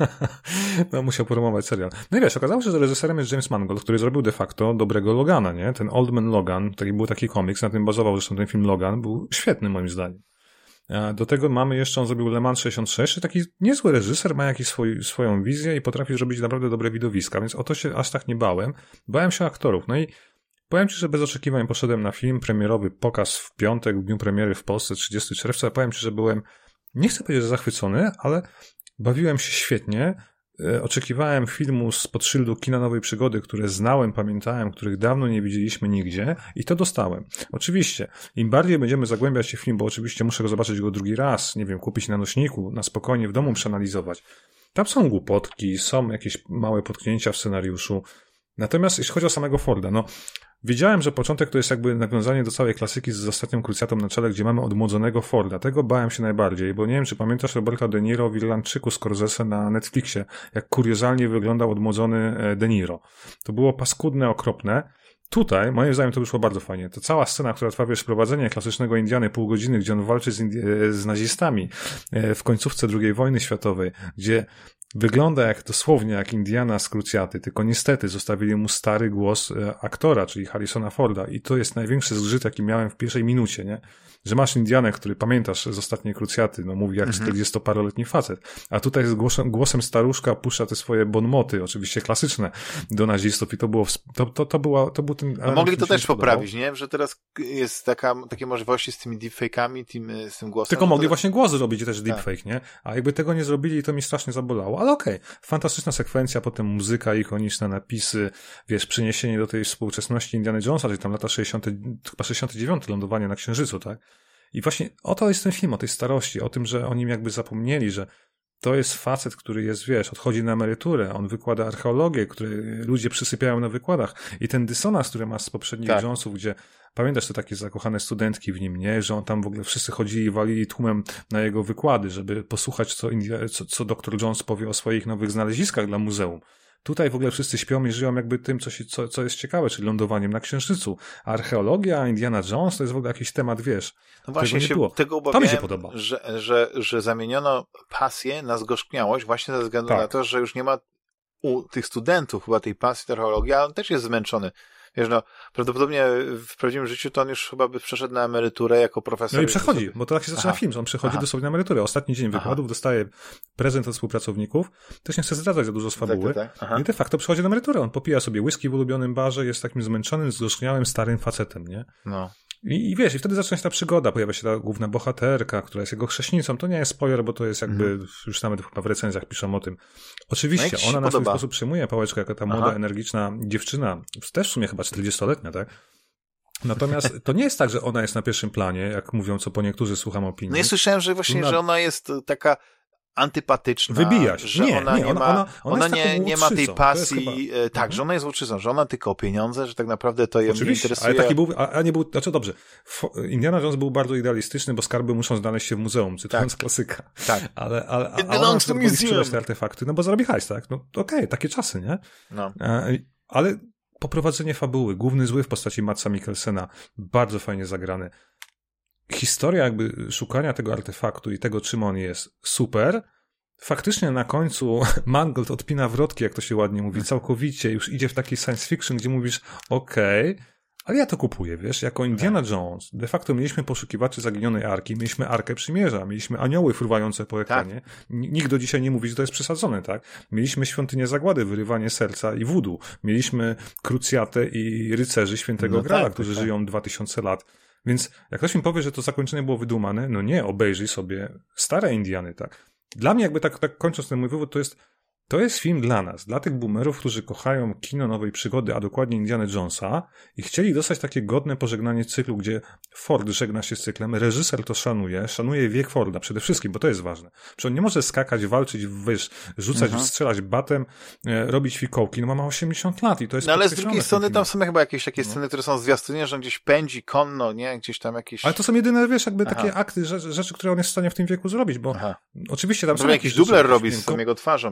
No, musiał promować serial. No i wiesz, okazało się, że reżyserem jest James Mangold, który zrobił de facto dobrego Logana, nie? Ten Old Man Logan, był taki komiks, na tym bazował zresztą ten film Logan, był świetny moim zdaniem. A do tego mamy jeszcze, on zrobił Le Mans 66, taki niezły reżyser, ma jakąś swoją wizję i potrafi zrobić naprawdę dobre widowiska, więc o to się aż tak nie bałem. Bałem się aktorów. No i powiem ci, że bez oczekiwań poszedłem na film premierowy, pokaz w piątek, w dniu premiery w Polsce, 30 czerwca. Powiem ci, że byłem, nie chcę powiedzieć, że zachwycony, ale bawiłem się świetnie. Oczekiwałem filmu spod szyldu kina nowej przygody, które znałem, pamiętałem, których dawno nie widzieliśmy nigdzie i to dostałem. Oczywiście, im bardziej będziemy zagłębiać się w film, bo oczywiście muszę go zobaczyć go drugi raz, nie wiem, kupić na nośniku, na spokojnie w domu przeanalizować. Tam są głupotki, są jakieś małe potknięcia w scenariuszu. Natomiast jeśli chodzi o samego Forda, no wiedziałem, że początek to jest jakby nawiązanie do całej klasyki z Ostatnią Krucjatą na czele, gdzie mamy odmłodzonego Forda. Tego bałem się najbardziej, bo nie wiem, czy pamiętasz Roberta De Niro w Irlandczyku Scorsese na Netflixie, jak kuriozalnie wyglądał odmłodzony De Niro. To było paskudne, okropne. Tutaj, moim zdaniem, to wyszło bardzo fajnie. To cała scena, która trwa, wiesz, prowadzenie klasycznego Indiany, pół godziny, gdzie on walczy z nazistami w końcówce II wojny światowej, gdzie wygląda dosłownie jak Indiana z Krucjaty, tylko niestety zostawili mu stary głos aktora, czyli Harrisona Forda i to jest największy zgrzyt, jaki miałem w pierwszej minucie, nie? Że masz Indianę, który pamiętasz z Ostatniej Krucjaty, no mówi jak 40-paroletni facet, a tutaj z głosem staruszka puszcza te swoje bonmoty, oczywiście klasyczne, do nazistów i to był ten... No mogli to też poprawić, nie? Że teraz jest takie możliwości z tymi deepfake'ami, z tym głosem. Tylko mogli właśnie głos zrobić też deepfake, nie? A jakby tego nie zrobili, to mi strasznie zabolało, ale okej. Fantastyczna sekwencja, potem muzyka, ikoniczne napisy, wiesz, przeniesienie do tej współczesności Indiana Jonesa, czyli tam lata 60, chyba 69, lądowanie na Księżycu, tak? I właśnie o to jest ten film, o tej starości, o tym, że o nim jakby zapomnieli, że to jest facet, który jest, wiesz, odchodzi na emeryturę, on wykłada archeologię, który ludzie przysypiają na wykładach i ten dysonans, który masz z poprzednich Jonesów, gdzie pamiętasz te takie zakochane studentki w nim, nie? Że on tam w ogóle wszyscy chodzili i walili tłumem na jego wykłady, żeby posłuchać, co dr Jones powie o swoich nowych znaleziskach dla muzeum. Tutaj w ogóle wszyscy śpią i żyją jakby tym, co jest ciekawe, czyli lądowaniem na Księżycu. A archeologia, Indiana Jones to jest w ogóle jakiś temat, wiesz. No właśnie tego obawiałem, to mi się podoba. Że zamieniono pasję na zgorzkniałość właśnie ze względu na to, że już nie ma u tych studentów chyba tej pasji do archeologii, a on też jest zmęczony. Wiesz, no, prawdopodobnie w prawdziwym życiu to on już chyba by przeszedł na emeryturę jako profesor. No i przechodzi, bo to tak się zaczyna film, że on przechodzi dosłownie na emeryturę. Ostatni dzień wykładów, dostaje prezent od współpracowników. Też nie chcę zdradzać za dużo z fabuły. I de facto przechodzi na emeryturę. On popija sobie whisky w ulubionym barze, jest takim zmęczonym, zgorzkniałym, starym facetem, nie? No. I wiesz, i wtedy zaczyna się ta przygoda, pojawia się ta główna bohaterka, która jest jego chrześcinicą. To nie jest spoiler, bo to jest jakby, już nawet chyba w recenzjach piszą o tym. Oczywiście, ona na swój sposób przyjmuje pałeczkę, jako ta młoda, energiczna dziewczyna, też w sumie chyba 40-letnia, tak? Natomiast to nie jest tak, że ona jest na pierwszym planie, jak mówią, co po niektórzy słucham opinii. No ja słyszałem, że właśnie, że ona jest taka antypatyczna. Wybija się. Że ona nie ma tej pasji. Tak, że ona jest łuczyzną, że ona tylko o pieniądze, że tak naprawdę to ją nie interesuje. Ale taki był, a nie był, znaczy dobrze, Indiana Jones był bardzo idealistyczny, bo skarby muszą znaleźć się w muzeum, cytując klasyka. Tak. Ale ona woli sprzedać te artefakty, no bo zarobi hajs, tak? No okej, takie czasy, nie? No. Ale poprowadzenie fabuły, główny zły w postaci Madsa Mikkelsena, bardzo fajnie zagrany. Historia jakby szukania tego artefaktu i tego, czym on jest, super. Faktycznie na końcu Mangold odpina wrotki, jak to się ładnie mówi, całkowicie. Już idzie w taki science fiction, gdzie mówisz, okej, ale ja to kupuję, wiesz, jako Indiana Jones. De facto mieliśmy poszukiwaczy zaginionej Arki, mieliśmy Arkę Przymierza, mieliśmy anioły fruwające po ekranie. Tak. Nikt do dzisiaj nie mówi, że to jest przesadzone, tak? Mieliśmy Świątynię Zagłady, wyrywanie serca i voodoo. Mieliśmy Krucjatę i rycerzy Świętego Grala, którzy żyją 2000 lat. Więc jak ktoś mi powie, że to zakończenie było wydumane, no nie, obejrzyj sobie stare Indiany, tak. Dla mnie jakby tak kończąc ten mój wywód, to jest film dla nas, dla tych boomerów, którzy kochają kino nowej przygody, a dokładnie Indiana Jonesa i chcieli dostać takie godne pożegnanie cyklu, gdzie Ford żegna się z cyklem, reżyser to szanuje wiek Forda przede wszystkim, bo to jest ważne. Przecież on nie może skakać, walczyć, rzucać, strzelać batem, robić fikołki, no ma 80 lat i to jest no ale z drugiej strony tam są chyba jakieś takie sceny, które są zwiastunie, że on gdzieś pędzi konno, nie? Gdzieś tam jakieś... Ale to są jedyne, wiesz, jakby takie akty, rzeczy, które on jest w stanie w tym wieku zrobić, bo oczywiście tam są jakiś dubler robi z tą jego twarzą, nie? Nie, no tak,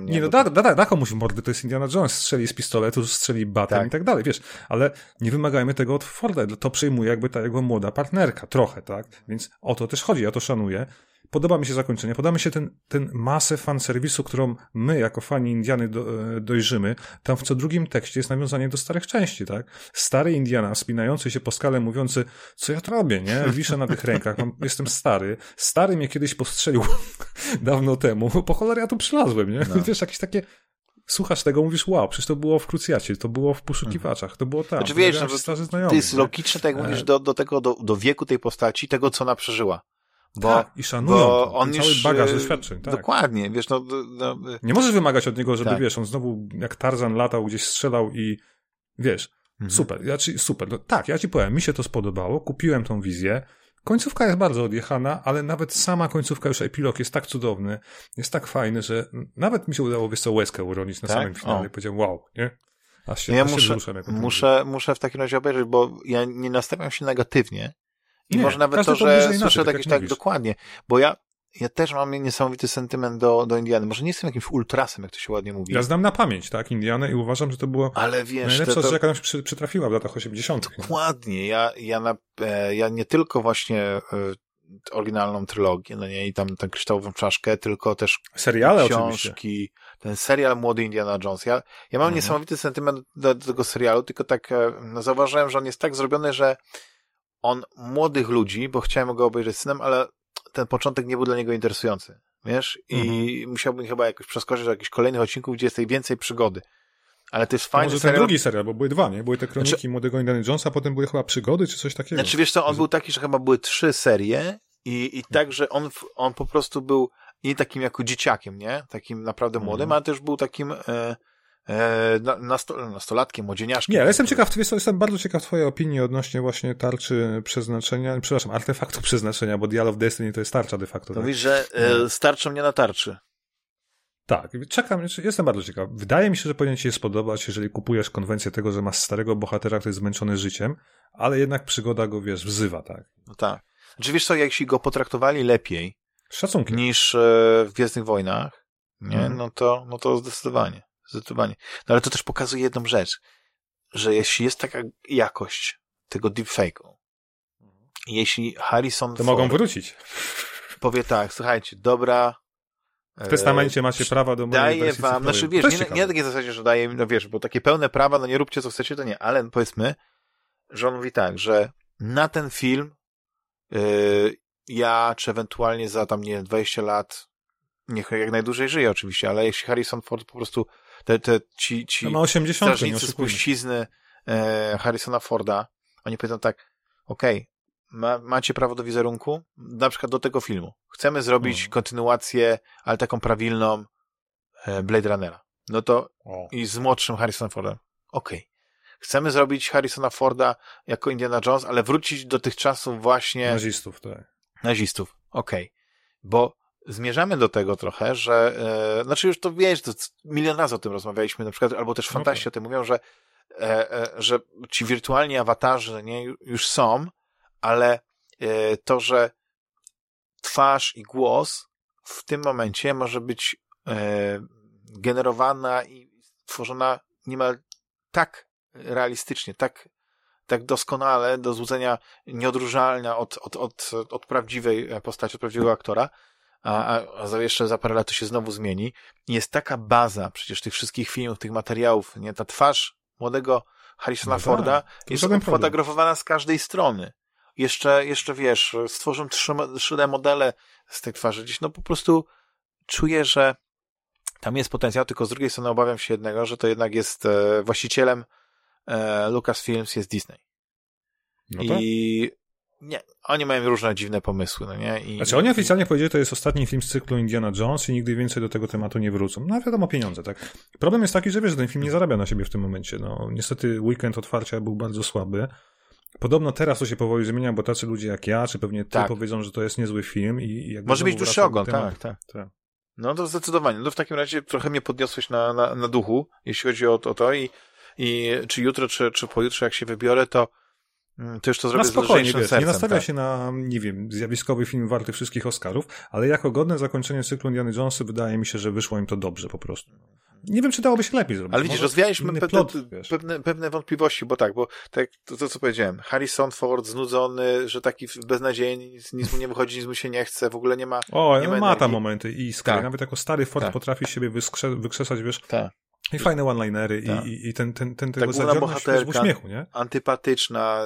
da komuś mordy, to jest Indiana Jones, strzeli z pistoletu, strzeli batem i tak dalej, wiesz, ale nie wymagajmy tego od Forda, to przejmuje jakby ta jego młoda partnerka, trochę, tak, więc o to też chodzi, ja to szanuję. Podoba mi się zakończenie, podoba mi się ten masę fanserwisu, którą my, jako fani Indiany, dojrzymy. Tam w co drugim tekście jest nawiązanie do starych części, tak? Stary Indiana, wspinający się po skale, mówiący, co ja tu robię, nie? Wiszę na tych rękach, jestem stary. Stary mnie kiedyś postrzelił dawno temu. Po cholerę ja tu przylazłem, nie? No. Wiesz, jakieś takie... Słuchasz tego, mówisz, wow, przecież to było w Krucjacie, to było w Poszukiwaczach, to było tam. Znaczy wiesz, to jest logiczne, tak jak mówisz, do wieku tej postaci, tego, co ona przeżyła. I szanują to, on cały bagaż doświadczeń. Tak. Dokładnie, wiesz, nie możesz wymagać od niego, żeby, wiesz, on znowu jak Tarzan latał, gdzieś strzelał i wiesz, super, super. No, tak, ja ci powiem, mi się to spodobało, kupiłem tą wizję, końcówka jest bardzo odjechana, ale nawet sama końcówka, już epilog jest tak cudowny, jest tak fajny, że nawet mi się udało, wiesz co, łezkę uronić na samym finale i powiedziałem, wow, nie? Muszę w takim razie obejrzeć, bo ja nie nastawiam się negatywnie. I nie, może nawet to, że słyszę jakieś tak dokładnie, bo ja też mam niesamowity sentyment do Indiany. Może nie jestem jakimś ultrasem, jak to się ładnie mówi. Ja znam na pamięć, tak, Indianę i uważam, że to było najlepsza rzecz, jaka nam się przytrafiła w latach 80. Dokładnie. Ja nie tylko właśnie oryginalną trylogię, no nie, i tam tę kryształową czaszkę, tylko też seriale książki, oczywiście. Ten serial Młody Indiana Jones. Ja mam niesamowity sentyment do tego serialu, tylko tak zauważyłem, że on jest tak zrobiony, że on młodych ludzi, bo chciałem go obejrzeć z synem, ale ten początek nie był dla niego interesujący, wiesz? I musiałbym chyba jakoś przeskoczyć do jakichś kolejnych odcinków, gdzie jest tej więcej przygody. Ale to jest fajny może serial. ten drugi serial, bo były dwa, nie? Były te kroniki Młodego Indiana Jonesa, a potem były chyba przygody, czy coś takiego. Znaczy, wiesz co, on był taki, że chyba były 3 serie i tak, że on po prostu był nie takim jako dzieciakiem, nie? Takim naprawdę młodym, ale też był takim nastolatkiem, młodzieniaszkiem. Nie, ale jestem bardzo ciekaw twojej opinii odnośnie właśnie tarczy przeznaczenia, przepraszam, artefaktu przeznaczenia, bo Dial of Destiny to jest tarcza de facto. To mówisz, że starczą mnie na tarczy. Tak, czekam, jestem bardzo ciekaw. Wydaje mi się, że powinien ci się spodobać, jeżeli kupujesz konwencję tego, że masz starego bohatera, który jest zmęczony życiem, ale jednak przygoda go, wiesz, wzywa, tak? No tak. Znaczy, wiesz co, jeśli go potraktowali lepiej szacunkiem niż w Gwiezdnych Wojnach, nie? No to zdecydowanie. No ale to też pokazuje jedną rzecz, że jeśli jest taka jakość tego deepfake'u, jeśli Harrison to mogą wrócić. Powie tak, słuchajcie, dobra, w testamencie macie prawa do mojej wersji wam, znaczy wiesz, nie na takiej zasadzie, że daje, no wiesz, bo takie pełne prawa, no nie róbcie co chcecie, to nie, ale powiedzmy, że on mówi tak, że na ten film ja, czy ewentualnie za tam, nie wiem, 20 lat, niech jak najdłużej żyje oczywiście, ale jeśli Harrison Ford po prostu ci ma 80, strażnicy spuścizny Harrisona Forda, oni powiedzą tak, okej, macie prawo do wizerunku, na przykład do tego filmu. Chcemy zrobić kontynuację, ale taką prawilną Blade Runnera. No to i z młodszym Harrisonem Fordem. Okej. Chcemy zrobić Harrisona Forda jako Indiana Jones, ale wrócić do tych czasów właśnie nazistów, tak. Nazistów. Okej. Bo zmierzamy do tego trochę, że znaczy już to wiesz, to milion razy o tym rozmawialiśmy na przykład, albo też fantaści o tym mówią, że ci wirtualni awatarzy nie, już są, ale to, że twarz i głos w tym momencie może być generowana i tworzona niemal tak realistycznie, tak doskonale, do złudzenia nieodróżnialna od prawdziwej postaci, od prawdziwego aktora, a jeszcze za parę lat to się znowu zmieni. I jest taka baza przecież tych wszystkich filmów, tych materiałów, nie? Ta twarz młodego Harrisona Forda jest fotografowana z każdej strony. Jeszcze wiesz, stworzą 3D modele z tej twarzy. Gdzieś no po prostu czuję, że tam jest potencjał, tylko z drugiej strony obawiam się jednego, że to jednak jest właścicielem Lucasfilms jest Disney. No to? I nie, oni mają różne dziwne pomysły, no nie? Znaczy oni oficjalnie powiedzieli, że to jest ostatni film z cyklu Indiana Jones i nigdy więcej do tego tematu nie wrócą. No wiadomo, pieniądze, tak. Problem jest taki, że wiesz, że ten film nie zarabia na siebie w tym momencie. No niestety weekend otwarcia był bardzo słaby. Podobno teraz to się powoli zmienia, bo tacy ludzie jak ja, czy pewnie ty powiedzą, że to jest niezły film i jakby może być dłuższy ogon, tak. No to zdecydowanie. No w takim razie trochę mnie podniosłeś na duchu, jeśli chodzi o to i czy jutro, czy pojutrze, jak się wybiorę, to już to zrobię z lżejszym sercem. Nie nastawia się na, nie wiem, zjawiskowy film warty wszystkich Oscarów, ale jako godne zakończenie cyklu Indiana Jonesa wydaje mi się, że wyszło im to dobrze po prostu. Nie wiem, czy dałoby się lepiej zrobić. Ale widzisz, rozwialiśmy pewne wątpliwości, bo tak to co powiedziałem, Harrison Ford znudzony, że taki beznadziejny, nic mu nie wychodzi, nic mu się nie chce, w ogóle nie ma... ma tam momenty i iskry. Nawet jako stary Ford potrafi siebie wykrzesać, wiesz... Tak. I fajne one-linery i ten tego zadziorność w uśmiechu, nie? Antypatyczna,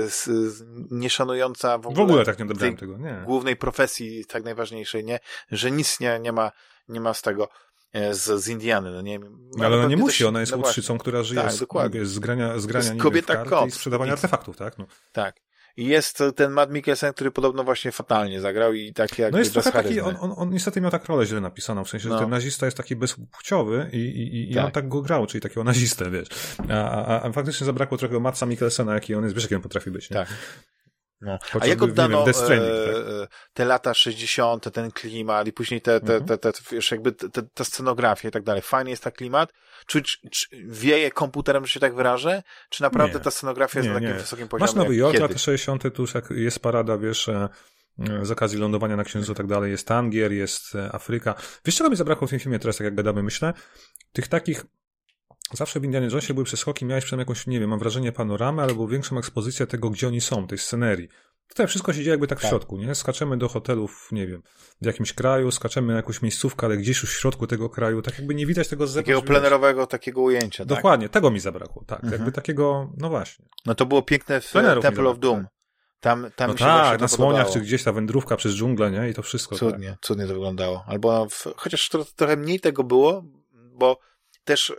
nieszanująca w ogóle tak nie odebrałem tego, nie. Głównej profesji, tak najważniejszej, nie? Że nic nie ma z tego, z Indiany, no nie? Ale ona nie musi, ona jest łutrzycą, która żyje z grania kobieta i sprzedawania artefaktów, tak? No. Tak. I jest ten Matt Mikkelsen, który podobno właśnie fatalnie zagrał i tak jak... No jest trochę taki, on niestety miał tak rolę źle napisaną, w sensie, że ten nazista jest taki bezpłciowy i on tak go grał, czyli takiego nazistę, wiesz. A faktycznie zabrakło trochę Matta Mikkelsena, jaki on jest, wiesz, jaki on potrafi być, nie? Tak. No. A jak oddano te lata 60., ten klimat i później wiesz, jakby ta scenografia i tak dalej. Fajny jest ten klimat? Czy wieje komputerem, że się tak wyrażę? Czy naprawdę ta scenografia jest na takim wysokim poziomie? Masz Nowy Jork, lata 60., tu już jak jest parada, wiesz, z okazji lądowania na Księżycu i tak dalej, jest Tangier, jest Afryka. Wiesz, czego mi zabrakło w tym filmie teraz, tak jak gadamy, myślę? Tych takich zawsze w Indianie Jonesie były przeskoki, miałeś przynajmniej jakąś, nie wiem, mam wrażenie, panoramę albo większą ekspozycję tego, gdzie oni są, tej scenerii. Tutaj wszystko się dzieje jakby tak w środku, nie? Skaczemy do hotelów, nie wiem, w jakimś kraju, skaczemy na jakąś miejscówkę, ale gdzieś już w środku tego kraju, tak jakby nie widać tego z zewnątrz. Takiego plenerowego takiego ujęcia, tak? Dokładnie, tego mi zabrakło, tak. Jakby takiego, no właśnie. No to było piękne w Temple of Doom. Tam no mi się właśnie na słoniach, czy gdzieś ta wędrówka przez dżunglę, nie? I to wszystko. Cudnie to wyglądało. Albo chociaż trochę mniej tego było, bo też,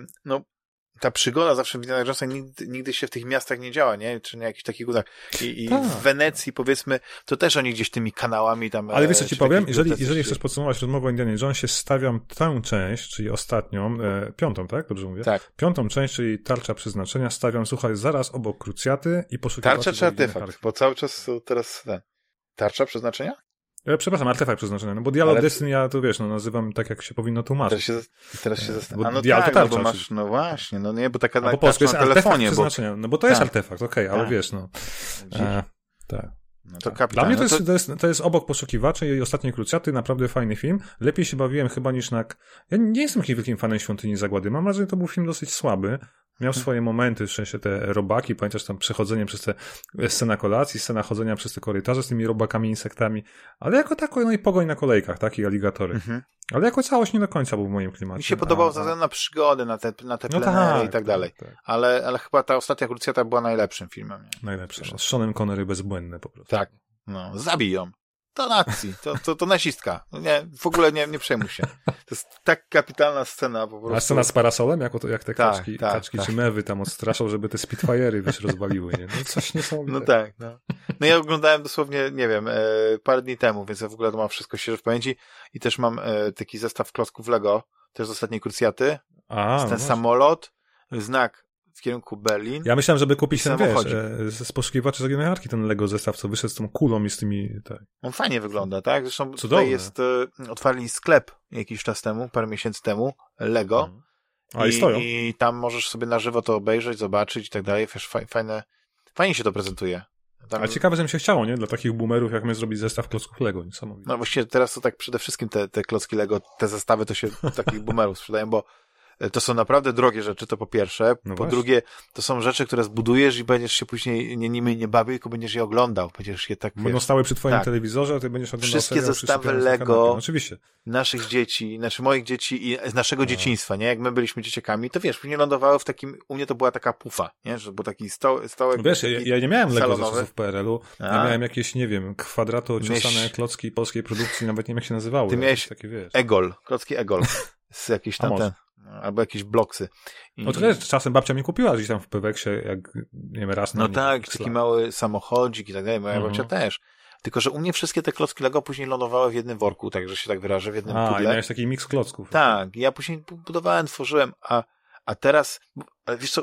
ta przygoda zawsze w Indiana Jonesa nigdy się w tych miastach nie działa, nie? Czy na jakichś takich górach. I w Wenecji, powiedzmy, to też oni gdzieś tymi kanałami tam... Ale wiesz co ci powiem? Jeżeli chcesz podsumować rozmowę o Indianie Jonesie, stawiam tę część, czyli ostatnią, piątą, tak? Dobrze mówię? Tak. Piątą część, czyli Tarcza Przeznaczenia, stawiam, słuchaj, zaraz obok Krucjaty i poszukiwaczy... Tarcza czy Artefakt? Bo cały czas teraz... Tarcza Przeznaczenia? Przepraszam, Artefakt Przeznaczenia, no bo Dialog Destiny ja to wiesz, nazywam tak, jak się powinno tłumaczyć. Teraz się zastanawiam. Bo masz, no właśnie, no nie, bo taka po polsku jest telefonie. Przeznaczenia, no bo to jest Artefakt, okej, ale wiesz, no. Tak. No to kapitan. Dla mnie to jest obok Poszukiwaczy i Ostatniej Krucjaty naprawdę fajny film. Lepiej się bawiłem chyba niż na... Ja nie jestem jakimś wielkim fanem Świątyni Zagłady. Mam wrażenie, że to był film dosyć słaby. Miał swoje momenty, w sensie te robaki, pamiętasz tam przechodzenie przez te scena kolacji, scena chodzenia przez te korytarze z tymi robakami, insektami, ale jako tako, no i pogoń na kolejkach, tak, i aligatory. Ale jako całość nie do końca był w moim klimacie. Mi się podobało ze względu na przygody, na te plenery i tak dalej. Tak. Ale chyba ta Ostatnia Krucjata była najlepszym filmem. Nie? Najlepszym. Z Seanem Connery bezbłędny po prostu. Tak. No, zabij ją. To nacji, to nazistka. Nie, w ogóle nie przejmuj się. To jest tak kapitalna scena po prostu. A scena z parasolem? Jak te kaczki czy mewy tam odstraszał, żeby te Spitfire'y wiesz, rozwaliły, nie? No coś niesamowite. No tak, no. No ja oglądałem dosłownie, nie wiem, parę dni temu, więc ja w ogóle to mam wszystko świeże w pamięci i też mam taki zestaw klocków Lego, też z Ostatniej Krucjaty. Ten samolot, znak w kierunku Berlin. Ja myślałem, żeby kupić ten, z Poszukiwaczy Zaginionej Arki, ten Lego zestaw, co wyszedł z tą kulą i z tymi... Tak. On fajnie wygląda, tak? Zresztą tutaj jest, otwarli sklep jakiś czas temu, parę miesięcy temu, Lego. I tam możesz sobie na żywo to obejrzeć, zobaczyć i tak dalej. Wiesz, fajnie się to prezentuje. Ale ciekawe, że mi się chciało, nie? Dla takich boomerów, jak my zrobić zestaw klocków Lego, niesamowite. No właściwie teraz to tak przede wszystkim te klocki Lego, te zestawy to się takich boomerów sprzedają, bo to są naprawdę drogie rzeczy, to po pierwsze. Po drugie, to są rzeczy, które zbudujesz i będziesz się później nimi nie bawił, tylko będziesz je oglądał. Będziesz je tak... Będą stały przy twoim telewizorze, a ty będziesz oglądał wszystkie zestawy Lego oczywiście. Naszych dzieci, moich dzieci i z naszego dzieciństwa, nie? Jak my byliśmy dzieciakami, to wiesz, później lądowały w takim... U mnie to była taka pufa, nie? Że był taki stołek... Wiesz, ja nie miałem Lego ze czasów PRL-u. Ja miałem jakieś, nie wiem, kwadrato ciosane klocki polskiej produkcji, nawet nie wiem jak się nazywały. Ty miałeś takie, wiesz. Egol, klocki Egol. Z jakiejś tam albo jakieś bloksy. No to też czasem babcia mi kupiła gdzieś tam w Peweksie, jak nie wiem, raz na... No tak, taki mały samochodzik i tak dalej, moja babcia też. Tylko, że u mnie wszystkie te klocki Lego później lądowały w jednym worku, tak, że się tak wyrażę, w jednym pudle. I miałeś taki miks klocków. Tak, ja później budowałem, tworzyłem, a teraz, ale wiesz co,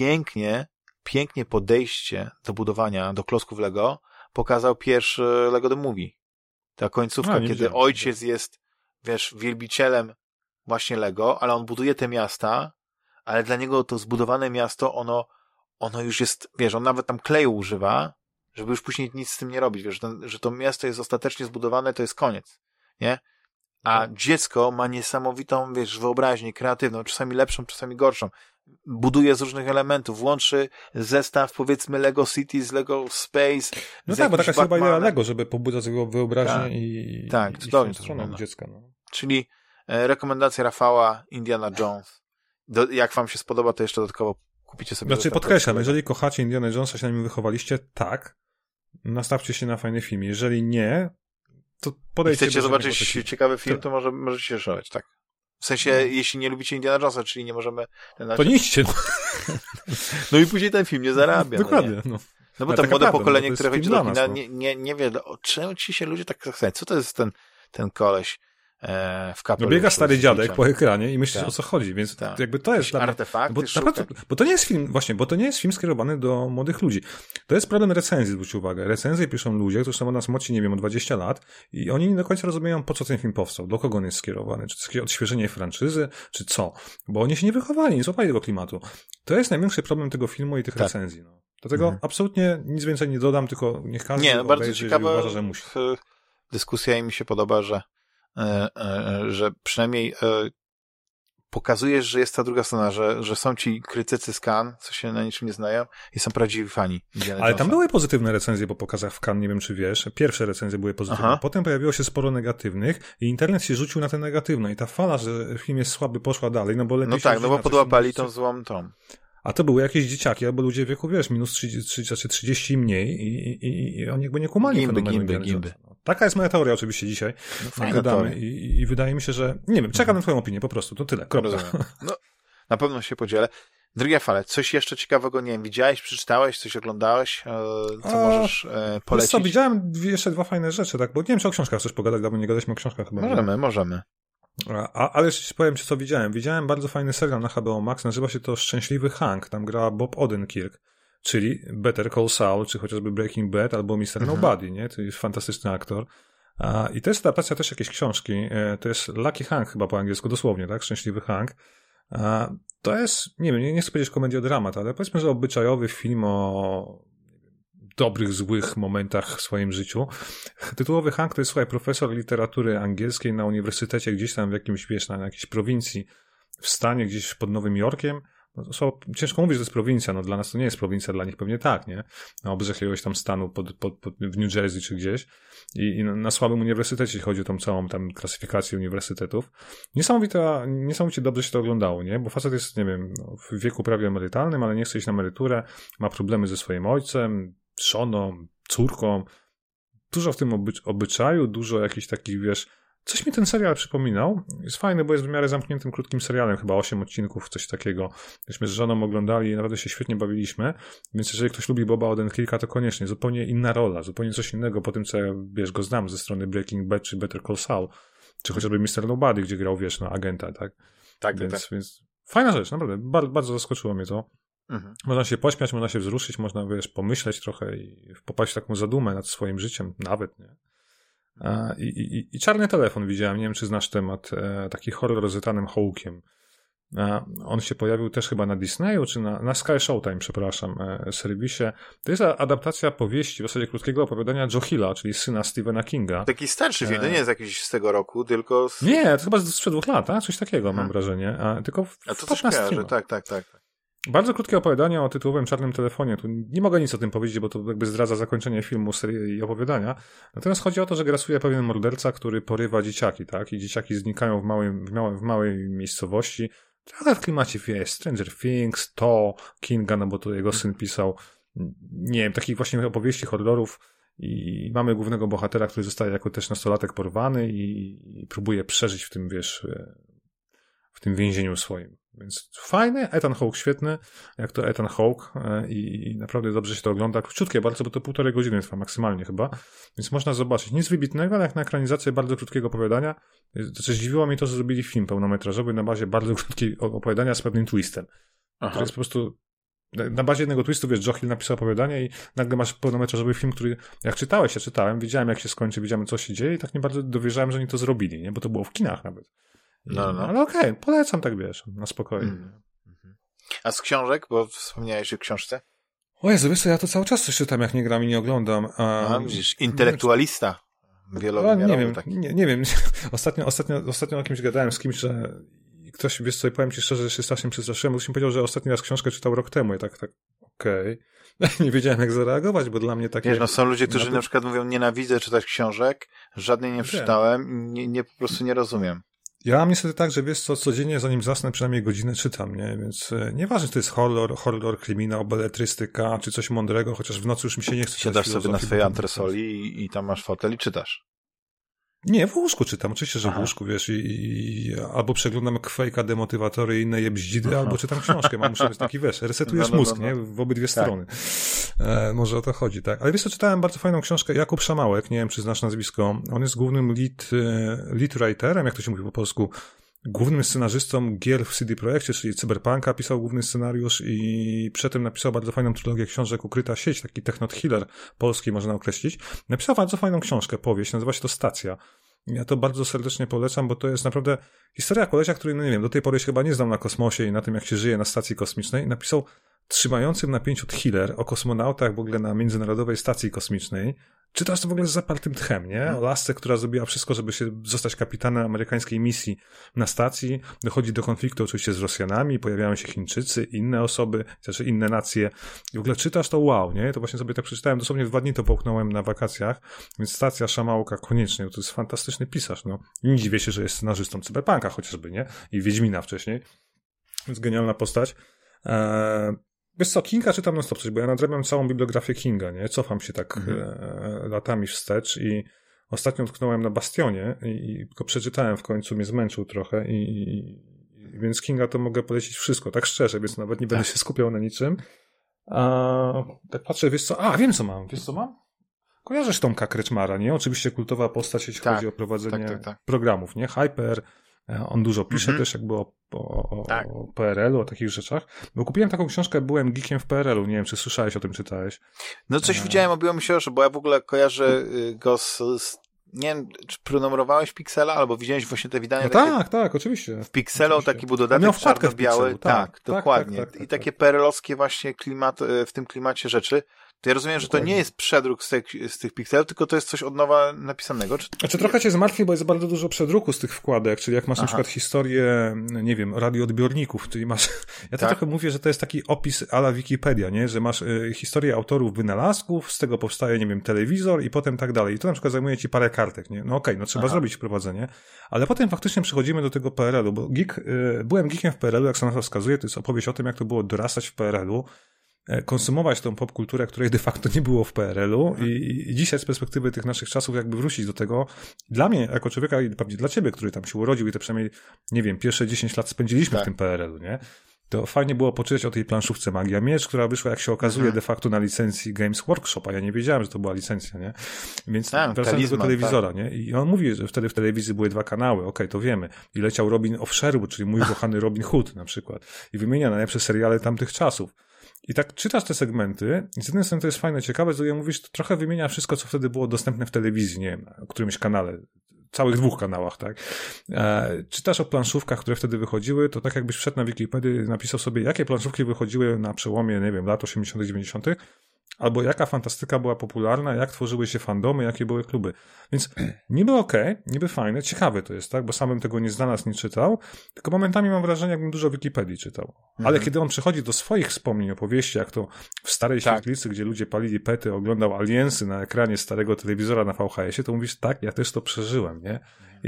pięknie podejście do budowania, do klocków Lego pokazał pierwszy Lego The Movie. Ta końcówka, kiedy ojciec jest, wiesz, wielbicielem właśnie Lego, ale on buduje te miasta, ale dla niego to zbudowane miasto, ono już jest, wiesz, on nawet tam kleju używa, żeby już później nic z tym nie robić, wiesz, że to miasto jest ostatecznie zbudowane, to jest koniec, nie? A dziecko ma niesamowitą, wiesz, wyobraźnię kreatywną, czasami lepszą, czasami gorszą. Buduje z różnych elementów, łączy zestaw, powiedzmy, Lego City z Lego Space. No tak, bo taka jest chyba idea Lego, żeby pobudzać jego wyobraźnię tak, i stronę dziecka. No. Czyli rekomendacja Rafała, Indiana Jones. Jak wam się spodoba, to jeszcze dodatkowo kupicie sobie... Znaczy podkreślam, jeżeli kochacie Indiana Jonesa, się na nim wychowaliście, tak, nastawcie się na fajny film. Jeżeli nie, to podejdźcie... Chcecie zobaczyć ciekawy film, to możecie się szaleć, tak. W sensie, jeśli nie lubicie Indiana Jonesa, czyli nie możemy... To nie idźcie. No i później ten film nie zarabia. Dokładnie, No bo to młode pokolenie, które chodzi do kina, nie wie, czemu ci się ludzie tak zachęcają. Co to jest ten koleś w kapeluszu? No biega stary dziadek po ekranie i myślisz, o co chodzi, więc jakby to jest... Artefakty bo to nie jest film, właśnie, bo to nie jest film skierowany do młodych ludzi. To jest problem recenzji, zwróćcie uwagę. Recenzje piszą ludzie, którzy są od nas młodsi, nie wiem, o 20 lat i oni nie do końca rozumieją, po co ten film powstał, do kogo on jest skierowany, czy to jest jakieś odświeżenie franczyzy, czy co. Bo oni się nie wychowali, nie złapali tego klimatu. To jest największy problem tego filmu i tych recenzji. No. Dlatego absolutnie nic więcej nie dodam, tylko niech każdy obejrzy, jeżeli uważa, że musi. Dyskusja i mi się podoba, że przynajmniej pokazujesz, że jest ta druga strona, że są ci krytycy z Cannes, co się na niczym nie znają i są prawdziwi fani. Ale tam były pozytywne recenzje po pokazach w Cannes, nie wiem czy wiesz. Pierwsze recenzje były pozytywne. Potem pojawiło się sporo negatywnych i internet się rzucił na te negatywne i ta fala, że film jest słaby, poszła dalej, no bo lepiej bo podłapali tą złą tą. A to były jakieś dzieciaki, albo ludzie w wieku, wiesz, minus 30 i mniej i oni jakby nie kumali gimby. Taka jest moja teoria oczywiście dzisiaj. No fajna teoria. I wydaje mi się, że... Nie wiem, czekam na twoją opinię po prostu, to tyle. No, na pewno się podzielę. Druga fala, coś jeszcze ciekawego, nie wiem, widziałeś, przeczytałeś, coś oglądałeś, co możesz polecić? Co, widziałem jeszcze dwa fajne rzeczy, tak, bo nie wiem, czy o książkach chcesz pogadać, dawno nie gadaliśmy o książkach chyba. Możemy. Ale jeszcze powiem ci, co widziałem. Widziałem bardzo fajny serial na HBO Max, nazywa się to Szczęśliwy Hank, tam gra Bob Odenkirk, czyli Better Call Saul, czy chociażby Breaking Bad, albo Mr. Nobody, nie? To jest fantastyczny aktor. I to jest adaptacja też jakiejś książki, to jest Lucky Hank chyba po angielsku, dosłownie, tak? Szczęśliwy Hank. To jest, nie wiem, nie chcę powiedzieć komediodramat, ale powiedzmy, że obyczajowy film o dobrych, złych momentach w swoim życiu. Tytułowy Hank to jest, słuchaj, profesor literatury angielskiej na uniwersytecie gdzieś tam w jakimś, wiesz, na jakiejś prowincji w stanie, gdzieś pod Nowym Jorkiem. No, ciężko mówić, że to jest prowincja, no dla nas to nie jest prowincja, dla nich pewnie tak, nie? Na obrzeżach jakiegoś tam stanu w New Jersey czy gdzieś i na słabym uniwersytecie chodzi o tą całą tam klasyfikację uniwersytetów. Niesamowicie dobrze się to oglądało, nie? Bo facet jest, nie wiem, w wieku prawie emerytalnym, ale nie chce iść na emeryturę, ma problemy ze swoim ojcem, żoną, córką. Dużo w tym obyczaju, dużo jakichś takich, wiesz... Coś mi ten serial przypominał. Jest fajny, bo jest w miarę zamkniętym, krótkim serialem, chyba 8 odcinków, coś takiego. Myśmy z żoną oglądali i naprawdę się świetnie bawiliśmy. Więc jeżeli ktoś lubi Boba Odenkirka, to koniecznie. Zupełnie inna rola, zupełnie coś innego po tym, co ja, wiesz, go znam ze strony Breaking Bad czy Better Call Saul. Czy chociażby Mr. Nobody, gdzie grał, wiesz, agenta, tak? Tak. Więc fajna rzecz, naprawdę. Bardzo zaskoczyło mnie to. Można się pośmiać, można się wzruszyć, można, wiesz, pomyśleć trochę i popaść w taką zadumę nad swoim życiem, nawet, nie? I Czarny telefon widziałem, nie wiem, czy znasz temat, taki horror z Ethanem Hawke'iem. On się pojawił też chyba na Disneyu, czy na Sky Showtime, przepraszam, serwisie. To jest adaptacja powieści, w zasadzie krótkiego opowiadania Joe Hilla, czyli syna Stephena Kinga. Taki starszy film, to nie jest jakiś z tego roku, tylko... Nie, to chyba sprzed 2 lat, coś takiego mam wrażenie. Tylko to coś kojarzę, tak. Bardzo krótkie opowiadanie o tytułowym Czarnym telefonie. Tu nie mogę nic o tym powiedzieć, bo to jakby zdradza zakończenie filmu, serii i opowiadania. Natomiast chodzi o to, że grasuje pewien morderca, który porywa dzieciaki, tak? I dzieciaki znikają w małej miejscowości. Trochę w klimacie, wiesz, Stranger Things, to Kinga, no bo to jego syn pisał, nie wiem, takich właśnie opowieści, horrorów. I mamy głównego bohatera, który zostaje jako też nastolatek porwany i próbuje przeżyć w tym, wiesz, w tym więzieniu swoim. Więc fajny, Ethan Hawke świetny, jak to Ethan Hawke i naprawdę dobrze się to ogląda. Krótkie bardzo, bo to 1,5 godziny trwa maksymalnie chyba, więc można zobaczyć. Nic wybitnego, ale jak na ekranizację bardzo krótkiego opowiadania. To coś zdziwiło mnie to, że zrobili film pełnometrażowy na bazie bardzo krótkiego opowiadania z pewnym twistem. To jest po prostu na bazie jednego twistu, wiesz, Joe Hill napisał opowiadanie i nagle masz pełnometrażowy film, który jak czytałeś, ja czytałem, wiedziałem jak się skończy, wiedziałem co się dzieje i tak nie bardzo dowierzałem, że oni to zrobili, nie? Bo to było w kinach nawet. Ale okej, polecam tak, wiesz, na spokojnie. A z książek, bo wspomniałeś o książce? O Jezu, wiesz co, ja to cały czas coś czytam, jak nie gram i nie oglądam. Widzisz, intelektualista. wielowymiarowy taki. Nie wiem. Ostatnio o kimś gadałem z kimś, że ktoś, wiesz co, powiem ci szczerze, że się strasznie przestraszyłem, bo ktoś mi powiedział, że ostatni raz książkę czytał rok temu. Ja tak, okej. Nie wiedziałem, jak zareagować, bo dla mnie takie... Wiesz, są ludzie, którzy na przykład mówią, nienawidzę czytać książek, żadnej nie przeczytałem, po prostu nie rozumiem. Ja mam niestety tak, że wiesz co, codziennie zanim zasnę przynajmniej godzinę czytam, nie? Więc nieważne, czy to jest horror, kryminał, beletrystyka, czy coś mądrego, chociaż w nocy już mi się nie chce. Siadasz sobie na swojej antresoli i tam masz fotel i czytasz. Nie, w łóżku czytam, oczywiście, że w łóżku, wiesz, i albo przeglądam Quake'a, demotywatory i inne jebździdy, albo czytam książkę, muszę być taki, wiesz, resetujesz mózg, nie? W obydwie strony. Może o to chodzi, tak. Ale wiesz co, czytałem bardzo fajną książkę, Jakub Szamałek, nie wiem, czy znasz nazwisko, on jest głównym lead writerem, jak to się mówi po polsku, głównym scenarzystą gier w CD Projekcie, czyli Cyberpunka, pisał główny scenariusz i przedtem napisał bardzo fajną trylogię książek Ukryta sieć, taki techno-thriller polski można określić. Napisał bardzo fajną książkę, powieść, nazywa się to Stacja. Ja to bardzo serdecznie polecam, bo to jest naprawdę historia kolesia, który, no nie wiem, do tej pory się chyba nie znam na kosmosie i na tym, jak się żyje na stacji kosmicznej. Napisał trzymający w napięciu thriller o kosmonautach w ogóle na Międzynarodowej Stacji Kosmicznej. Czytasz to w ogóle z zapartym tchem, nie? O lasce, która zrobiła wszystko, żeby zostać kapitanem amerykańskiej misji na stacji. Dochodzi do konfliktu oczywiście z Rosjanami, pojawiają się Chińczycy, inne osoby, znaczy inne nacje. I w ogóle czytasz to wow, nie? To właśnie sobie tak przeczytałem, dosłownie 2 dni to połknąłem na wakacjach, więc Stacja Szamałka koniecznie, to jest fantastyczny pisarz, no. I nie dziwię się, że jest scenarzystą Cyberpunka chociażby, nie? I Wiedźmina wcześniej. Więc genialna postać. Wiesz co, Kinga czytam non stop coś, bo ja nadrabiam całą bibliografię Kinga, nie? Cofam się tak latami wstecz i ostatnio utknąłem na Bastionie i go przeczytałem w końcu, mnie zmęczył trochę więc Kinga to mogę polecić wszystko, tak szczerze, więc nawet nie będę się skupiał na niczym. Tak patrzę, wiesz co, wiem co mam? Kojarzysz Tomka Kreczmara, nie? Oczywiście kultowa postać, jeśli chodzi o prowadzenie programów, nie? Hyper, on dużo pisze też jakby o PRL-u, o takich rzeczach. Bo kupiłem taką książkę, byłem geekiem w PRL-u, nie wiem, czy słyszałeś o tym, czytałeś. No coś widziałem, obiło mi się oczy, bo ja w ogóle kojarzę go nie wiem, czy prenumerowałeś Pixela, albo widziałeś właśnie te wydania? No tak, oczywiście. W Pixelu oczywiście. Taki był dodatek czarno-biały. Tak, dokładnie. I takie PRL-owskie właśnie w tym klimacie rzeczy. To ja rozumiem, że to nie jest przedruk z tych pikselów, tylko to jest coś od nowa napisanego. Znaczy trochę cię zmartwi, bo jest bardzo dużo przedruku z tych wkładek, czyli jak masz na przykład historię, nie wiem, radioodbiorników, czyli masz... Ja to trochę mówię, że to jest taki opis a la Wikipedia, nie? Że masz historię autorów wynalazków, z tego powstaje, nie wiem, telewizor i potem tak dalej. I to na przykład zajmuje ci parę kartek, nie? No okej, trzeba zrobić wprowadzenie, ale potem faktycznie przechodzimy do tego PRL-u, bo byłem geekiem w PRL-u, jak sama wskazuje, to jest opowieść o tym, jak to było dorastać w PRL-u, konsumować tą popkulturę, której de facto nie było w PRL-u i dzisiaj z perspektywy tych naszych czasów jakby wrócić do tego. Dla mnie, jako człowieka i pewnie dla ciebie, który tam się urodził i te przynajmniej, nie wiem, pierwsze 10 lat spędziliśmy w tym PRL-u, nie? To fajnie było poczytać o tej planszówce Magia Miecz, która wyszła, jak się okazuje, de facto na licencji Games Workshop, a ja nie wiedziałem, że to była licencja, nie? Więc wracając do telewizora, nie? I on mówi, że wtedy w telewizji były 2 kanały, okej, to wiemy. I leciał Robin of Sherwood, czyli mój kochany Robin Hood na przykład. I wymienia najlepsze seriale tamtych czasów. I tak czytasz te segmenty i z jednej strony to jest fajne, ciekawe, z drugiej mówisz, to trochę wymienia wszystko, co wtedy było dostępne w telewizji, nie wiem, na którymś kanale, całych 2 kanałach, tak? Czytasz o planszówkach, które wtedy wychodziły, to tak jakbyś wszedł na Wikipedię i napisał sobie, jakie planszówki wychodziły na przełomie, nie wiem, lat 80., 90., albo jaka fantastyka była popularna, jak tworzyły się fandomy, jakie były kluby. Więc niby niby fajne, ciekawe to jest, tak? Bo sam bym tego nie znalazł, nie czytał, tylko momentami mam wrażenie, jakbym dużo Wikipedii czytał. Ale kiedy on przechodzi do swoich wspomnień, opowieści, jak to w starej świetlicy, gdzie ludzie palili pety, oglądał Aliensy na ekranie starego telewizora na VHS-ie, to mówisz, tak, ja też to przeżyłem, nie?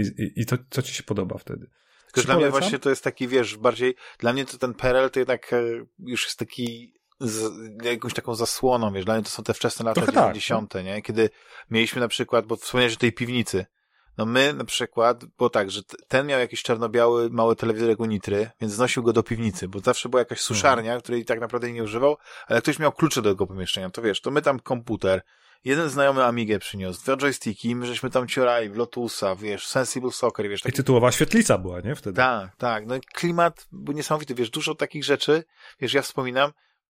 I to, co ci się podoba wtedy? Tylko dla mnie właśnie to jest taki, wiesz, bardziej, dla mnie to ten PRL to jednak już jest taki jakąś taką zasłoną, wiesz, dla mnie to są te wczesne lata 90., nie? Kiedy mieliśmy na przykład, bo wspomniałeś o tej piwnicy, no my na przykład, było tak, że ten miał jakiś czarno-biały mały telewizorek Unitry, więc znosił go do piwnicy, bo zawsze była jakaś suszarnia, której tak naprawdę nie używał, ale ktoś miał klucze do tego pomieszczenia, to wiesz, to my tam komputer, jeden znajomy Amigę przyniósł, 2 joysticki, my żeśmy tam ciorali w Lotusa, wiesz, Sensible Soccer, wiesz. Taki... I tytułowa świetlica była, nie? Wtedy. Tak, no klimat był niesamowity, wiesz, dużo takich rzeczy, wiesz, ja wspominam,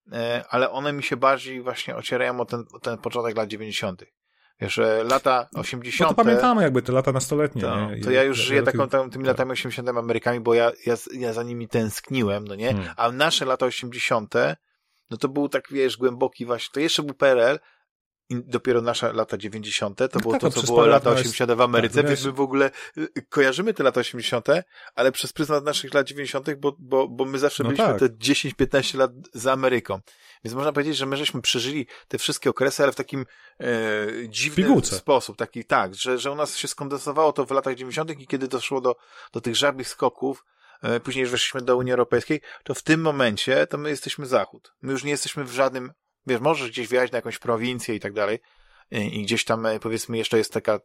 ale one mi się bardziej właśnie ocierają o ten początek lat 90. Wiesz, lata 80. No to pamiętamy jakby te lata nastoletnie. To ja już żyję tymi latami 80. Amerykami, bo ja za nimi tęskniłem, no nie? A nasze lata 80. no to był tak, wiesz, głęboki właśnie, to jeszcze był PRL, dopiero nasze lata 90. To było to, co było lata 80. w Ameryce, więc my w ogóle kojarzymy te lata 80., ale przez pryzmat naszych lat 90., bo my zawsze byliśmy te 10-15 lat za Ameryką. Więc można powiedzieć, że my żeśmy przeżyli te wszystkie okresy, ale w takim dziwny sposób. Taki, tak, że u nas się skondensowało to w latach 90. i kiedy doszło do tych żadnych skoków, później już weszliśmy do Unii Europejskiej, to w tym momencie to my jesteśmy Zachód. My już nie jesteśmy w żadnym, wiesz, możesz gdzieś wjechać na jakąś prowincję i tak dalej i gdzieś tam, powiedzmy, jeszcze jest taka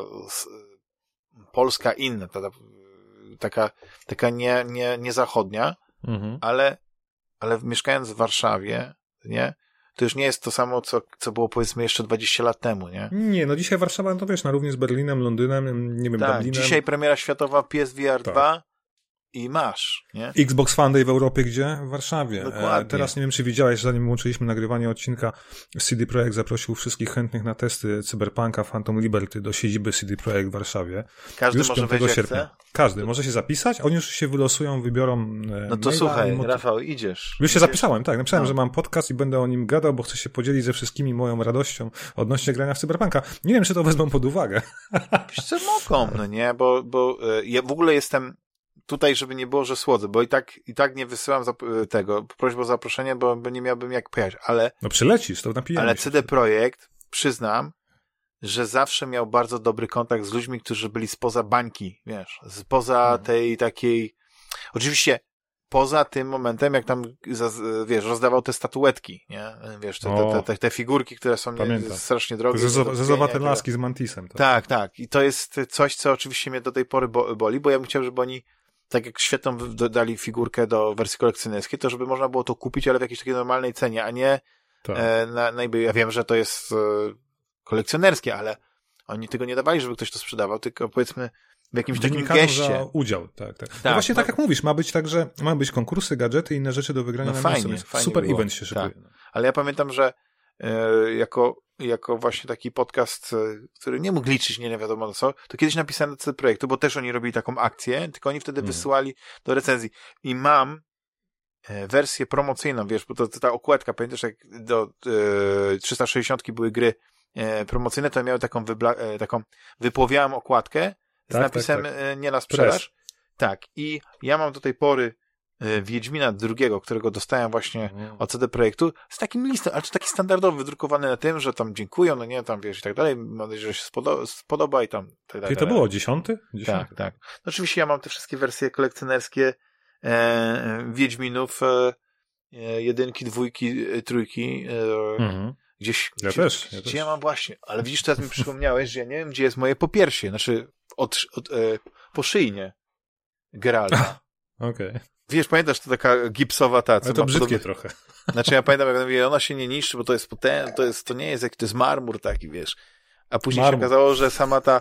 Polska inna, taka nie zachodnia, ale mieszkając w Warszawie, nie? To już nie jest to samo, co było, powiedzmy, jeszcze 20 lat temu, nie? Nie, no dzisiaj Warszawa, to wiesz, na równi z Berlinem, Londynem, nie wiem, tak, Dublinem. Dzisiaj premiera światowa PSVR 2 i masz, nie? Xbox Fan Day w Europie gdzie? W Warszawie. Dokładnie. Teraz nie wiem, czy widziałeś, zanim łączyliśmy nagrywanie odcinka, CD Projekt zaprosił wszystkich chętnych na testy Cyberpunka Phantom Liberty do siedziby CD Projekt w Warszawie. Każdy już może wejść sierpnia. Jak chce? Każdy może się zapisać, oni już się wylosują, wybiorą No to słuchaj, Rafał, idziesz. Już się zapisałem, tak. Napisałem, że mam podcast i będę o nim gadał, bo chcę się podzielić ze wszystkimi moją radością odnośnie grania w Cyberpunka. Nie wiem, czy to wezmą pod uwagę. Wiesz co, mogą, no nie? Bo ja w ogóle jestem tutaj, żeby nie było, że słodzę, bo i tak nie wysyłam prośby o zaproszenie, bo nie miałbym jak pojechać, ale... No przylecisz, to napijemy Ale się. CD Projekt, przyznam, że zawsze miał bardzo dobry kontakt z ludźmi, którzy byli spoza bańki, wiesz, spoza tej takiej... Oczywiście poza tym momentem, jak tam, wiesz, rozdawał te statuetki, nie? Wiesz, te figurki, które są strasznie drogie. Zezowate laski z Mantisem. Tak. I to jest coś, co oczywiście mnie do tej pory boli, bo ja bym chciał, żeby oni tak jak świetną dodali figurkę do wersji kolekcjonerskiej, to żeby można było to kupić, ale w jakiejś takiej normalnej cenie, a nie na eBay. Ja wiem, że to jest kolekcjonerskie, ale oni tego nie dawali, żeby ktoś to sprzedawał, tylko powiedzmy w jakimś takim geście. Za udział, tak. No właśnie tak jak mówisz, ma być tak, że ma być konkursy, gadżety i inne rzeczy do wygrania na fajnie super było. Event się szykuje. Tak. Ale ja pamiętam, że jako właśnie taki podcast, który nie mógł liczyć, nie wiadomo co, to kiedyś napisałem do CD Projektu, bo też oni robili taką akcję, tylko oni wtedy wysyłali do recenzji. I mam wersję promocyjną, wiesz, bo to ta okładka, pamiętasz, jak do 360 były gry promocyjne, to miały taką wypłowiałą okładkę z napisem nie na sprzedaż. Tak. I ja mam do tej pory Wiedźmina II, którego dostałem właśnie od CD Projektu, z takim listem, ale to taki standardowy, wydrukowany na tym, że tam dziękują, no nie, tam wiesz i tak dalej, mam nadzieję, że się spodoba i tam... Czyli to było 10? Tak. No oczywiście ja mam te wszystkie wersje kolekcjonerskie Wiedźminów, 1, 2, 3, gdzieś... Ja też. Gdzie ja mam właśnie, ale widzisz, teraz mi przypomniałeś, że ja nie wiem, gdzie jest moje popiersie, znaczy poszyjnie Geralta. Okej. Wiesz, pamiętasz, to taka gipsowa ta, co ale to brzydkie trochę. Znaczy ja pamiętam, jak mówię, ona się nie niszczy, bo to nie jest to jest marmur taki, wiesz. A później się okazało, że sama ta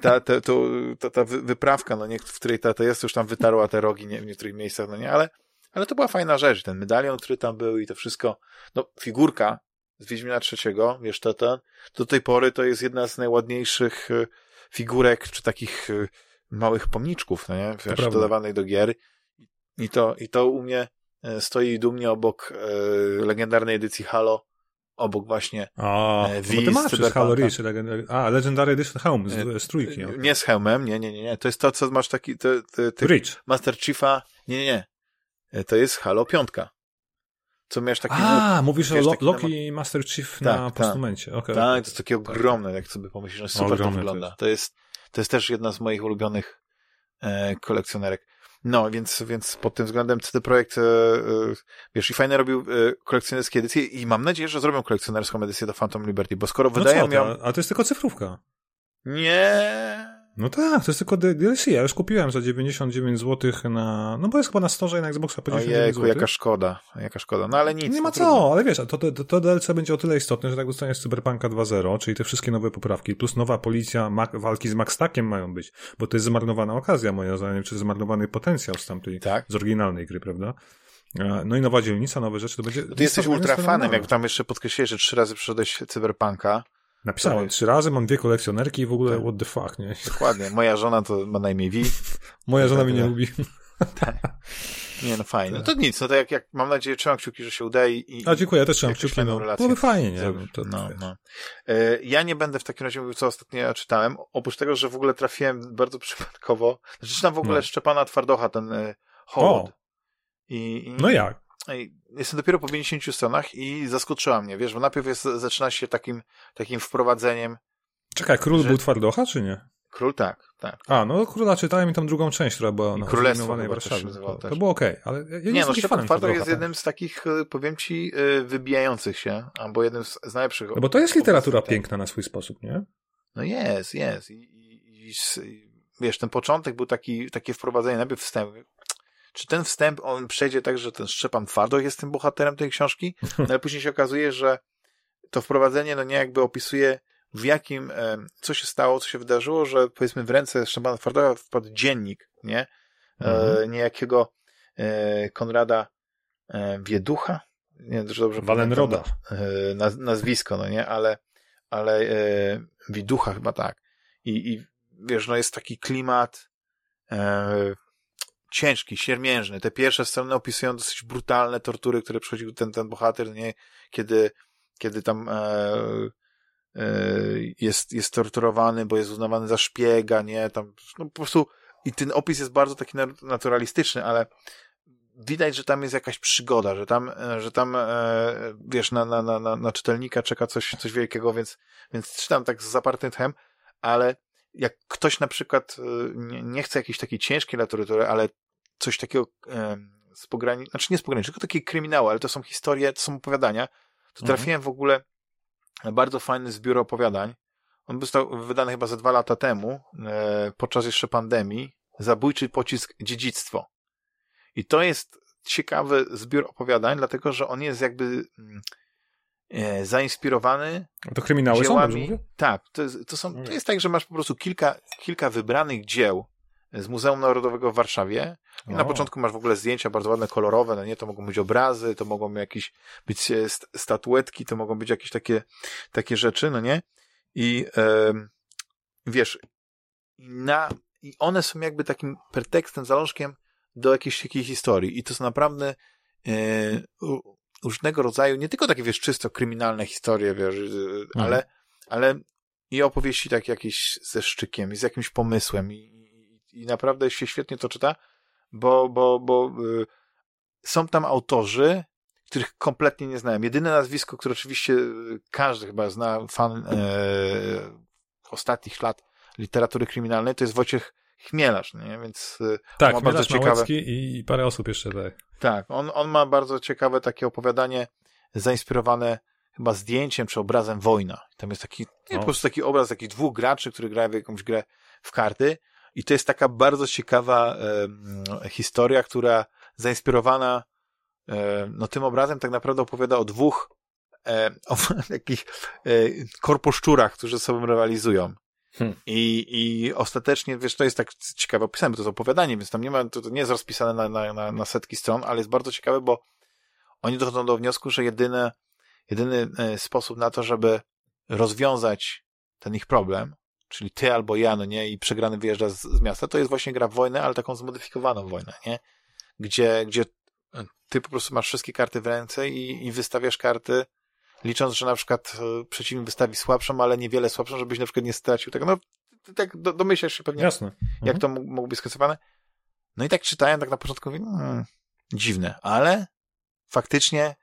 wyprawka, no nie, w której ta jest, już tam wytarła te rogi w niektórych miejscach, no nie, ale to była fajna rzecz, ten medalion, który tam był i to wszystko. No, figurka z Wiedźmina III, wiesz, do tej pory to jest jedna z najładniejszych figurek, czy takich małych pomniczków, no nie, wiesz, dodawanych do gier. I to u mnie stoi dumnie obok legendarnej edycji Halo, obok właśnie Wii ty masz Halo Reach, Legendary Edition Helm z trójki. Okay. Nie z hełmem, nie. To jest to, co masz taki Reach. Master Chiefa, nie. To jest Halo 5. Co miałeś taki mówisz o Loki i Master Chief na postumencie. Okay, tak, to jest takie ogromne, jak sobie pomyślisz, że super to wygląda. To jest też jedna z moich ulubionych kolekcjonerek. No, więc pod tym względem CD Projekt, wiesz, i fajnie robił kolekcjonerskie edycje i mam nadzieję, że zrobią kolekcjonerską edycję do Phantom Liberty, bo skoro wydają ją... A to jest tylko cyfrówka. Nie. No tak, to jest tylko DLC. Ja już kupiłem za 99 zł no bo jest chyba na storze na Xboxa po 99 zł. Jaka szkoda. No ale nic. Nie ma co, ale wiesz, to DLC będzie o tyle istotne, że tak dostaniesz Cyberpunka 2.0, czyli te wszystkie nowe poprawki, plus nowa policja, walki z Max Stackiem mają być, bo to jest zmarnowana okazja, moim zdaniem, czy zmarnowany potencjał z tamtej, z oryginalnej gry, prawda? No i nowa dzielnica, nowe rzeczy, to będzie... Ty jesteś ultrafanem, jak tam jeszcze podkreśliłeś, że 3 razy przeszedłeś Cyberpunka. Napisałem 3 razy, mam 2 kolekcjonerki i w ogóle what the fuck, nie? Dokładnie. Moja żona to ma na imię Vi. Moja żona mnie nie lubi. Nie, no fajnie. No to nic, no to jak mam nadzieję, trzymam kciuki, że się uda i dziękuję, ja też trzymam kciuki, byłoby fajnie, nie? No. Ja nie będę w takim razie mówił, co ostatnio ja czytałem, oprócz tego, że w ogóle trafiłem bardzo przypadkowo, czytam w ogóle Szczepana Twardocha, ten Hołd. No jak? Jestem dopiero po 50 stronach i zaskoczyła mnie, wiesz, bo najpierw zaczyna się takim wprowadzeniem. Czekaj, Król był Twardocha, czy nie? Król, tak. No Króla czytałem i tam drugą część, która była na Królestwo Warszawie. To było okej, ale ja nie Szczepan Twardoch jest jednym z takich, powiem ci, wybijających się, albo jednym z najlepszych. No bo to jest literatura piękna na swój sposób, nie? No jest. I wiesz, ten początek był takie wprowadzenie, najpierw wstęp. Czy ten wstęp, on przejdzie tak, że ten Szczepan Twardoch jest tym bohaterem tej książki, ale później się okazuje, że to wprowadzenie, no nie jakby opisuje w jakim, co się stało, co się wydarzyło, że powiedzmy w ręce Szczepana Twardocha wpadł dziennik, nie? Niejakiego Konrada Wieducha, nie wiem, czy dobrze Wallenroda. Nazwisko, no nie? Ale Widucha chyba tak. I wiesz, no jest taki klimat ciężki, siermiężny. Te pierwsze sceny opisują dosyć brutalne tortury, które przechodził ten bohater, nie? Kiedy tam jest torturowany, bo jest uznawany za szpiega, nie? Tam, no po prostu i ten opis jest bardzo taki naturalistyczny, ale widać, że tam jest jakaś przygoda, że tam wiesz, na czytelnika czeka coś wielkiego, więc czytam tak z zapartym tchem, ale jak ktoś na przykład nie chce jakiejś takiej ciężkiej literatury, ale coś takiego z pogranicza, znaczy nie z pogranicza, tylko takie kryminały, ale to są historie, to są opowiadania, to trafiłem w ogóle bardzo fajny zbiór opowiadań. On został wydany chyba ze 2 lata temu, podczas jeszcze pandemii. Zabójczy pocisk dziedzictwo. I to jest ciekawy zbiór opowiadań, dlatego, że on jest jakby zainspirowany to kryminały dziełami. Są, dobrze mówię? Tak, to jest tak, że masz po prostu kilka wybranych dzieł z Muzeum Narodowego w Warszawie. I na początku masz w ogóle zdjęcia bardzo ładne, kolorowe, no nie, to mogą być obrazy, to mogą jakieś być statuetki, to mogą być jakieś takie rzeczy, no nie? I wiesz, i one są jakby takim pretekstem, zalążkiem do jakiejś historii. I to są naprawdę różnego rodzaju, nie tylko takie, wiesz, czysto kryminalne historie, wiesz, ale i opowieści takie jakieś ze szczykiem i z jakimś pomysłem i naprawdę się świetnie to czyta, bo są tam autorzy, których kompletnie nie znałem. Jedyne nazwisko, które oczywiście każdy chyba zna, fan ostatnich lat literatury kryminalnej, to jest Wojciech Chmielarz, nie? Więc tak, ma bardzo ciekawe i parę osób jeszcze tak. Tak, on ma bardzo ciekawe takie opowiadanie zainspirowane chyba zdjęciem czy obrazem Wojna. Tam jest taki, po prostu taki obraz takich 2 graczy, którzy grają w jakąś grę w karty i to jest taka bardzo ciekawa historia, która zainspirowana tym obrazem tak naprawdę opowiada o 2 takich korposzczurach, którzy ze sobą rywalizują. I ostatecznie, wiesz, to jest tak ciekawe opisane, bo to jest opowiadanie, więc tam nie ma, to nie jest rozpisane na setki stron, ale jest bardzo ciekawe, bo oni dochodzą do wniosku, że jedyny sposób na to, żeby rozwiązać ten ich problem, czyli ty albo ja, no nie, i przegrany wyjeżdża z miasta, to jest właśnie gra w wojnę, ale taką zmodyfikowaną wojnę, nie? Gdzie ty po prostu masz wszystkie karty w ręce i wystawiasz karty, licząc, że na przykład przeciwnik wystawi słabszą, ale niewiele słabszą, żebyś na przykład nie stracił tego. No, tak domyślasz się pewnie, jasne. Jak to mogło być skonstruowane. No i tak czytałem, tak na początku mówię, dziwne, ale faktycznie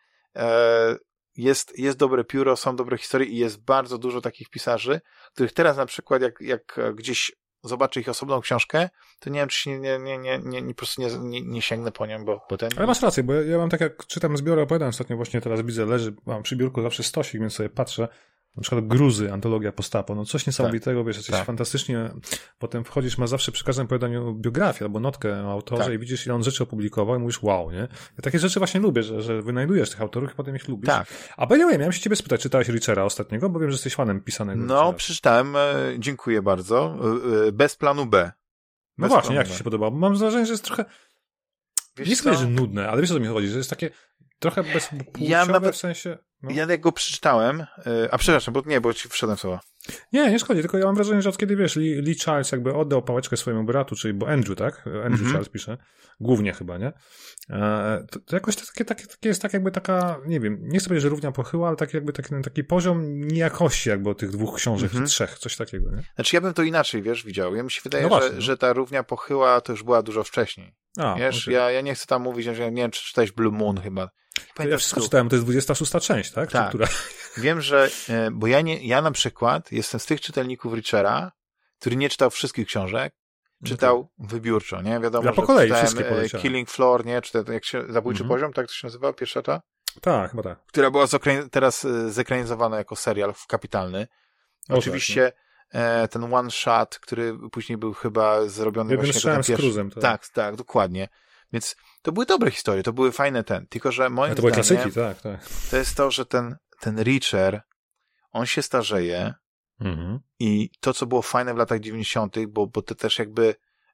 jest dobre pióro, są dobre historie i jest bardzo dużo takich pisarzy, których teraz na przykład jak gdzieś zobaczę ich osobną książkę, to nie wiem, czy się po prostu nie sięgnę po nią, bo ten... Ale masz rację, bo ja mam tak, jak czytam zbiory opowiadań, ostatnio właśnie teraz widzę, mam przy biurku zawsze stosik, więc sobie patrzę, na przykład Gruzy, antologia postapo, no coś niesamowitego, wiesz, coś fantastycznie, potem wchodzisz, masz zawsze przy każdym opowiadaniu biografię albo notkę o autorze i widzisz, ile on rzeczy opublikował i mówisz, wow, nie? Ja takie rzeczy właśnie lubię, że wynajdujesz tych autorów i potem ich lubisz. Tak. A by the way, miałem się ciebie spytać, czytałeś Richera ostatniego, bo wiem, że jesteś fanem pisanego No, przeczytałem, dziękuję bardzo, Bez planu B. No właśnie, jak ci się podobało? Mam wrażenie, że jest trochę, nie skoro, że nudne, ale wiesz, o co mi chodzi, że jest takie trochę bezpłciowe w sensie... No. Ja jak go przeczytałem, przepraszam, bo ci wszedłem w słowa. Nie szkodzi, tylko ja mam wrażenie, że od kiedy, wiesz, Lee Charles jakby oddał pałeczkę swojemu bratu, czyli, bo Andrew, tak? Andrew Charles pisze, głównie chyba, nie? To jakoś takie jest tak jakby taka, nie wiem, nie chcę powiedzieć, że równia pochyła, ale taki poziom niejakości jakby od tych dwóch książek, czy trzech, coś takiego, nie? Znaczy ja bym to inaczej, wiesz, widział. Ja mi się wydaje, że ta równia pochyła to już była dużo wcześniej. Wiesz, okay. Ja nie chcę tam mówić, że nie wiem, czy czytałeś Blue Moon chyba. Ja wszystko czytałem, to jest 26. część, tak? Tak. Wiem, że, bo ja na przykład jestem z tych czytelników Richera, który nie czytał wszystkich książek, czytał wybiórczo, nie? Wiadomo, ja po kolei czytałem Killing Floor, nie? Czy jak się Zabójczy Poziom, tak to się nazywa? Pierwsza ta? Tak, chyba tak. Która była teraz zekranizowana jako serial kapitalny. Oczywiście ten one shot, który później był chyba zrobiony właśnie jako ten pierwszy. Z Cruzem, tak, dokładnie. Więc to były dobre historie, to były fajne tylko że moim to były zdaniem klasyki, tak. To jest to, że ten Reacher, on się starzeje i to, co było fajne w latach 90., bo to też jakby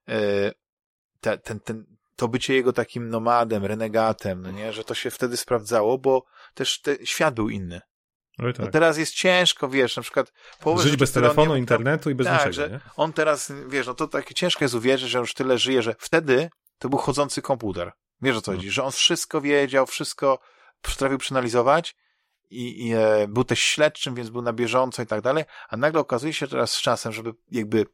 to bycie jego takim nomadem, renegatem, no nie, że to się wtedy sprawdzało, bo też świat był inny. Tak. No teraz jest ciężko, wiesz, na przykład... Żyć bez telefonu, internetu i bez niczego, że nie? On teraz, wiesz, no to takie ciężko jest uwierzyć, że już tyle żyje, że wtedy to był chodzący komputer. Wiesz, o co chodzi? Że on wszystko wiedział, wszystko potrafił przeanalizować i był też śledczym, więc był na bieżąco i tak dalej, a nagle okazuje się teraz z czasem, żeby jakby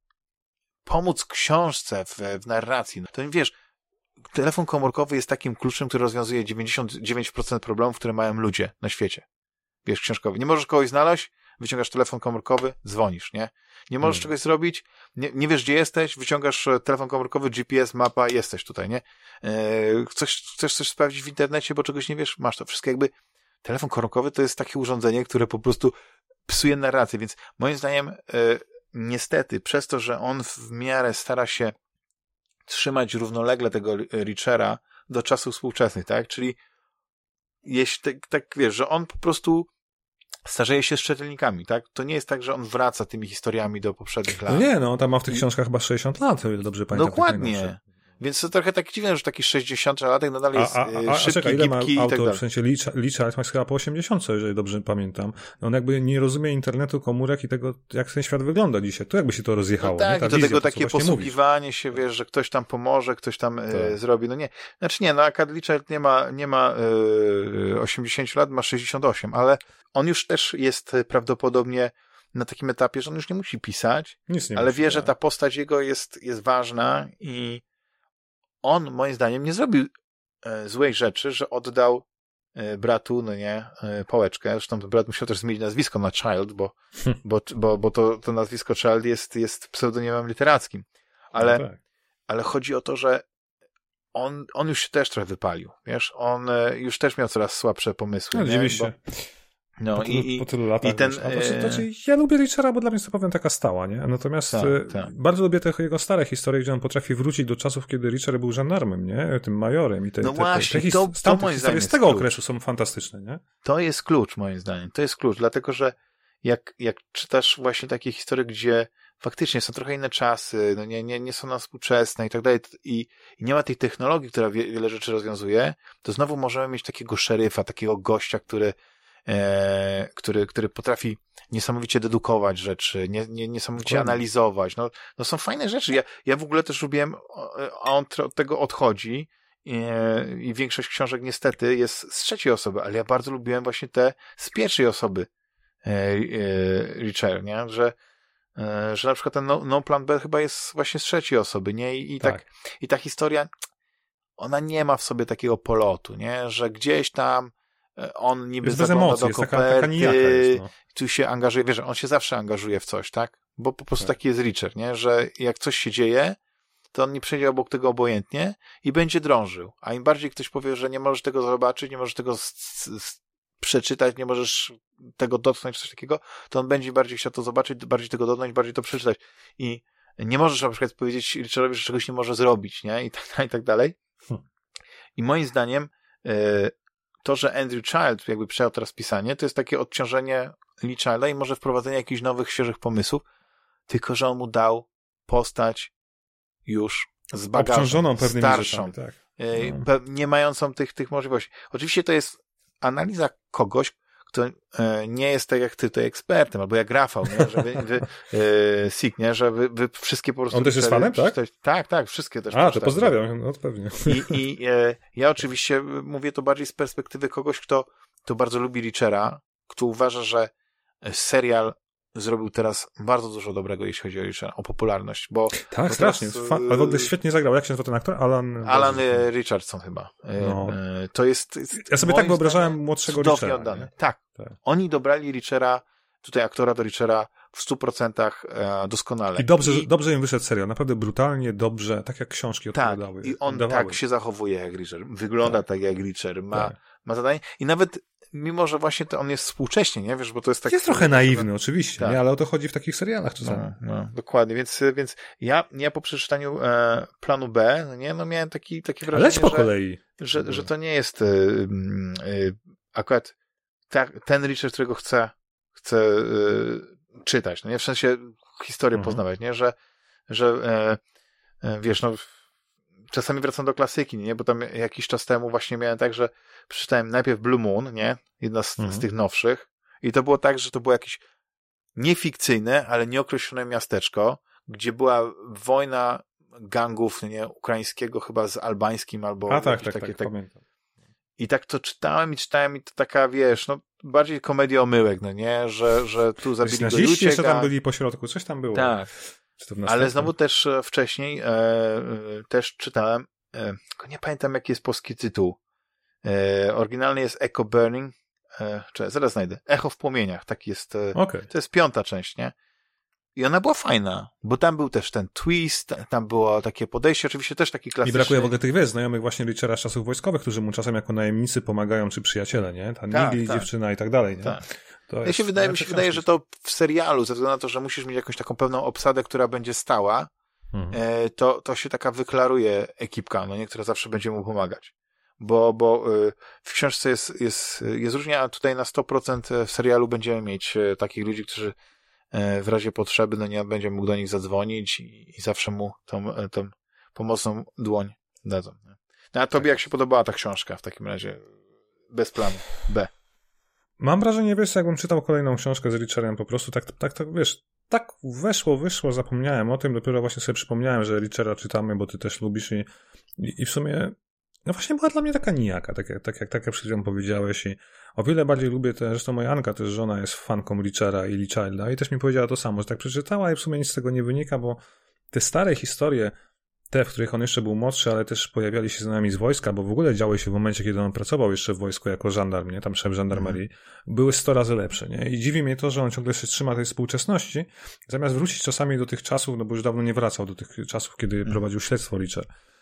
pomóc książce w narracji. No to wiesz, telefon komórkowy jest takim kluczem, który rozwiązuje 99% problemów, które mają ludzie na świecie. Wiesz, książkowy. Nie możesz kogoś znaleźć, wyciągasz telefon komórkowy, dzwonisz, nie? Nie możesz czegoś zrobić, nie wiesz, gdzie jesteś, wyciągasz telefon komórkowy, GPS, mapa, jesteś tutaj, nie? Chcesz coś sprawdzić w internecie, bo czegoś nie wiesz, masz to wszystko jakby. Telefon komórkowy to jest takie urządzenie, które po prostu psuje narrację, więc moim zdaniem niestety, przez to, że on w miarę stara się trzymać równolegle tego Richera do czasów współczesnych, tak? Czyli jeśli tak wiesz, że on po prostu starzeje się z czytelnikami, tak? To nie jest tak, że on wraca tymi historiami do poprzednich lat. No nie, on tam ma w tych książkach chyba 60 lat, o ile dobrze pamiętam. Dokładnie. Więc to trochę tak dziwne, że taki 60-latek nadal jest szybki, czekaj, ile gibki ma i tak dalej. W sensie Lee Charles ma chyba po 80, jeżeli dobrze pamiętam. On jakby nie rozumie internetu, komórek i tego, jak ten świat wygląda dzisiaj. Tu jakby się to rozjechało. No tak, nie? i do tego takie posługiwanie się, wiesz, że ktoś tam pomoże, ktoś tam zrobi. No nie. Znaczy nie, Akad Lee Child nie ma 80 lat, ma 68, ale on już też jest prawdopodobnie na takim etapie, że on już nie musi pisać, ale wie, że ta postać jego jest ważna i on, moim zdaniem, nie zrobił złej rzeczy, że oddał bratu, no nie, pałeczkę. Zresztą brat musiał też zmienić nazwisko na Child, bo to nazwisko Child jest pseudonimem literackim. Ale chodzi o to, że on już się też trochę wypalił, wiesz? On już też miał coraz słabsze pomysły. No, dziwię się. No, po tylu latach. Ja lubię Richera, bo dla mnie jest to powiem taka stała, nie? Natomiast bardzo lubię te jego stare historie, gdzie on potrafi wrócić do czasów, kiedy Richard był żandarmem, nie? Tym majorem. I te historie z tego okresu są fantastyczne, nie? To jest klucz, moim zdaniem. To jest klucz, dlatego, że jak czytasz właśnie takie historie, gdzie faktycznie są trochę inne czasy, no nie są nam współczesne i tak dalej, i nie ma tej technologii, która wiele rzeczy rozwiązuje, to znowu możemy mieć takiego szeryfa, takiego gościa, który potrafi niesamowicie dedukować rzeczy, niesamowicie analizować. No są fajne rzeczy. Ja w ogóle też lubiłem, a on od tego odchodzi i większość książek niestety jest z trzeciej osoby, ale ja bardzo lubiłem właśnie te z pierwszej osoby Richard, nie? Że na przykład ten no Plan B chyba jest właśnie z trzeciej osoby, nie? I ta historia, ona nie ma w sobie takiego polotu, nie? Że gdzieś tam on niby zagląda do koperty, tu się angażuje, wiesz, on się zawsze angażuje w coś, tak? Bo po prostu taki jest Richard, nie? Że jak coś się dzieje, to on nie przejdzie obok tego obojętnie i będzie drążył. A im bardziej ktoś powie, że nie możesz tego zobaczyć, nie możesz tego przeczytać, nie możesz tego dotknąć, coś takiego, to on będzie bardziej chciał to zobaczyć, bardziej tego dotknąć, bardziej to przeczytać. I nie możesz na przykład powiedzieć Richardowi, że czegoś nie może zrobić, nie? I tak dalej. I moim zdaniem to, że Andrew Child jakby przejął teraz pisanie, to jest takie odciążenie Lee Childa i może wprowadzenie jakichś nowych, świeżych pomysłów, tylko że on mu dał postać już z bagażem, obciążoną pewnymi starszą. Rzeczami, tak. nie mającą tych możliwości. Oczywiście to jest analiza kogoś, kto nie jest tak jak ty tutaj ekspertem, albo jak Rafał, nie? Że Sik, nie? Że wy wszystkie po prostu... On też jest fanem, tak? Tak, wszystkie też. To pozdrawiam, no pewnie. I ja oczywiście mówię to bardziej z perspektywy kogoś, kto bardzo lubi Reachera, kto uważa, że serial zrobił teraz bardzo dużo dobrego, jeśli chodzi o Reachera, o popularność, bo... Tak, strasznie. Ale w ogóle świetnie zagrał. Jak się nazywa ten aktor? Alan Richardson chyba. No. To jest... Ja sobie tak wyobrażałem młodszego Reachera. Oddany. Tak. Oni dobrali Reachera, tutaj aktora do Reachera w 100% doskonale. I dobrze im wyszedł serial. Naprawdę brutalnie, dobrze, tak jak książki odpowiadały. I on tak się zachowuje jak Reacher. Wygląda tak jak Reacher. Ma zadanie. I nawet mimo, że właśnie on jest współcześnie, nie? Wiesz, bo to jest tak... Jest trochę naiwny, oczywiście, nie? Ale o to chodzi w takich serialach czasami. No, dokładnie, więc ja po przeczytaniu planu B, miałem takie wrażenie, leć po kolei. Że to nie jest akurat ten Reacher, którego chcę czytać, no nie? W sensie historię poznawać, nie? Że wiesz, czasami wracam do klasyki, nie? Bo tam jakiś czas temu właśnie miałem tak, że przeczytałem najpierw Blue Moon, nie? Jedna z tych nowszych. I to było tak, że to było jakieś niefikcyjne, ale nieokreślone miasteczko, gdzie była wojna gangów, nie? Ukraińskiego chyba z albańskim albo... Tak, pamiętam. I tak to czytałem i to taka, wiesz, bardziej komedia omyłek, no nie? Że tu zabili go Jucieka. Jeszcze tam byli po środku, coś tam było. Tak. Ale znowu też wcześniej też czytałem, tylko nie pamiętam jaki jest polski tytuł. Oryginalny jest Echo Burning, zaraz znajdę. Echo w płomieniach, tak jest. To jest 5. część, nie? I ona była fajna, bo tam był też ten twist, tam było takie podejście, oczywiście też taki klasyczny. I brakuje w ogóle tych znajomych właśnie Reachera z czasów wojskowych, którzy mu czasem jako najemnicy pomagają, czy przyjaciele, nie? Ta Nigli, dziewczyna i tak dalej, nie? Tak. Mi się wydaje, że to w serialu, ze względu na to, że musisz mieć jakąś taką pewną obsadę, która będzie stała, to się taka wyklaruje ekipka, no nie, która zawsze będzie mu pomagać. Bo w książce jest różnie, a tutaj na 100% w serialu będziemy mieć takich ludzi, którzy w razie potrzeby, no nie, będzie mógł do nich zadzwonić i zawsze mu tą pomocną dłoń dadzą. Nie? No a tobie jak się podobała ta książka w takim razie? Bez planu B. Mam wrażenie, wiesz, jakbym czytał kolejną książkę z Reacherem, po prostu tak, wiesz, tak wyszło, zapomniałem o tym, dopiero właśnie sobie przypomniałem, że Reachera czytamy, bo ty też lubisz i w sumie, no właśnie była dla mnie taka nijaka, tak jak przed chwilą powiedziałeś i o wiele bardziej lubię zresztą moja Anka też, żona jest fanką Reachera i Lee Childa i też mi powiedziała to samo, że tak przeczytała i w sumie nic z tego nie wynika, bo te stare historie, te, w których on jeszcze był młodszy, ale też pojawiali się znajomych z wojska, bo w ogóle działy się w momencie, kiedy on pracował jeszcze w wojsku jako żandarm, nie? Tam szef żandarmerii, były 100 razy lepsze, nie? I dziwi mnie to, że on ciągle się trzyma tej współczesności, zamiast wrócić czasami do tych czasów, no bo już dawno nie wracał do tych czasów, kiedy prowadził śledztwo Reacher.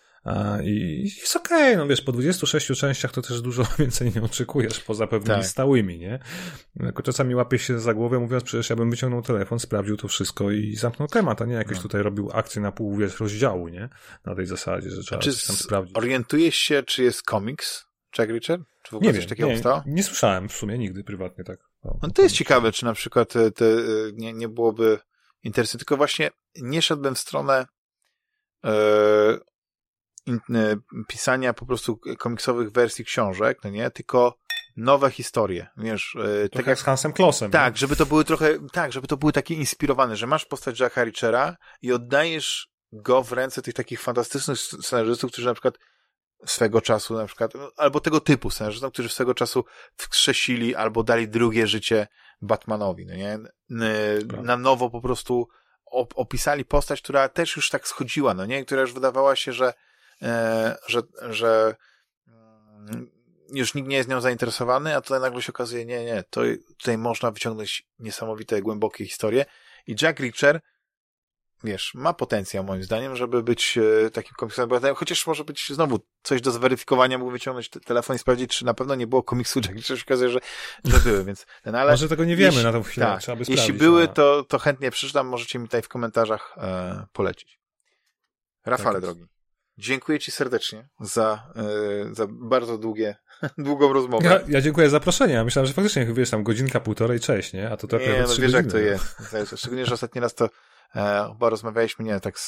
I jest okej, no wiesz, po 26 częściach to też dużo więcej nie oczekujesz, poza pewnymi stałymi, nie? Tylko czasami łapie się za głowę, mówiąc, przecież ja bym wyciągnął telefon, sprawdził to wszystko i zamknął temat, a nie jakoś tutaj robił akcję na pół, wiesz, rozdziału, nie? Na tej zasadzie, że trzeba coś tam sprawdzić. Orientujesz się, czy jest komiks Jack Reacher? Czy w ogóle coś takiego powstało? Nie słyszałem w sumie nigdy prywatnie, tak. No to jest ciekawe, czy na przykład nie byłoby interesujące, tylko właśnie nie szedłbym w stronę pisania po prostu komiksowych wersji książek, no nie, tylko nowe historie, wiesz. Tak jak z Hansem Klossem. Tak, żeby to były takie inspirowane, że masz postać Jacka Reachera i oddajesz go w ręce tych takich fantastycznych scenarzystów, którzy na przykład swego czasu, na przykład, albo tego typu scenarzystów, którzy swego czasu wskrzesili albo dali drugie życie Batmanowi, no nie? Na nowo po prostu opisali postać, która też już tak schodziła, no nie? Która już wydawała się, że już nikt nie jest nią zainteresowany, a tutaj nagle się okazuje, nie, tutaj można wyciągnąć niesamowite, głębokie historie i Jack Reacher, wiesz, ma potencjał moim zdaniem, żeby być takim komiksem, chociaż może być znowu coś do zweryfikowania, mógł wyciągnąć telefon i sprawdzić, czy na pewno nie było komiksu Jack Reacher, się okazuje, że były, więc ale może tego nie wiemy na tą chwilę, trzeba by sprawdzić. Jeśli były, to chętnie przeczytam, możecie mi tutaj w komentarzach polecić. Rafale, drogi. Dziękuję ci serdecznie za bardzo długą rozmowę. Ja dziękuję za zaproszenie. Ja myślałem, że faktycznie, wiesz, tam godzinka, półtorej, cześć, nie? A to nie, no wiesz, jak to jest. Szczególnie, że ostatni raz to chyba rozmawialiśmy, nie tak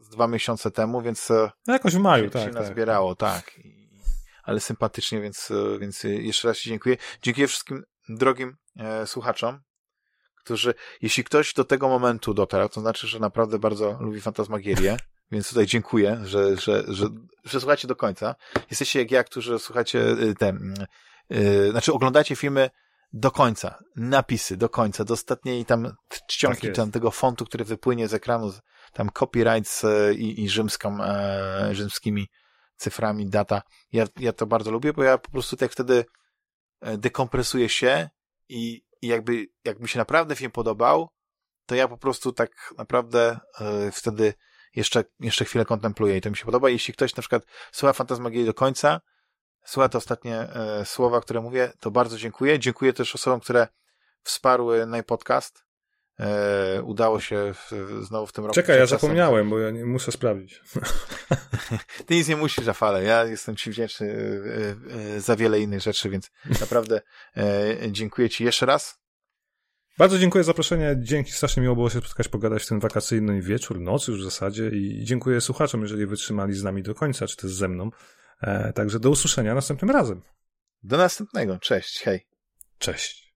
2 miesiące temu, więc no jakoś w maju, się nazbierało, tak. Ale sympatycznie, więc jeszcze raz Ci dziękuję. Dziękuję wszystkim drogim słuchaczom, którzy, jeśli ktoś do tego momentu dotarł, to znaczy, że naprawdę bardzo lubi Fantasmagierię, więc tutaj dziękuję, że słuchacie do końca. Jesteście jak ja, którzy słuchacie znaczy oglądacie filmy do końca, napisy do końca, do ostatniej tam czcionki tam tego fontu, który wypłynie z ekranu, tam copyrights i rzymskimi cyframi, data. Ja to bardzo lubię, bo ja po prostu tak wtedy dekompresuję się i jakby mi się naprawdę film podobał, to ja po prostu tak naprawdę wtedy jeszcze chwilę kontempluję i to mi się podoba. Jeśli ktoś na przykład słucha Fantasmagierii do końca, słucha te ostatnie słowa, które mówię, to bardzo dziękuję. Dziękuję też osobom, które wsparły najpodcast. Udało się znowu w tym roku. Czekaj, ja zapomniałem, bo ja nie muszę sprawdzić. Ty nic nie musisz, Rafale. Ja jestem Ci wdzięczny za wiele innych rzeczy, więc naprawdę dziękuję Ci jeszcze raz. Bardzo dziękuję za zaproszenie. Dzięki, strasznie miło było się spotkać, pogadać w ten wakacyjny wieczór, noc już w zasadzie i dziękuję słuchaczom, jeżeli wytrzymali z nami do końca, czy też ze mną. Także do usłyszenia następnym razem. Do następnego. Cześć, hej. Cześć.